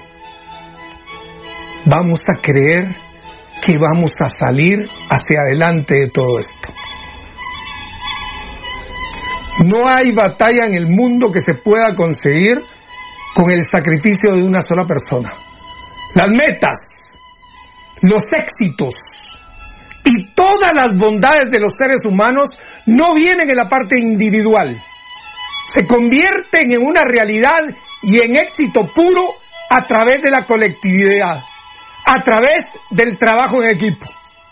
Vamos a creer que vamos a salir hacia adelante de todo esto. No hay batalla en el mundo que se pueda conseguir con el sacrificio de una sola persona. Las metas, los éxitos y todas las bondades de los seres humanos no vienen en la parte individual. Se convierten en una realidad y en éxito puro a través de la colectividad, a través del trabajo en equipo.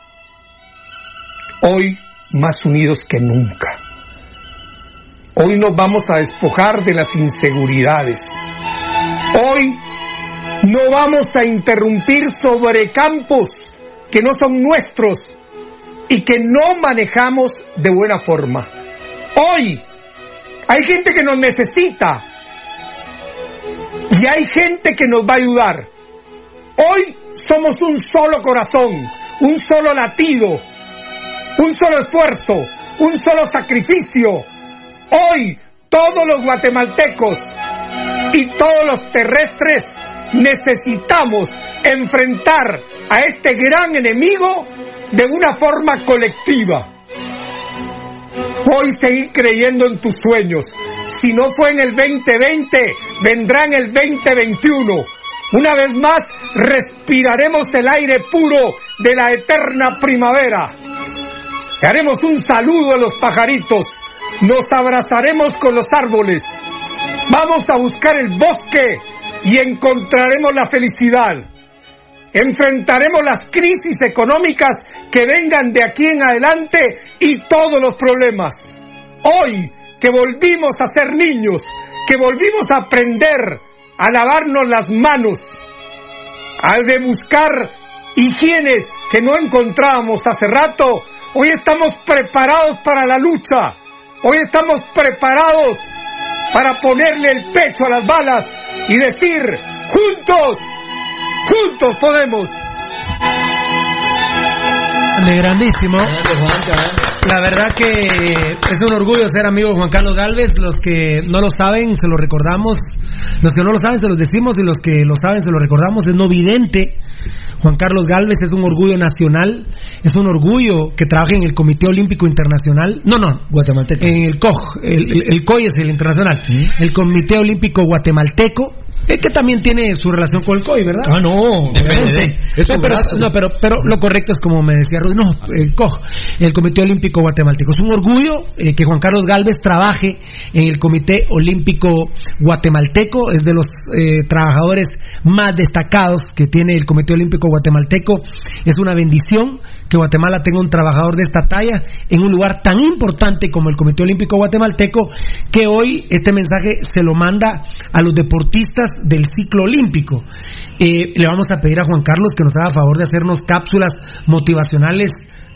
Hoy más unidos que nunca. Hoy nos vamos a despojar de las inseguridades. Hoy no vamos a interrumpir sobre campos que no son nuestros y que no manejamos de buena forma. Hoy hay gente que nos necesita y hay gente que nos va a ayudar. Hoy somos un solo corazón, un solo latido, un solo esfuerzo, un solo sacrificio. Hoy todos los guatemaltecos y todos los terrestres necesitamos enfrentar a este gran enemigo de una forma colectiva. Hoy seguir creyendo en tus sueños. Si no fue en el 2020, vendrá en el 2021. Una vez más, respiraremos el aire puro de la eterna primavera. Haremos un saludo a los pajaritos. Nos abrazaremos con los árboles. Vamos a buscar el bosque y encontraremos la felicidad. Enfrentaremos las crisis económicas que vengan de aquí en adelante y todos los problemas. Hoy que volvimos a ser niños, que volvimos a aprender a lavarnos las manos, al de buscar higienes que no encontrábamos hace rato, hoy estamos preparados para la lucha. Hoy estamos preparados para ponerle el pecho a las balas y decir, juntos, juntos podemos. Grandísimo. La verdad que es un orgullo ser amigo de Juan Carlos Gálvez. Los que no lo saben, se lo recordamos. Los que no lo saben, se los decimos. Y los que lo saben, se lo recordamos. Es no vidente. Juan Carlos Gálvez es un orgullo nacional. Es un orgullo que trabaje en el Comité Olímpico Internacional. No, guatemalteco. En el COG. El COI es el internacional. El Comité Olímpico Guatemalteco. Que también tiene su relación con el COI, ¿verdad? Ah, no. Pero lo correcto es como me decía Rudy. No, el COG, el Comité Olímpico Guatemalteco. Es un orgullo que Juan Carlos Gálvez trabaje en el Comité Olímpico Guatemalteco. Es de los trabajadores más destacados que tiene el Comité Olímpico Guatemalteco. Es una bendición que Guatemala tenga un trabajador de esta talla en un lugar tan importante como el Comité Olímpico Guatemalteco, que hoy este mensaje se lo manda a los deportistas del ciclo olímpico. Le vamos a pedir a Juan Carlos que nos haga favor de hacernos cápsulas motivacionales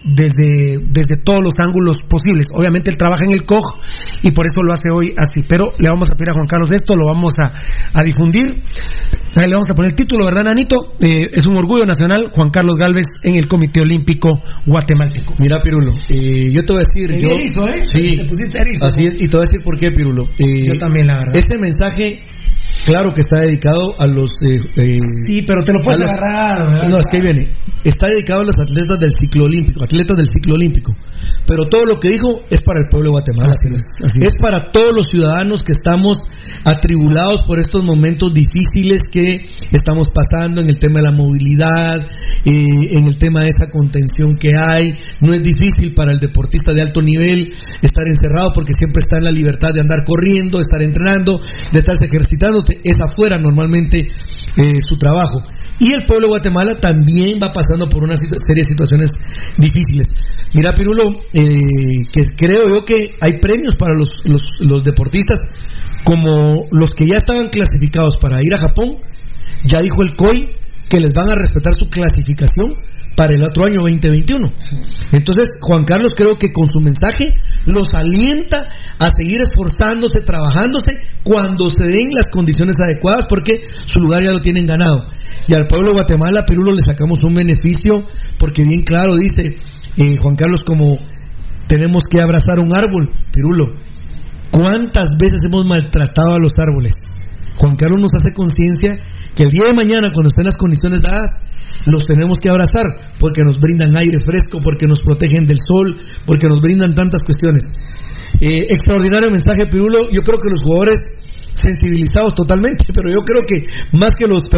desde todos los ángulos posibles. Obviamente él trabaja en el COG y por eso lo hace hoy así, pero le vamos a pedir a Juan Carlos esto, lo vamos a difundir. Ahí le vamos a poner el título, ¿verdad, Nanito? Es un orgullo nacional, Juan Carlos Gálvez en el Comité Olímpico Guatemalteco. Mira, Pirulo, yo te voy a decir, sí, te pusiste erizo, así es, y te voy a decir por qué, Pirulo. Yo también, la verdad. Ese mensaje, claro que está dedicado a los... sí, pero te lo puedes agarrar, ¿verdad? No, es que ahí viene. Está dedicado a los atletas del ciclo olímpico. Pero todo lo que dijo es para el pueblo de Guatemala. Así es. Es para todos los ciudadanos que estamos atribulados por estos momentos difíciles que estamos pasando en el tema de la movilidad, en el tema de esa contención que hay. No es difícil para el deportista de alto nivel estar encerrado porque siempre está en la libertad de andar corriendo, de estar entrenando, de estarse ejercitando. Es afuera normalmente su trabajo. Y el pueblo de Guatemala también va pasando por una serie de situaciones difíciles. Mira, Pirulo, que creo yo que hay premios para los deportistas, como los que ya estaban clasificados para ir a Japón. Ya dijo el COI que les van a respetar su clasificación para el otro año 2021. Entonces, Juan Carlos creo que con su mensaje los alienta a seguir esforzándose, trabajándose cuando se den las condiciones adecuadas, porque su lugar ya lo tienen ganado. Y al pueblo de Guatemala, Pirulo, le sacamos un beneficio, porque bien claro dice Juan Carlos, como tenemos que abrazar un árbol. Pirulo, ¿cuántas veces hemos maltratado a los árboles? Juan Carlos nos hace conciencia que el día de mañana, cuando estén las condiciones dadas, los tenemos que abrazar, porque nos brindan aire fresco, porque nos protegen del sol, porque nos brindan tantas cuestiones. Extraordinario mensaje, Pirulo. Yo creo que los jugadores sensibilizados totalmente, pero yo creo que más que los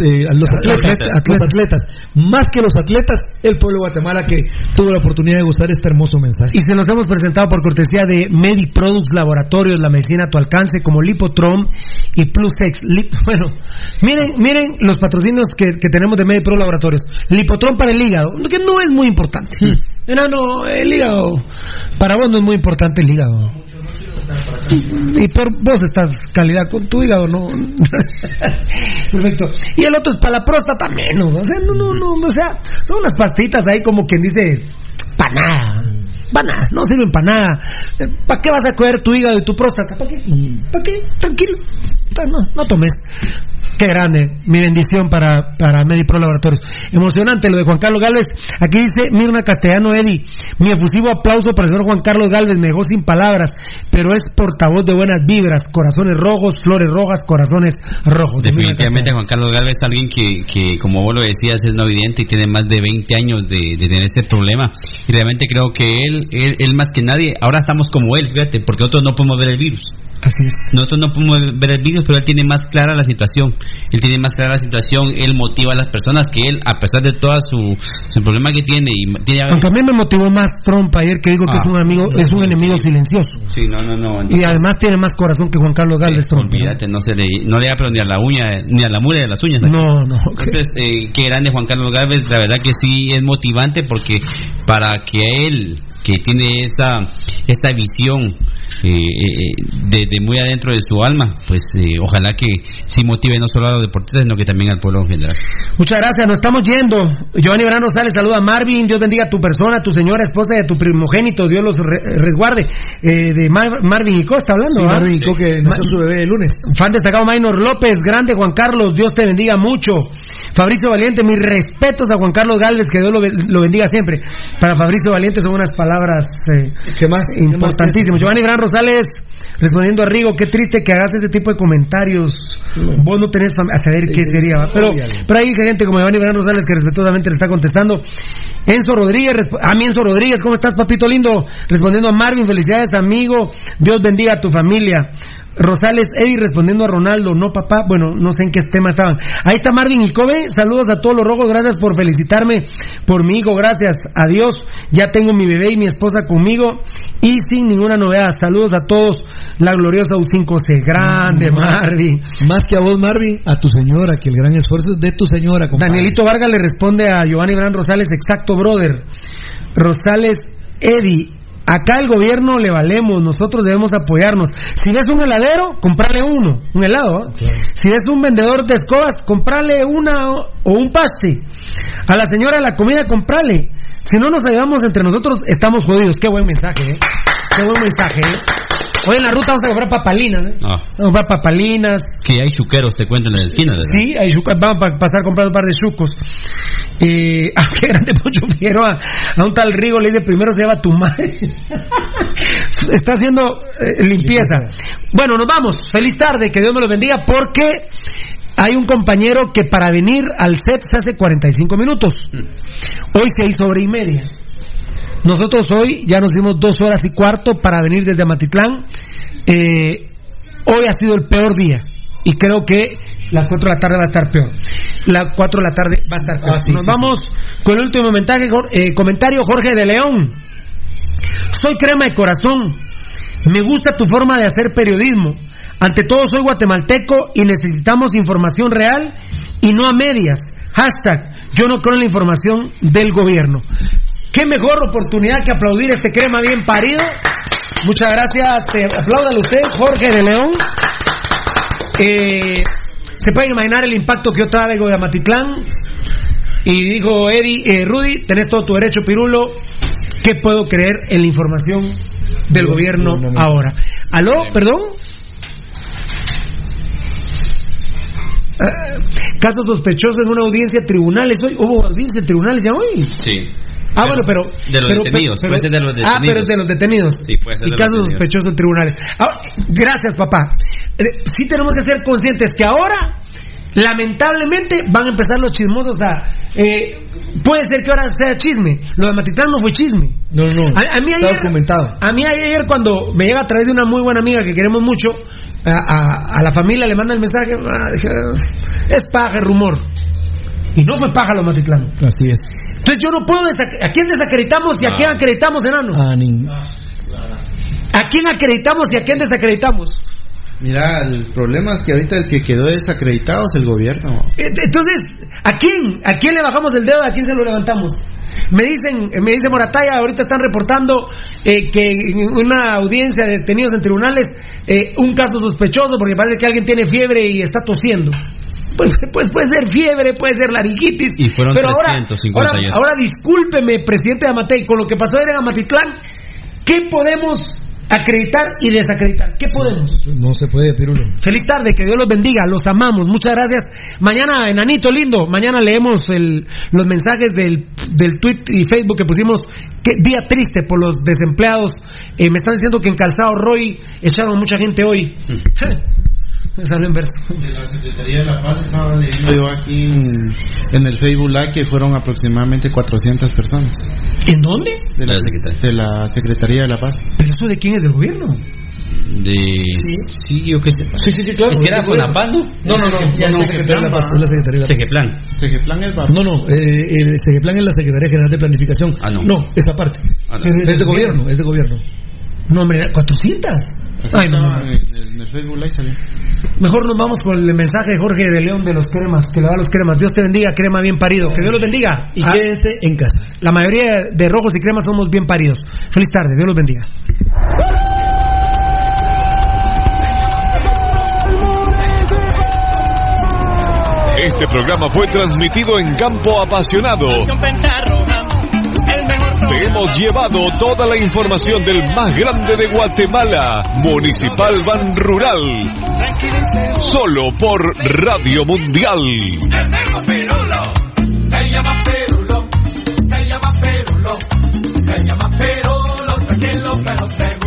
atletas, más que los atletas, el pueblo de Guatemala, que tuvo la oportunidad de gozar este hermoso mensaje. Y se nos hemos presentado por cortesía de Mediproducts Laboratorios, la medicina a tu alcance, como Lipotrom y Plusex. Bueno, miren los patrocinios que tenemos de Mediproducts Laboratorios. Lipotrom para el hígado, que no es muy importante. El hígado, para vos no es muy importante el hígado. Y por vos estás calidad con tu hígado, ¿no? Perfecto. Y el otro es para la próstata menos. O sea, son unas pastitas ahí como quien dice, para nada, no sirven para nada. ¿Para qué vas a coger tu hígado y tu próstata? ¿Para qué? Tranquilo. No tomes. Qué grande, mi bendición para Medipro Laboratorios. Emocionante lo de Juan Carlos Gálvez. Aquí dice Mirna Castellano Eddy, mi efusivo aplauso para el señor Juan Carlos Gálvez, me dejó sin palabras, pero es portavoz de buenas vibras, corazones rojos, flores rojas, corazones rojos. Definitivamente Juan Carlos Gálvez es alguien que como vos lo decías, es no evidente y tiene más de 20 años de tener este problema, y realmente creo que él más que nadie, ahora estamos como él, fíjate, porque nosotros no podemos ver el virus. Así es. Nosotros no podemos ver el virus, pero él tiene más clara la situación. Él motiva a las personas, que él, a pesar de todo su problema que tiene, aunque a mí me motivó más Trump ayer, que digo que es un amigo, es un enemigo silencioso. Sí, no. Entonces, y además tiene más corazón que Juan Carlos Gálvez, Trump. Olvídate, no le da pero ni a la uña, ni a la mula de las uñas. No. Entonces, qué grande Juan Carlos Gálvez, la verdad que sí es motivante, porque para que él, que tiene esa visión de muy adentro de su alma, pues ojalá que sí motive no solo a los deportistas, sino que también al pueblo en general. Muchas gracias, nos estamos yendo. Giovanni Verán Rosales saluda a Marvin, Dios bendiga a tu persona, a tu señora esposa y a tu primogénito, Dios los resguarde. De Marvin y Costa hablando, sí, Marvin y Costa, que nació su bebé el lunes. Fan destacado Maynor López, grande Juan Carlos, Dios te bendiga mucho. Fabricio Valiente, mis respetos a Juan Carlos Gálvez, que Dios lo bendiga siempre. Para Fabricio Valiente son unas palabras importantísimas. Giovanni Verán Rosales respondiendo a Rigo, qué triste que hagas ese tipo de comentarios. Vos no tenés a saber qué sería, pero hay gente como Giovanni Verán Rosales que respetuosamente le está contestando. Enzo Rodríguez, ¿cómo estás, papito lindo? Respondiendo a Marvin, felicidades amigo, Dios bendiga a tu familia. Rosales, Eddie respondiendo a Ronaldo, no papá, bueno, no sé en qué tema estaban. Ahí está Marvin y Kobe, saludos a todos los rojos, gracias por felicitarme por mi hijo, gracias a Dios, ya tengo mi bebé y mi esposa conmigo y sin ninguna novedad, saludos a todos, la gloriosa U5C, grande Marvin. Más que a vos Marvin, a tu señora, que el gran esfuerzo es de tu señora, compadre. Danielito Vargas le responde a Giovanni Bran Rosales, exacto brother. Rosales, Eddie, acá el gobierno le valemos, nosotros debemos apoyarnos. Si ves un heladero, comprale un helado, ¿eh? Okay. Si ves un vendedor de escobas, comprale una o un paste. A la señora de la comida, comprale. Si no nos ayudamos entre nosotros, estamos jodidos. Qué buen mensaje, ¿eh? Qué buen mensaje, ¿eh? Hoy en la ruta vamos a comprar papalinas, ¿eh? Vamos a comprar papalinas. Que hay chuqueros, te cuento, en la esquina, ¿verdad? Sí, hay chucos, vamos a pasar comprando un par de chucos. Qué grande Pocho Figueroa. A un tal Rigo le dice, primero se lleva a tu madre. Está haciendo limpieza. Bueno, nos vamos. Feliz tarde, que Dios me los bendiga, porque hay un compañero que para venir al set se hace 45 minutos. Hoy 6 horas y media. Nosotros hoy ya nos dimos 2 horas y cuarto para venir desde Amatitlán. Hoy ha sido el peor día y creo que las 4 de la tarde va a estar peor. Las 4 de la tarde va a estar peor. Nos vamos con el último comentario. Jorge de León. Soy crema de corazón. Me gusta tu forma de hacer periodismo. Ante todo soy guatemalteco y necesitamos información real y no a medias. Hashtag, yo no creo en la información del gobierno. Qué mejor oportunidad que aplaudir a este crema bien parido. Muchas gracias. Apláudale usted, Jorge de León. Se puede imaginar el impacto que yo traigo de Amatitlán. Y dijo Eddie, Rudy, tenés todo tu derecho, Pirulo. ¿Qué puedo creer en la información del gobierno ahora? ¿Aló? ¿Perdón? Caso sospechoso en una audiencia de tribunales hoy. ¿Hubo audiencia de tribunales ya hoy? Sí. Bueno, pero de los detenidos, puede ser de los detenidos. Pero es de los detenidos. Sí, puede ser. Y casos sospechosos en tribunales. Gracias, papá. Sí tenemos que ser conscientes que ahora, lamentablemente, van a empezar los chismosos puede ser que ahora sea chisme. Lo de Matitlán no fue chisme. No. A mí ayer, documentado. A mí ayer, cuando me llega a través de una muy buena amiga que queremos mucho, a la familia le manda el mensaje, es paja, es rumor. Y no fue paja lo Matitlán. Así es. Entonces yo no puedo ¿a quién desacreditamos y a quién acreditamos, enano? ¿A quién acreditamos y a quién desacreditamos? Mira, el problema es que ahorita el que quedó desacreditado es el gobierno. Entonces, ¿a quién le bajamos el dedo? ¿A quién se lo levantamos? Me dice Morataya, ahorita están reportando que en una audiencia de detenidos en tribunales, un caso sospechoso porque parece que alguien tiene fiebre y está tosiendo. Pues puede ser fiebre, puede ser laringitis. Y fueron pero 358. ahora discúlpeme, presidente de Amatei, con lo que pasó ayer en Amatitlán, ¿qué podemos acreditar y desacreditar? ¿Qué podemos? No se puede, Pirulo. Feliz tarde, que Dios los bendiga, los amamos, muchas gracias. Mañana, enanito lindo, mañana leemos los mensajes del tweet y Facebook que pusimos. Día triste por los desempleados. Me están diciendo que en Calzado Roy echaron mucha gente hoy. Salió en verso. De la Secretaría de la Paz estaba leyendo yo aquí en el Facebook Live que fueron aproximadamente 400 personas. ¿En dónde? De la Secretaría de la Paz. ¿Pero eso de quién es, del gobierno? Sí, yo qué sé. Sí, claro. ¿Es que era Fonapando? No. Ya es la Secretaría de la Paz. Es la Secretaría de la Paz. Segeplan es Barro. No. El Segeplan es la Secretaría General de Planificación. No, esa parte. Es de gobierno, No, hombre, 400. Ay, no. En el Facebook Live salió. Mejor nos vamos con el mensaje de Jorge de León de los cremas, que le da a los cremas. Dios te bendiga, crema bien parido. Que Dios los bendiga. Y quédense en casa. La mayoría de rojos y cremas somos bien paridos. Feliz tarde, Dios los bendiga. Este programa fue transmitido en Campo Apasionado. Te hemos llevado toda la información del más grande de Guatemala, Municipal Ban Rural, solo por Radio Mundial. Se llama Pirulo, se llama Pirulo, se llama Pirulo, tranquilo que no se